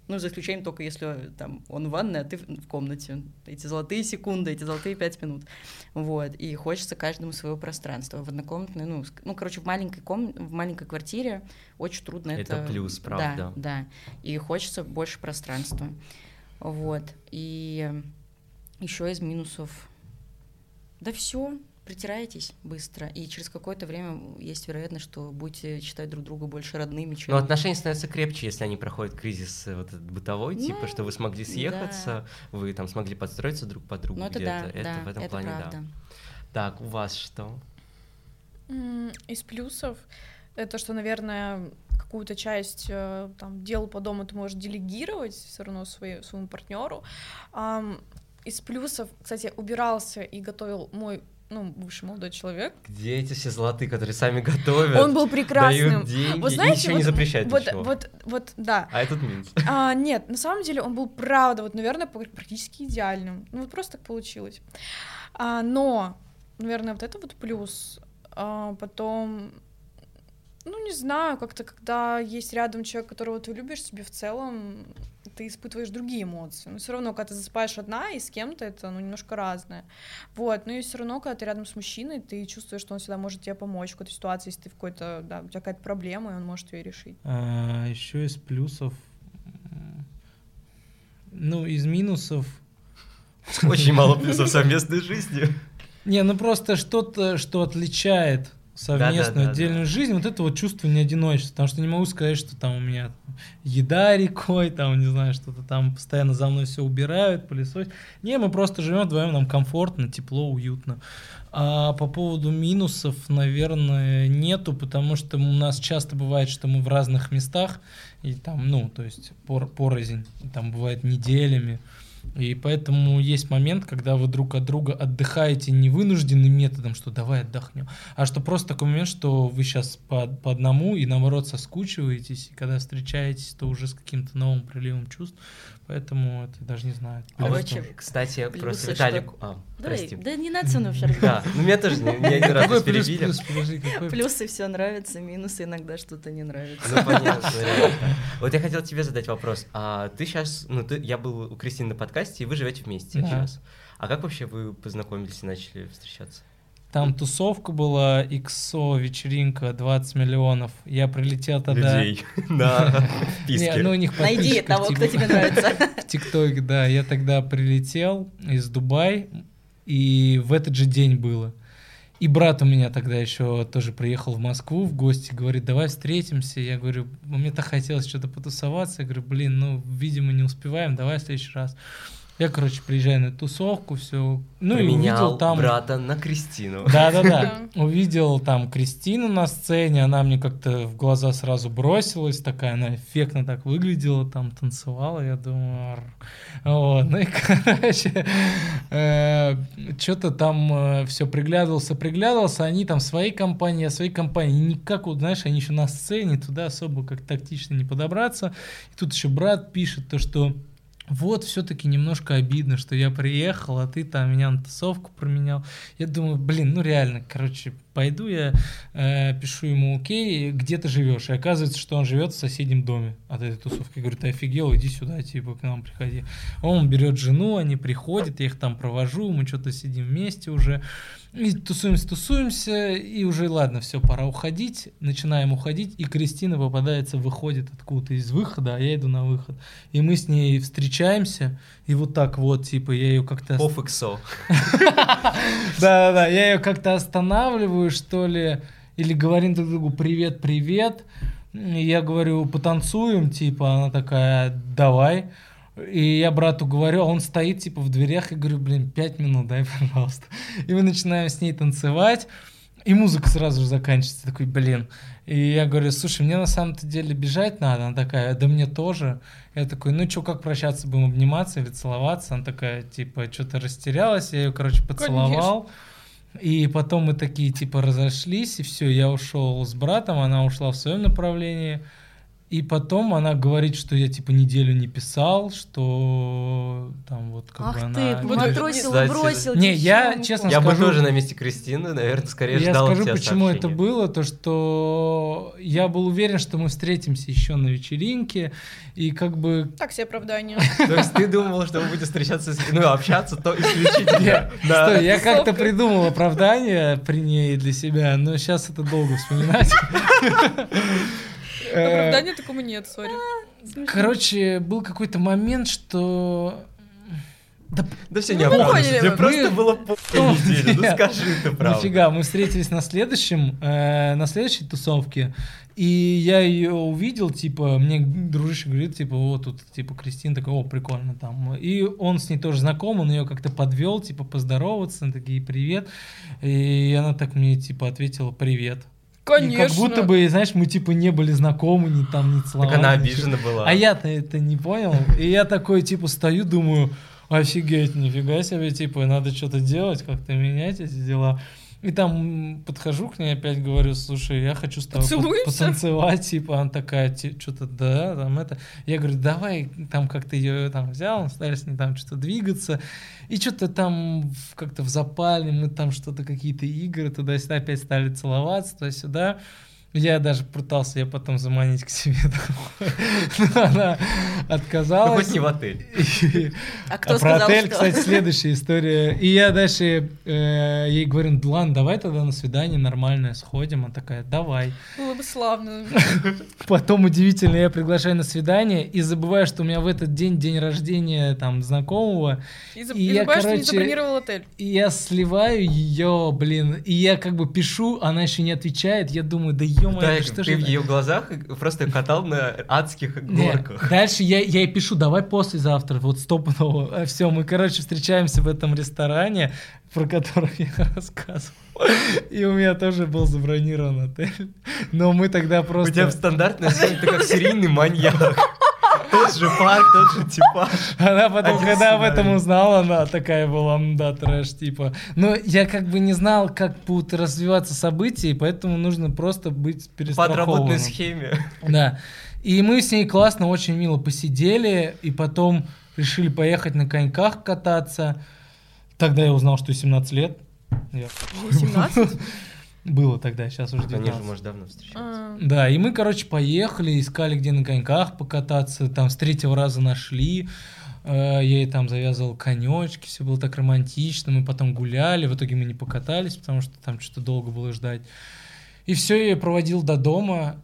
Ну, за исключением только если там он в ванной, а ты в комнате. Эти золотые секунды, эти золотые пять минут. Вот. И хочется каждому своего пространства. В однокомнатной, ну, ну короче, в маленькой, ком... в маленькой квартире очень трудно это... Это плюс, правда. Да, да. И хочется больше пространства. Вот. И еще из минусов... Да все, притираетесь быстро, и через какое-то время есть вероятность, что будете считать друг друга больше родными, чем... Но отношения становятся крепче, если они проходят кризис вот этот бытовой, ну, типа, что вы смогли съехаться, да. вы там смогли подстроиться друг под друга ну, это где-то. Да, это да, в этом это плане, правда. Да. Так, у вас что? Из плюсов это, что, наверное, какую-то часть там, дел по дому ты можешь делегировать все равно своей, своему партнеру. Из плюсов, кстати, убирался и готовил мой, ну, бывший молодой человек. Где эти все золотые, которые сами готовят? Он был прекрасным. Дают деньги, вот, знаете, ничего вот, не запрещает вот, ничего. Вот, вот, да. А этот минус. А, нет, на самом деле он был, правда, вот, наверное, практически идеальным. Ну, вот просто так получилось. А, но, наверное, вот это вот плюс. А, потом... Ну, не знаю, как-то, когда есть рядом человек, которого ты любишь, себе в целом ты испытываешь другие эмоции. Но все равно, когда ты засыпаешь одна, и с кем-то это, ну, немножко разное. Вот, ну и все равно, когда ты рядом с мужчиной, ты чувствуешь, что он всегда может тебе помочь в какой-то ситуации, если ты в какой-то, да, у тебя какая-то проблема, и он может ее решить. А, еще из плюсов... Ну, из минусов... Очень мало плюсов совместной жизни. Не, ну просто что-то, что отличает совместную да, да, отдельную да, жизнь, да. вот это вот чувство неодиночества, потому что не могу сказать, что там у меня еда рекой, там, не знаю, что-то там постоянно за мной все убирают, пылесосят. Не, мы просто живем вдвоем, нам комфортно, тепло, уютно. А по поводу минусов, наверное, нету, потому что у нас часто бывает, что мы в разных местах, и там, ну, то есть пор- порознь, там бывает неделями. И поэтому есть момент, когда вы друг от друга отдыхаете не вынужденным методом, что давай отдохнем, а что просто такой момент, что вы сейчас по, по одному и наоборот соскучиваетесь, и когда встречаетесь, то уже с каким-то новым приливом чувств. Поэтому это даже не знаю. Короче, кстати, просто Виталик... Что... А, Давай, прости. да не надо со мной вообще Да, ну меня тоже не один раз перебили. Плюсы все нравятся, минусы иногда что-то не нравится. Ну понятно. Вот я хотел тебе задать вопрос. А ты сейчас, ну ты, я был у Кристины на подкасте, и вы живете вместе сейчас. А как вообще вы познакомились и начали встречаться? Там тусовка была, иксо, вечеринка, двадцать миллионов. Я прилетел тогда... Людей на вписке. Ну, у них найди того, кто тебе нравится. В ТикТоке, да. Я тогда прилетел из Дубая, и в этот же день было. И брат у меня тогда еще тоже приехал в Москву в гости, говорит, давай встретимся. Я говорю, мне так хотелось что-то потусоваться. Я говорю, блин, ну, видимо, не успеваем, давай в следующий раз. Я, короче, приезжаю на тусовку, все. Ну, Променял и увидел там... брата на Кристину. Да-да-да. Увидел там Кристину на сцене, она мне как-то в глаза сразу бросилась, такая, она эффектно так выглядела, там танцевала, я думаю... Вот. Ну и, короче, что-то там все приглядывался, приглядывался, они там своей компании, я своей компании, никак, вот, знаешь, они еще на сцене, туда особо как тактично не подобраться. И тут еще брат пишет то, что... Вот, все-таки немножко обидно, что я приехал, а ты там меня на тусовку променял. Я думаю, блин, ну реально, короче, пойду я, э, пишу ему, окей, где ты живешь? И оказывается, что он живет в соседнем доме от этой тусовки. Я говорю, ты офигел, иди сюда, типа, к нам приходи. Он берет жену, они приходят, я их там провожу, мы что-то сидим вместе уже. И тусуемся, тусуемся, и уже, ладно, все, пора уходить. Начинаем уходить, и Кристина попадается, выходит откуда-то из выхода, а я иду на выход. И мы с ней встречаемся, и вот так вот, типа, я ее как-то... Оф-иксо. Да-да-да, я ее как-то останавливаю, что ли, или говорим друг другу «привет-привет». Я говорю «потанцуем», типа, она такая «давай». И я брату говорю, а он стоит типа в дверях, и говорю, блин, пять минут дай, пожалуйста. И мы начинаем с ней танцевать, и музыка сразу же заканчивается. Такой, блин. И я говорю, слушай, мне на самом-то деле бежать надо. Она такая, да мне тоже. Я такой, ну что, как прощаться, будем обниматься или целоваться? Она такая, типа, что-то растерялась. Я ее, короче, поцеловал. Конечно. И потом мы такие, типа, разошлись, и все, я ушел с братом, она ушла в своем направлении. И потом она говорит, что я типа неделю не писал, что там вот как Ах бы ты, она... матросил, Кстати, бросил Не, я, девчонку. честно Я скажу... бы тоже на месте Кристины, наверное, скорее Я ждал скажу, от тебя почему это сообщения. было, то что я был уверен, что мы встретимся еще на вечеринке, и как бы... Так себе оправдание. То есть ты думал, что вы будете встречаться, с- ну, общаться то исключительно на... Стой, я как-то тусовках. придумал оправдание при ней для себя, но сейчас это долго вспоминать. Э, Оправдания такому нет, сори. Короче, был какой-то момент, что... Да Да все Ну, не вы оправдывайся, поняли, тебе вы- просто было полная неделя, ну Нет. скажи ты правду. Нифига, мы встретились на следующем, э, на следующей тусовке, и я ее увидел, типа, мне дружище говорит, типа, вот тут, типа, Кристина, такой, о, прикольно там. И он с ней тоже знаком, он ее как-то подвел, типа, поздороваться, такие, привет. И она так мне, типа, ответила, привет. Конечно. И как будто бы, знаешь, мы, типа, не были знакомы, ни там, не целовались. Так она ничего. обижена была. А я-то это не понял. И я такой, типа, стою, думаю, офигеть, нифига себе, типа, надо что-то делать, как-то менять эти дела. И там подхожу к ней, опять говорю, слушай, я хочу с тобой по- Поцелуемся? потанцевать, типа, она такая, ти- что-то, да, там это. Я говорю, давай, там как-то ее там взял, мы стали с ней там что-то двигаться, и что-то там в- как-то в запале, мы там что-то, какие-то игры, туда-сюда опять стали целоваться, туда-сюда. Я даже пытался ее потом заманить к себе домой, но она Ну, отказалась. хоть не в отель. И- А кто а про сказал, отель, что? кстати, следующая история. И я дальше э, ей говорю, «Да ладно, давай тогда на свидание нормальное сходим. Она такая, давай. Было бы славно. Потом удивительно, я приглашаю на свидание и забываю, что у меня в этот день день рождения там знакомого. И, за... И и я, забываешь, что не короче, забронировал отель. И я сливаю ее, блин, и я как бы пишу, она еще не отвечает. Я думаю, да ё-моё, Да, да что ты же в это?» ее глазах просто катал на адских Не, горках. Дальше я, я ей пишу, давай послезавтра, вот стопудово. Все, мы, короче, встречаемся в этом ресторане, про который я рассказывал. И у меня тоже был забронирован отель. Но мы тогда У тебя просто... стандартная сцена, ты как серийный маньяк. Тот же парк, тот же типаж. Она потом, Один когда об этом сценарий. узнала, она такая была, «М, да, трэш, типа. Но я как бы не знал, как будут развиваться события, и поэтому нужно просто быть По перестрахованным. отработанной схеме. Да. И мы с ней классно, очень мило посидели, и потом решили поехать на коньках кататься. Тогда я узнал, что семнадцать лет. Я- семнадцать? Было тогда, сейчас уже Они же, девятнадцать. может, давно встречались. А, Да, и мы, короче, поехали, искали, где на коньках покататься, там с третьего раза нашли. Э, Я ей там завязывал конечки, все было так романтично, мы потом гуляли, в итоге мы не покатались, потому что там что-то долго было ждать. И все, я её проводил до дома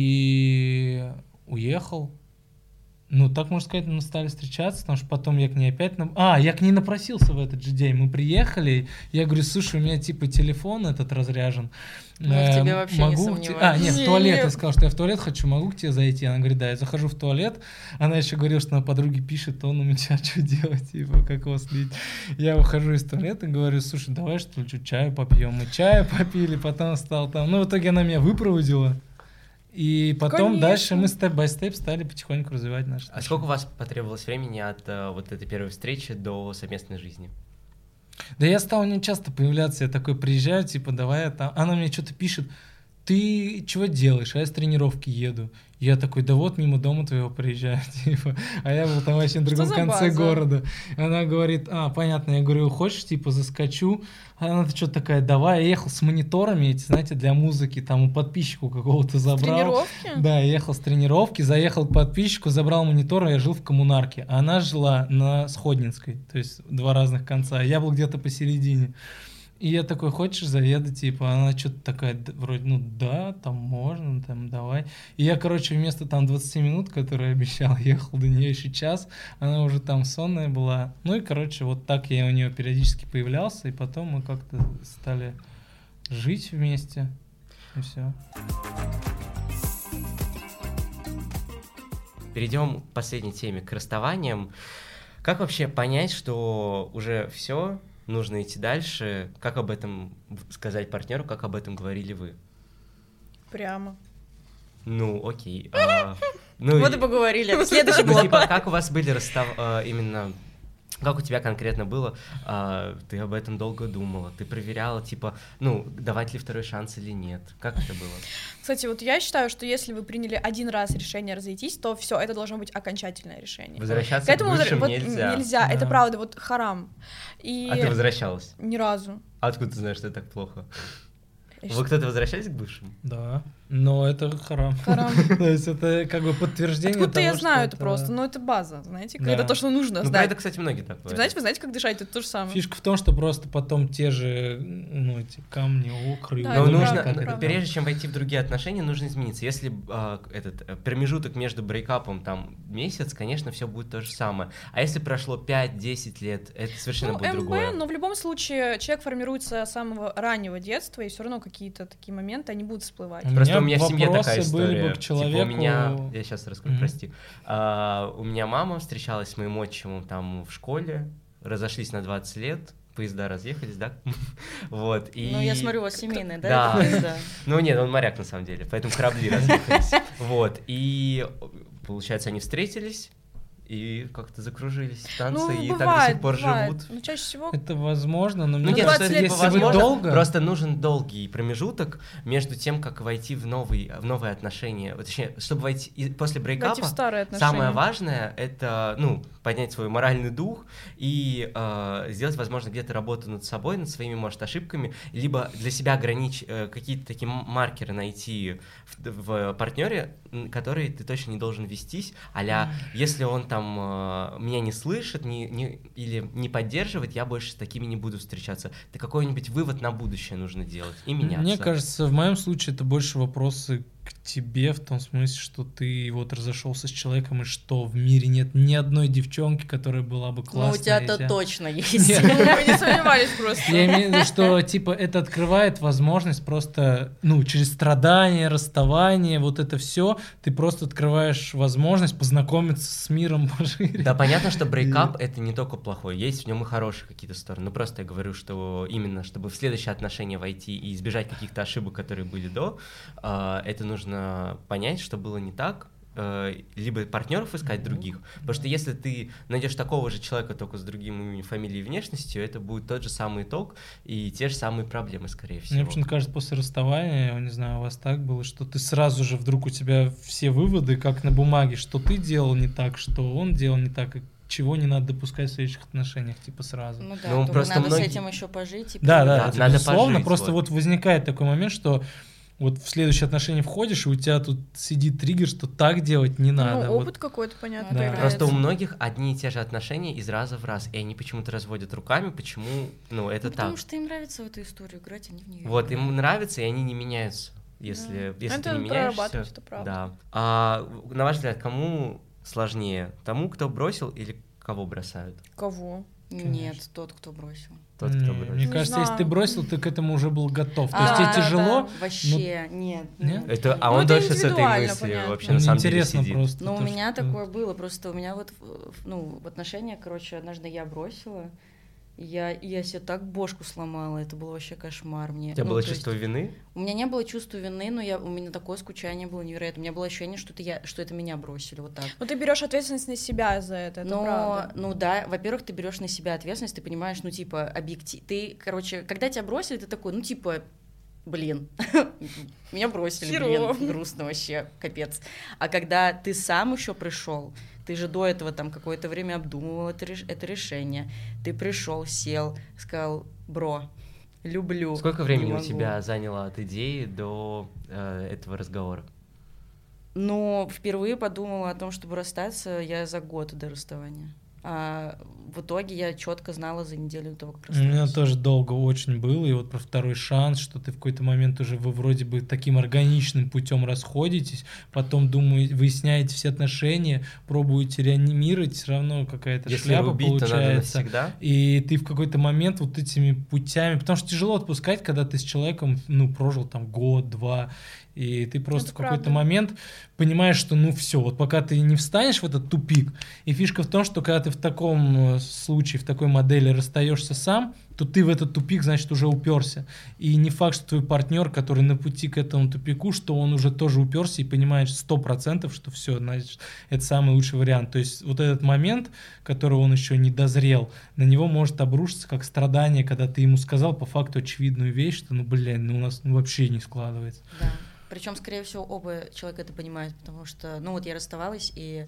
и уехал. Ну, так можно сказать, мы стали встречаться, потому что потом я к ней опять... на- А, я к ней напросился в этот же день. Мы приехали, я говорю, слушай, у меня типа телефон этот разряжен. Ну, в Эм, тебе вообще не могу в те- сомневаюсь. А, нет, в Не, туалет. не. Я сказал, что я в туалет хочу, могу к тебе зайти? Она говорит, да, я захожу в туалет. Она еще говорила, что она подруге пишет, он у меня что делать, типа, как его слить. Я выхожу из туалета и говорю, слушай, давай что ли, чё, чаю попьем. Мы чаю попили, потом стал там... Ну, в итоге она меня выпроводила. И потом Конечно. дальше мы степ-бай-степ стали потихоньку развивать наши А сколько у вас потребовалось времени от э, вот этой первой встречи до совместной жизни? Да я стал не часто появляться, я такой приезжаю, типа, давай я там... Она мне что-то пишет, ты чего делаешь? А я с тренировки еду. Я такой, да вот мимо дома твоего приезжаю, типа. А я был там вообще на другом за конце база? города. Она говорит, а, понятно, я говорю, хочешь, типа, заскочу? А она что-то такая, давай. Я ехал с мониторами, эти, знаете, для музыки, там у подписчика какого-то забрал. тренировки? Да, я ехал с тренировки, заехал к подписчику, забрал монитор, я жил в Коммунарке. А она жила на Сходнинской, то есть два разных конца. Я был где-то посередине. И я такой, хочешь, заеду, типа, она что-то такая, д- вроде, ну да, там можно, там давай. И я, короче, вместо там двадцати минут, которые обещал, ехал до нее еще час, она уже там сонная была. Ну и, короче, вот так я у нее периодически появлялся, и потом мы как-то стали жить вместе, и все. Перейдем к последней теме, к расставаниям. Как вообще понять, что уже все, нужно идти дальше? Как об этом сказать партнеру, как об этом говорили вы? Прямо. Ну, окей. а, ну Вот и- и поговорили. Следующий ну, блок. типа, как у вас были расстав... а, именно Как у тебя конкретно было? А, ты об этом долго думала? Ты проверяла, типа, ну, давать ли второй шанс или нет? Как это было? Кстати, вот я считаю, что если вы приняли один раз решение разойтись, то все, это должно быть окончательное решение. Возвращаться к этому к бывшим вот нельзя. Нельзя, Да. это правда, вот харам. И... А ты возвращалась? Ни разу. А откуда ты знаешь, что это так плохо? Я Вы кто-то возвращались к бывшим? Да, но это харам. Харам. То есть это как бы подтверждение Откуда-то того, я что знаю это просто, но это база, знаете, Да. это то, что нужно Ну, про знать. это, кстати, многие так Типа, говорят. знаете, вы знаете, как дышать, это то же самое. Фишка в том, что просто потом те же, ну, эти камни, окры, Да, Но это угли, нужно, правда, как это правда. прежде чем войти в другие отношения, нужно измениться. Если а, этот э, промежуток между брейкапом там месяц, конечно, все будет то же самое. А если прошло пять-десять лет, это совершенно Ну, будет МБ, другое. но в любом случае человек формируется с самого раннего детства, и все равно какие-то такие моменты, они будут всплывать. У Просто меня у меня в семье вопросы такая история. были бы к Типа, человеку. у меня, я сейчас расскажу, Мгм. прости. А, у меня мама встречалась с моим отчимом там в школе, разошлись на двадцать лет, поезда разъехались, да? Вот, и... Ну, я смотрю, у вас семейный, да? Да. это поезда? Ну нет, он моряк на самом деле, поэтому корабли разъехались. Вот, и получается, они встретились и как-то закружились в танце, Ну, и так до бывает, сих пор бывает. живут. Ну, чаще всего... Это возможно, но Ну мне нет, кажется, что это если вы возможно, долго... просто нужен долгий промежуток между тем, как войти в новый, в новые отношения. Вот, точнее, чтобы войти и после Войти брейкапа, в старые отношения. самое важное — это, ну, поднять свой моральный дух и э, сделать, возможно, где-то работу над собой, над своими, может, ошибками, либо для себя ограничить, э, какие-то такие маркеры найти в, в партнере, которые ты точно не должен вестись, а-ля, если он там э, меня не слышит не, не, или не поддерживает, я больше с такими не буду встречаться. Ты какой-нибудь вывод на будущее нужно делать и меняться. Мне кажется, в моем случае это больше вопросы к тебе, в том смысле, что ты вот разошелся с человеком, и что в мире нет ни одной девчонки, которая была бы классной. Ну, у тебя-то тебя- точно есть. Нет. Мы не сомневались просто. Я имею в виду, что типа это открывает возможность просто, ну, через страдания, расставание, вот это все, ты просто открываешь возможность познакомиться с миром пошире. Да, понятно, что брейкап — это не только плохой, есть в нем и хорошие какие-то стороны. Ну, просто я говорю, что именно, чтобы в следующие отношения войти и избежать каких-то ошибок, которые были до, э, это нужно понять, что было не так, э, либо партнеров искать других. Потому что если ты найдешь такого же человека, только с другим именем, фамилией и внешностью, это будет тот же самый итог и те же самые проблемы, скорее всего. Мне почему-то кажется, после расставания, я не знаю, у вас так было, что ты сразу же вдруг у тебя все выводы, как на бумаге, что ты делал не так, что он делал не так, и чего не надо допускать в следующих отношениях, типа сразу. Ну да, Ну, думаю, просто надо многие- с этим еще пожить. и Да, да, Да, это надо безусловно, пожить, просто вот. вот возникает такой момент, что вот в следующие отношения входишь, и у тебя тут сидит триггер, что так делать не надо. Ну, Вот. опыт какой-то, понятно, Да. появляется. Просто у многих одни и те же отношения из раза в раз, и они почему-то разводят руками, почему, ну, это Ну, так. потому что им нравится в эту историю играть, они в нее Вот, играют. им нравится, и они не меняются, если, если Это ты не меняешься. прорабатывать, это правда. Да. А на ваш взгляд, кому сложнее? Тому, кто бросил, или кого бросают? Кого? Нет, тот, кто бросил. Тот, кто Не, бросил. Мне Не кажется, если ты знаю. бросил, ты к этому уже был готов. То А, есть тебе да, тяжело, да, вообще, нет. Нет? Это, а Ну, он это дольше с этой индивидуально, мыслью понятно. вообще но на самом деле интересно сидит. просто. Но у то, меня что- такое было, просто у меня вот, в- ну, в отношениях, короче, однажды я бросила, и я, и я себе так бошку сломала, это был вообще кошмар мне. У тебя Ну, было то чувство есть вины? У меня не было чувства вины, но я, у меня такое скучание было невероятно. У меня было ощущение, что это, я, что это меня бросили, вот так. Ну, ты берешь ответственность на себя за это, это Но, правда. ну да, во-первых, ты берешь на себя ответственность, ты понимаешь, ну, типа, объектив... Ты, короче, когда тебя бросили, ты такой, ну, типа, блин, меня бросили, Херово. блин, грустно вообще, капец. А когда ты сам еще пришел, ты же до этого там какое-то время обдумывал это, реш- это решение, ты пришел, сел, сказал, бро, люблю. Сколько не времени у могу». тебя заняло от идеи до э, этого разговора? Но впервые подумала о том, чтобы расстаться, я за год до расставания. А в итоге я четко знала за неделю до того, как У меня расстались. тоже долго очень было, и вот про второй шанс, что ты в какой-то момент уже вы вроде бы таким органичным путем расходитесь, потом думаете, выясняете все отношения, пробуете реанимировать, все равно какая-то Если шляпа рубить, то надо получается. навсегда. И ты в какой-то момент вот этими путями, потому что тяжело отпускать, когда ты с человеком, ну, прожил там год-два, И ты просто Это в какой-то правда. момент понимаешь, что ну все, вот пока ты не встанешь в этот тупик, и фишка в том, что когда ты в таком случае, в такой модели расстаешься сам, то ты в этот тупик, значит, уже уперся. И не факт, что твой партнер, который на пути к этому тупику, что он уже тоже уперся и понимает сто процентов, что все, значит, это самый лучший вариант. То есть вот этот момент, который он еще не дозрел, на него может обрушиться как страдание, когда ты ему сказал по факту очевидную вещь, что, ну, блин, ну, у нас ну, вообще не складывается. Да. Причем, скорее всего, оба человека это понимают, потому что, ну, вот я расставалась, и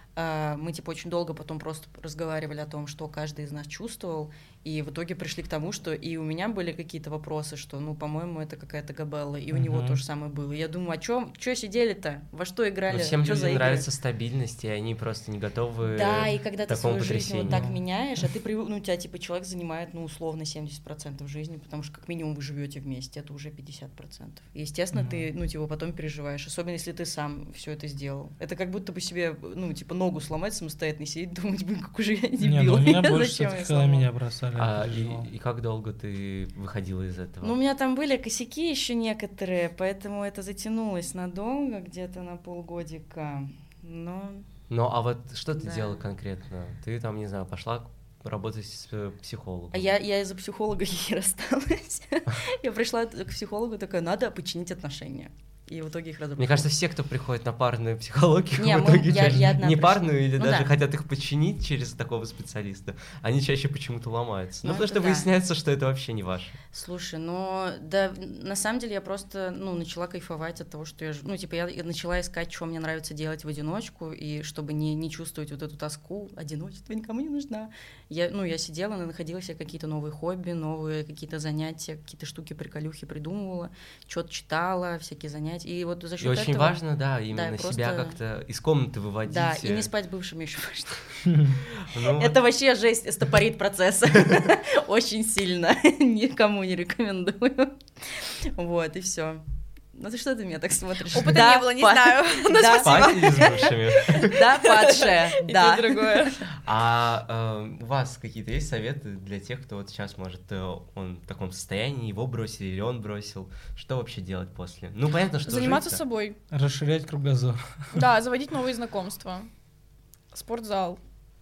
э, мы, типа, очень долго потом просто разговаривали о том, что каждый из нас чувствовал, и в итоге пришли к тому, что и у меня были какие-то вопросы, что, ну, по-моему, это какая-то габелла, и у uh-huh. него то же самое было. И я думаю, а чё, чё сидели-то? Во что играли? Но всем чё людям нравится стабильность, и они просто не готовы Да, и когда к ты свою такому жизнь вот потрясению. так меняешь, а ты привык, ну, у тебя, типа, человек занимает, ну, условно, семьдесят процентов жизни, потому что как минимум вы живете вместе, это уже пятьдесят процентов. И, естественно, uh-huh. ты, ну, типа, потом переживаешь, особенно если ты сам все это сделал. Это как будто бы себе, ну, типа, ногу сломать самостоятельно, сидеть, думать, блин, как уже я дебил. Не, ну, у меня больше Зачем все-таки, я когда сломал? меня бросали. А, я переживал. и, и как долго ты выходила из этого? Ну, у меня там были косяки еще некоторые, поэтому это затянулось надолго, где-то на полгодика, но... Ну, а вот что ты Да. делала конкретно? Ты там, не знаю, пошла работать с э, психологом? А я, я из-за психолога и рассталась. Я пришла к психологу, такая, надо починить отношения. И в итоге их разобрали. Мне кажется, все, кто приходит на парную психологию, Не, в мы- итоге я- чаще- я одна не пришла. парную или Ну даже да. хотят их починить через такого специалиста, они чаще почему-то ломаются. Ну, Ну, потому это что да. выясняется, что это вообще не ваше. Слушай, ну, да, на самом деле я просто, ну, начала кайфовать от того, что я, ж- ну, типа, я начала искать, что мне нравится делать в одиночку, и чтобы не, не чувствовать вот эту тоску, одиночество никому не нужна. Я, ну, я сидела, находила себе какие-то новые хобби, новые какие-то занятия, какие-то штуки, приколюхи придумывала, что-то читала, всякие занятия, и вот за И счет очень этого... важно, да, именно просто- себя как-то из комнаты выводить. Да, и не э, спать с бывшими еще важно. ну, Это вообще жесть, стопорит процесс. Очень сильно. Никому не рекомендую. Вот, и все. Ну ты что ты меня так смотришь? Опыта Да, не было, не па- знаю. Ну, Да, спать или с бывшими? да, падшая, И да. то, и другое. А э, у вас какие-то есть советы для тех, кто вот сейчас, может, э, он в таком состоянии, его бросили или он бросил? Что вообще делать после? Ну, понятно, что Заниматься жить-то. собой. Расширять кругозор. Да, заводить новые знакомства. Спортзал.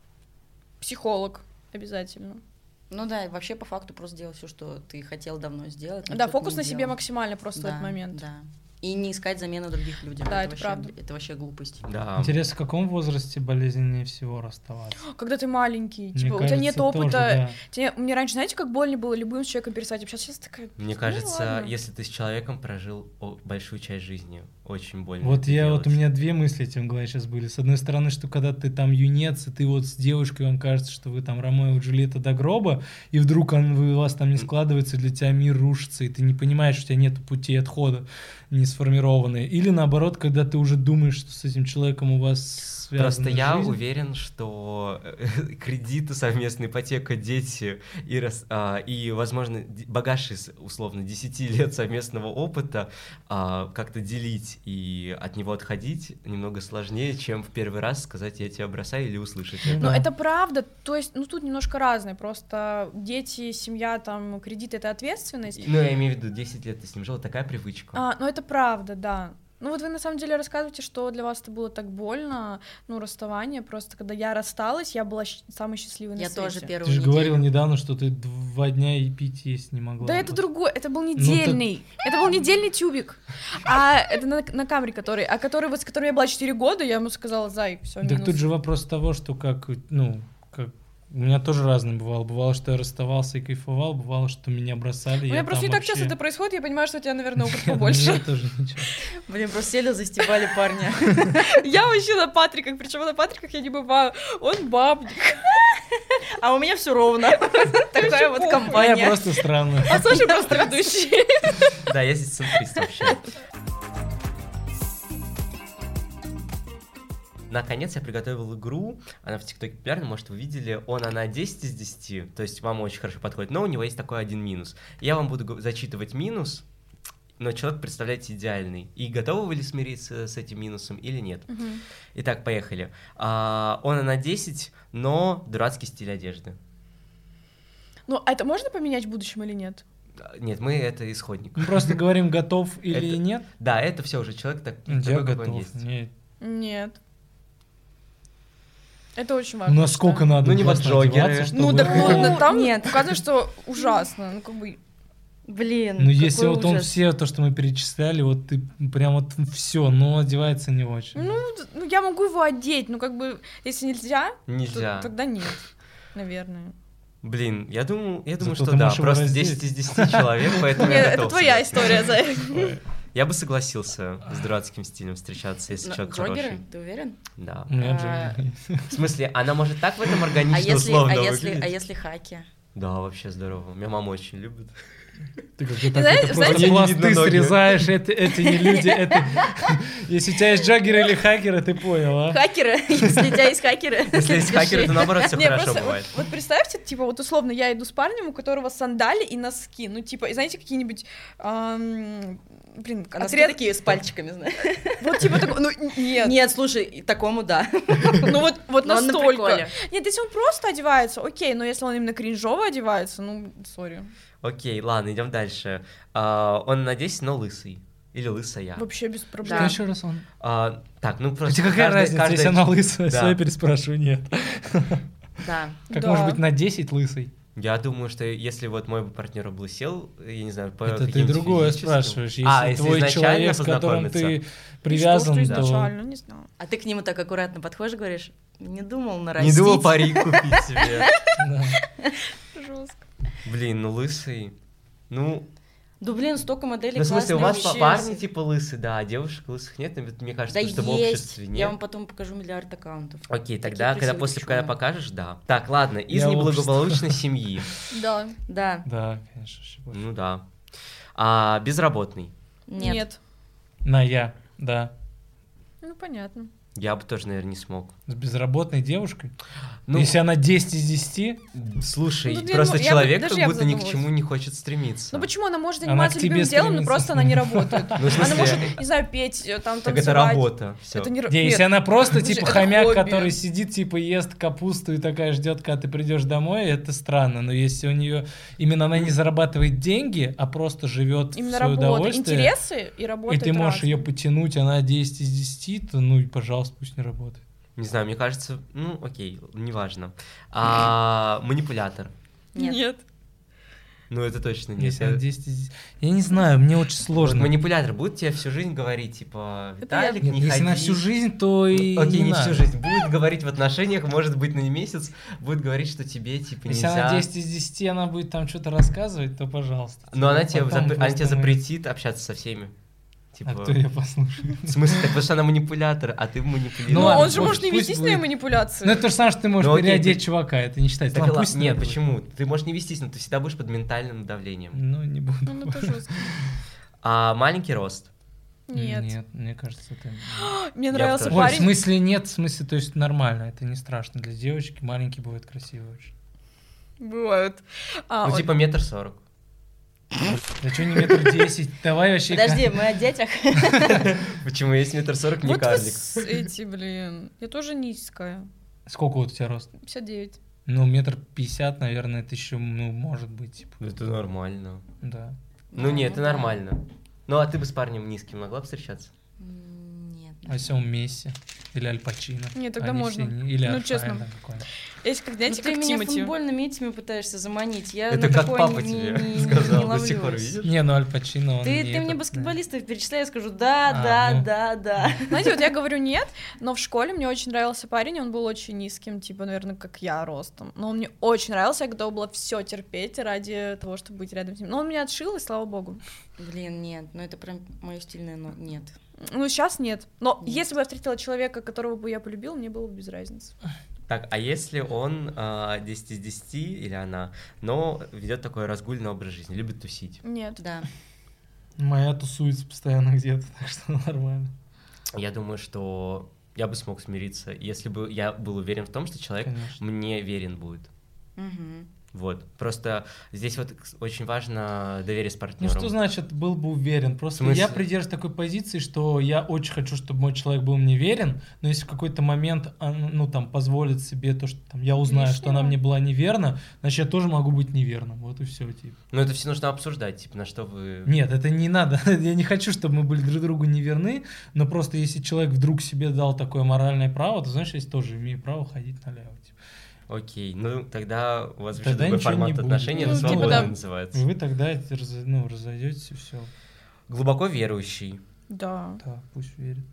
Психолог обязательно. Ну да, и вообще по факту просто делать все, что ты хотел давно сделать. но Да, что-то фокус не на себе делал. максимально просто в Да, этот момент. Да. И не искать замену других людям. Да, это вообще, правда. Это вообще глупость. Да. Интересно, в каком возрасте болезненнее всего расставаться? Когда ты маленький, Мне типа, у тебя кажется, нет тоже, опыта. да. Тебе- мне раньше, знаете, как больно было любым с человеком переспать, а сейчас, сейчас такая... Мне ну, кажется, ладно. если ты с человеком прожил о- большую часть жизни, очень больно. Вот это я, делать. вот у меня две мысли этим в голове сейчас были. С одной стороны, что когда ты там юнец, и ты вот с девушкой, вам кажется, что вы там Ромео и Джульетта до гроба, и вдруг он, вы, у вас там не складывается, для тебя мир рушится, и ты не понимаешь, что у тебя нет пути отхода не сформированные. Или наоборот, когда ты уже думаешь, что с этим человеком у вас связана Просто я жизнь. уверен, что э, кредиты совместные, ипотека, дети и, рас- а, и возможно, д- багаж из, условно, десяти лет совместного опыта а, как-то делить и от него отходить немного сложнее, чем в первый раз сказать «я тебя бросаю» или услышать это. Ну, Да. это правда, то есть, ну, тут немножко разное, просто дети, семья, там, кредит — это ответственность. Ну, я имею в виду, десять лет ты с ним жил, такая привычка. А, ну, это правда, да. Ну, вот вы на самом деле рассказываете, что для вас это было так больно, ну, расставание, просто когда я рассталась, я была щ- самой счастливой на Я свете. тоже первую Ты же неделю. говорил недавно, что ты два дня и пить есть не могла. Да это другой, это был Ну, недельный, это был недельный тюбик, а это на, на камере который, а который вот с которым я была четыре года, я ему сказала, зай, все, Так минус. тут же вопрос того, что как, ну, как... У меня тоже разное бывало. Бывало, что я расставался и кайфовал, бывало, что меня бросали. У меня просто не так часто это происходит, я понимаю, что у тебя, наверное, опыт побольше. тоже ничего. Блин, просто сели, застебали парня. Я вообще на Патриках, причем на Патриках я не бываю, он бабник. А у меня все ровно. Такая вот Я компания. просто странно. А Саша просто ведущий. Да, я здесь центрист вообще. Наконец я приготовил игру, она в ТикТоке популярна, может, вы видели, он, она десять из десяти, то есть вам очень хорошо подходит, но у него есть такой один минус. Я вам буду го- зачитывать минус, но человек представляете идеальный. И готовы вы ли смириться с этим минусом или нет? Итак, поехали. А, он, она десять, но дурацкий стиль одежды. Ну, а это можно поменять в будущем или нет? Нет, мы это исходник. Мы просто говорим, готов или Это- нет. Да, это все уже человек так, Я такой, как он готов. есть. Нет. Нет. Это очень Ну, важно. насколько считаю. надо Ну, не ужасно вот джогеры. одеваться, Ну, чтобы- так ладно, Ну, там нет. указано, что ужасно. Ну, как бы... Блин, Ну, если какой вот он ужас. все то, что мы перечисляли, вот ты прям вот все, но одевается не очень. Ну, д- ну, я могу его одеть, ну, как бы, если нельзя, Нельзя. то тогда нет, наверное. Блин, я думаю, я думаю, Зато что ты да, можешь его просто раздеть. десять из десяти человек, поэтому я Нет, это готов твоя согласиться. история, Зая. Я бы согласился с дурацким стилем встречаться, если На- человек Джогеры? хороший. Ты уверен? Да. У меня А, джогеры. В смысле, она может так в этом А органично если, условно а если, выглядеть? а если хаки? Да, вообще здорово. Меня мама очень любит. Ты как-то так Знаете- это знаете- просто Не пласты видно ноги. срезаешь, это, это не люди, это... Если у тебя есть джогеры или хакеры, ты понял, а? Хакеры? Если у тебя есть хакеры, Если есть хакеры, то наоборот все Не, хорошо просто бывает. Вот, вот представьте, типа, вот условно, я иду с парнем, у которого сандали и носки, ну, типа, и знаете, какие-нибудь, ам, блин, А носки отрез- такие с пальчиками, знаешь? вот типа такой, ну, нет, Нет, слушай, и такому да. ну вот, вот Но он на настолько. приколе. Нет, если он просто одевается, окей, но если он именно кринжово одевается, ну, сори, Окей, ладно, идем дальше. А, он на десять, но лысый. Или лысая. вообще без Что проблем. Да. еще раз он? А, так, ну просто... Хотя какая каждый- разница, каждый- если она лысая, Да. все, я переспрашиваю, нет. Да. Как Да. может быть на десять лысый? Я думаю, что если вот мой партнер облысел, я не знаю, по Это ты каким-то другое физическим- спрашиваешь. Если А, если твой изначально человек, с которым познакомиться. ты И что, привязан, что то... изначально, не знаю. А ты к нему так аккуратно подходишь, говоришь, не думал Не нарастить. думал парик купить себе. Да. Жестко. Блин, ну лысый. Ну, Да блин, столько моделей ну в смысле, у вас классных па- вообще. парни типа лысые, да, а девушек лысых нет, но мне кажется, Да что в есть. обществе Я нет. вам потом покажу миллиард аккаунтов. Окей, Такие тогда, когда красивые после, девчонки. когда покажешь, да. Так, ладно, из Я неблагополучной семьи. Да. Да. Да, конечно. щепоть. Ну да. А, безработный. Нет. Нет. На я, да. Ну, понятно. Я бы тоже, наверное, не смог. С безработной девушкой? Ну, Если она десять из десяти, слушай, Ну, тут я просто думаю, я бы- человек даже как я бы будто ни к задумалась. чему не хочет стремиться. Ну почему она может Она заниматься к тебе любимым делом, но стремится. просто она не работает? Ну, в смысле, Она может, не знаю, петь, э, там, так танцевать. это работа. Все. Это не ра- не, Нет. если она просто это же- типа это хомяк, хобби. который сидит, типа ест капусту и такая ждет, когда ты придешь домой, это странно. Но если у нее именно она не зарабатывает деньги, а просто живет в Именно свое работа. удовольствие, Интересы и работа. и ты это можешь разное. ее потянуть, она десять из десяти, то ну и пожалуйста, пусть не работает. Не знаю, мне кажется, ну окей, неважно. А, манипулятор. Нет. Нет. Ну это точно нет. Если Я- она десять из десяти. Я не знаю, мне очень Вот сложно. манипулятор будет тебе всю жизнь говорить, типа, Это я. Виталик, Нет, не если ходи. на всю жизнь, то и Ну, окей, не, надо. всю жизнь. Будет говорить в отношениях, может быть, на месяц, будет говорить, что тебе, типа, Если нельзя. она десять из десяти, она будет там что-то рассказывать, то пожалуйста. Но она тебе, Потом запр- она просто тебе мы- запретит общаться со всеми. Типа, А кто я послушаю? в смысле, так потому что она манипулятор, а ты манипулируешь. Ну Ну, ладно, он же пусть- может не пусть вестись на будет. манипуляции. Ну это то же самое, что ты можешь Ну, окей, переодеть ты- чувака, это не считается. Так, Ладно, ла- пусть нет, это будет. почему? Ты можешь не вестись, но ты всегда будешь под ментальным давлением. Ну, не буду. Ну, это жестко. А маленький рост. Нет. Нет, мне кажется, это... Мне Я нравился тоже. Ой, в парень. смысле нет, в смысле, то есть нормально, это не страшно для девочки, маленький бывает красивый очень. Бывают. А, Ну, вот типа метр сорок. Да что не метр десять, давай вообще... Подожди, мы о детях. Почему есть метр сорок, не вот вы карлик? с- эти, блин. Я тоже низкая. Сколько вот у тебя рост? пятьдесят девять. Ну, метр пятьдесят, наверное, это еще, ну, может быть, типа, Ну, это нормально. да. Ну, нет, это да. нормально. Ну, а ты бы с парнем низким могла бы встречаться? М, Нет. А если он Месси или Аль Пачино? Нет, тогда Они можно. все не- Или Ну, Аршай, честно. да, какой-нибудь. Если как, Ну, знаете, ты как меня Тимати. футбольными этими пытаешься заманить. Я Это на как такое папа не- тебе не- не- сказал не до сих пор, ловлюсь. видишь? Не, ну Аль Пачино, он Ты, не ты мне этот, баскетболистов перечисляй, я скажу да, А, да, ну. да, да. Знаете, вот я говорю нет, но в школе мне очень нравился парень, он был очень низким, типа, наверное, как я ростом. Но он мне очень нравился, я готова была все терпеть ради того, чтобы быть рядом с ним. Но он меня отшил, и слава богу. Блин, нет, ну это прям мое стильное, но нет. Ну, сейчас нет. Но Нет. если бы я встретила человека, которого бы я полюбила, мне было бы без разницы. Так, а если он а, десять из десяти, или она, но ведет такой разгульный образ жизни, любит тусить? Нет. Да. да. Моя тусуется постоянно где-то, так что нормально. Я думаю, что я бы смог смириться, если бы я был уверен в том, что человек Конечно. мне верен будет. Мгм. Вот. Просто здесь вот очень важно доверие с Ну партнером. что значит был бы уверен? Просто В смысле? я придерживаюсь такой позиции, что я очень хочу, чтобы мой человек был мне верен, но если в какой-то момент он, ну там позволит себе то, что там, я узнаю, Лишнего. что она мне была неверна, значит я тоже могу быть неверным. Вот и все, типа. Но это все нужно обсуждать, типа, на что вы... Нет, это не надо. Я не хочу, чтобы мы были друг другу неверны, но просто если человек вдруг себе дал такое моральное право, то знаешь, я тоже имею право ходить налево. Типа. Окей, ну тогда у вас вообще Тогда другой ничего не формат будет. отношений, Ну, это типа, свобода да. называется. И вы тогда раз- ну, разойдетесь и все. Глубоко верующий. Да. Да, пусть верит.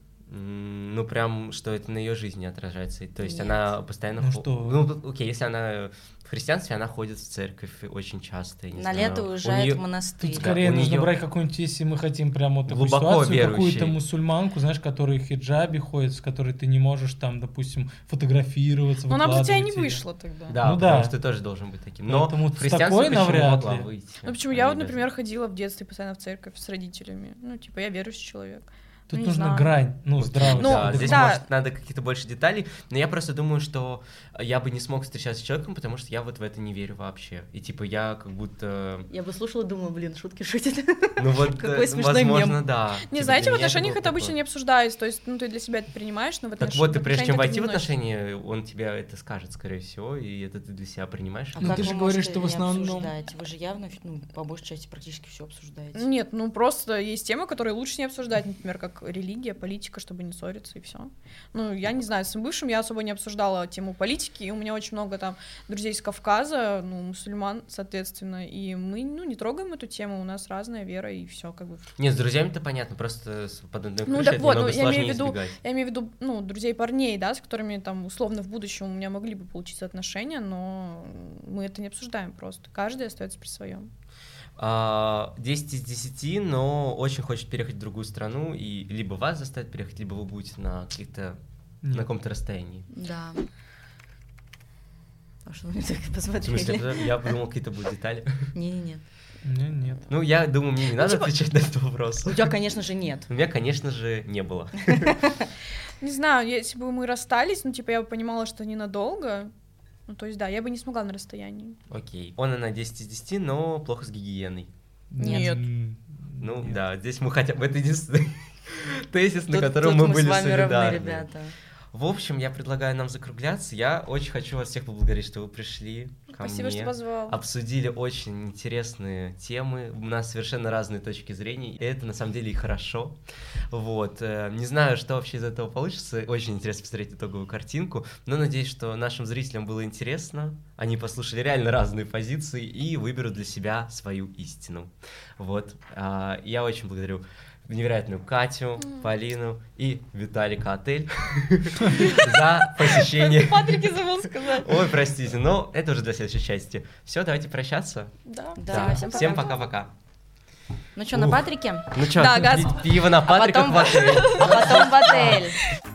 М, Ну, прям, что это на ее жизни отражается. То есть Нет. она постоянно... Ну хо- что вы. Ну, окей, если она в христианстве, она ходит в церковь очень часто. я не На знаю. лето У уезжает неё- в монастырь. Тут скорее у нужно неё- брать какую-нибудь, если мы хотим прям вот такую Глубоко ситуацию, верующий. какую-то мусульманку, знаешь, которая в хиджабе ходит, с которой ты не можешь там, допустим, фотографироваться, Но она бы у тебя и не выкладывать её. вышла тогда. Да, Ну потому да. что ты тоже должен быть таким. Но Поэтому в с христианстве такой почему навряд могла ли. выйти? Ну почему? а Я не вот, например, даже. ходила в детстве постоянно в церковь с родителями. Ну, типа, я верующий человек. Тут Ну, не нужна знаю. грань, ну, здравость. Ну, Да, здесь, да. может, надо каких-то больше деталей, но я просто думаю, что я бы не смог встречаться с человеком, потому что я вот в это не верю вообще. И типа я как будто... Я бы слушала, думала, блин, шутки шутит. Ну вот, Какой э, смешной возможно, мем. да. Не, Типа, знаете, для в меня отношениях было это обычно такое. не обсуждается. То есть, ну, ты для себя это принимаешь, но в Так отнош- вот, ты в прежде чем отношения войти ты в не вносишь. отношения, он тебе это скажет, скорее всего, и это ты для себя принимаешь. А Ну, как ты вы же говоришь, можете что в не основном- обсуждать? Вы же явно, ну, по большей части практически все обсуждаете. Нет, ну просто есть темы, которые лучше не обсуждать, например, как религия, политика, чтобы не ссориться, и все. Ну, я не знаю, с своим бывшим я особо не обсуждала тему политики, и у меня очень много там друзей с Кавказа, ну, мусульман, соответственно, и мы, ну, не трогаем эту тему, у нас разная вера, и все, как бы. Нет, с друзьями-то понятно, просто с- под одной Ну, крышей так это вот, немного ну, я сложнее имею в виду- избегать. Я имею в виду, ну, друзей парней, да, с которыми там условно в будущем у меня могли бы получиться отношения, но мы это не обсуждаем просто. Каждый остается при своем. А, десять из десяти, но очень хочет переехать в другую страну, и либо вас заставит переехать, либо вы будете на каких-то Нет. на каком-то расстоянии. Да. А что вы мне так В посмотрели? смысле, я подумал, какие-то будут детали. Не-не-нет. Не, нет. Ну, я думаю, мне не надо типа- отвечать на этот вопрос. У тебя, конечно же, нет. У меня, конечно же, не было. Не знаю, если бы мы расстались, ну, типа, я бы понимала, что ненадолго, ну, то есть, да, я бы не смогла на расстоянии. Окей. Он она десять из десяти, но плохо с гигиеной. Нет. М, Ну, нет. да, здесь мы хотя бы... Это единственный тезис, на Тут- котором тут мы были с вами равны, солидарны. ребята. В общем, я предлагаю нам закругляться. Я очень хочу вас всех поблагодарить, что вы пришли ко Спасибо, мне. что позвал. Обсудили очень интересные темы. У нас совершенно разные точки зрения. И это на самом деле и хорошо. Вот. э, Не знаю, что вообще из этого получится. Очень интересно посмотреть итоговую картинку. Но надеюсь, что нашим зрителям было интересно. Они послушали реально разные позиции и выберут для себя свою истину. Вот. А, Я очень благодарю невероятную Катю, Полину и Виталика Отель за посещение. Патрике забыл сказать. Ой, простите, но это уже для следующей части. Все, давайте прощаться. Да. Да, всем Всем пока. пока-пока. Ну что, на Ух. Патрике? Ну что, Да, газ. пиво на Патриках потом- в отеле. А потом в отель.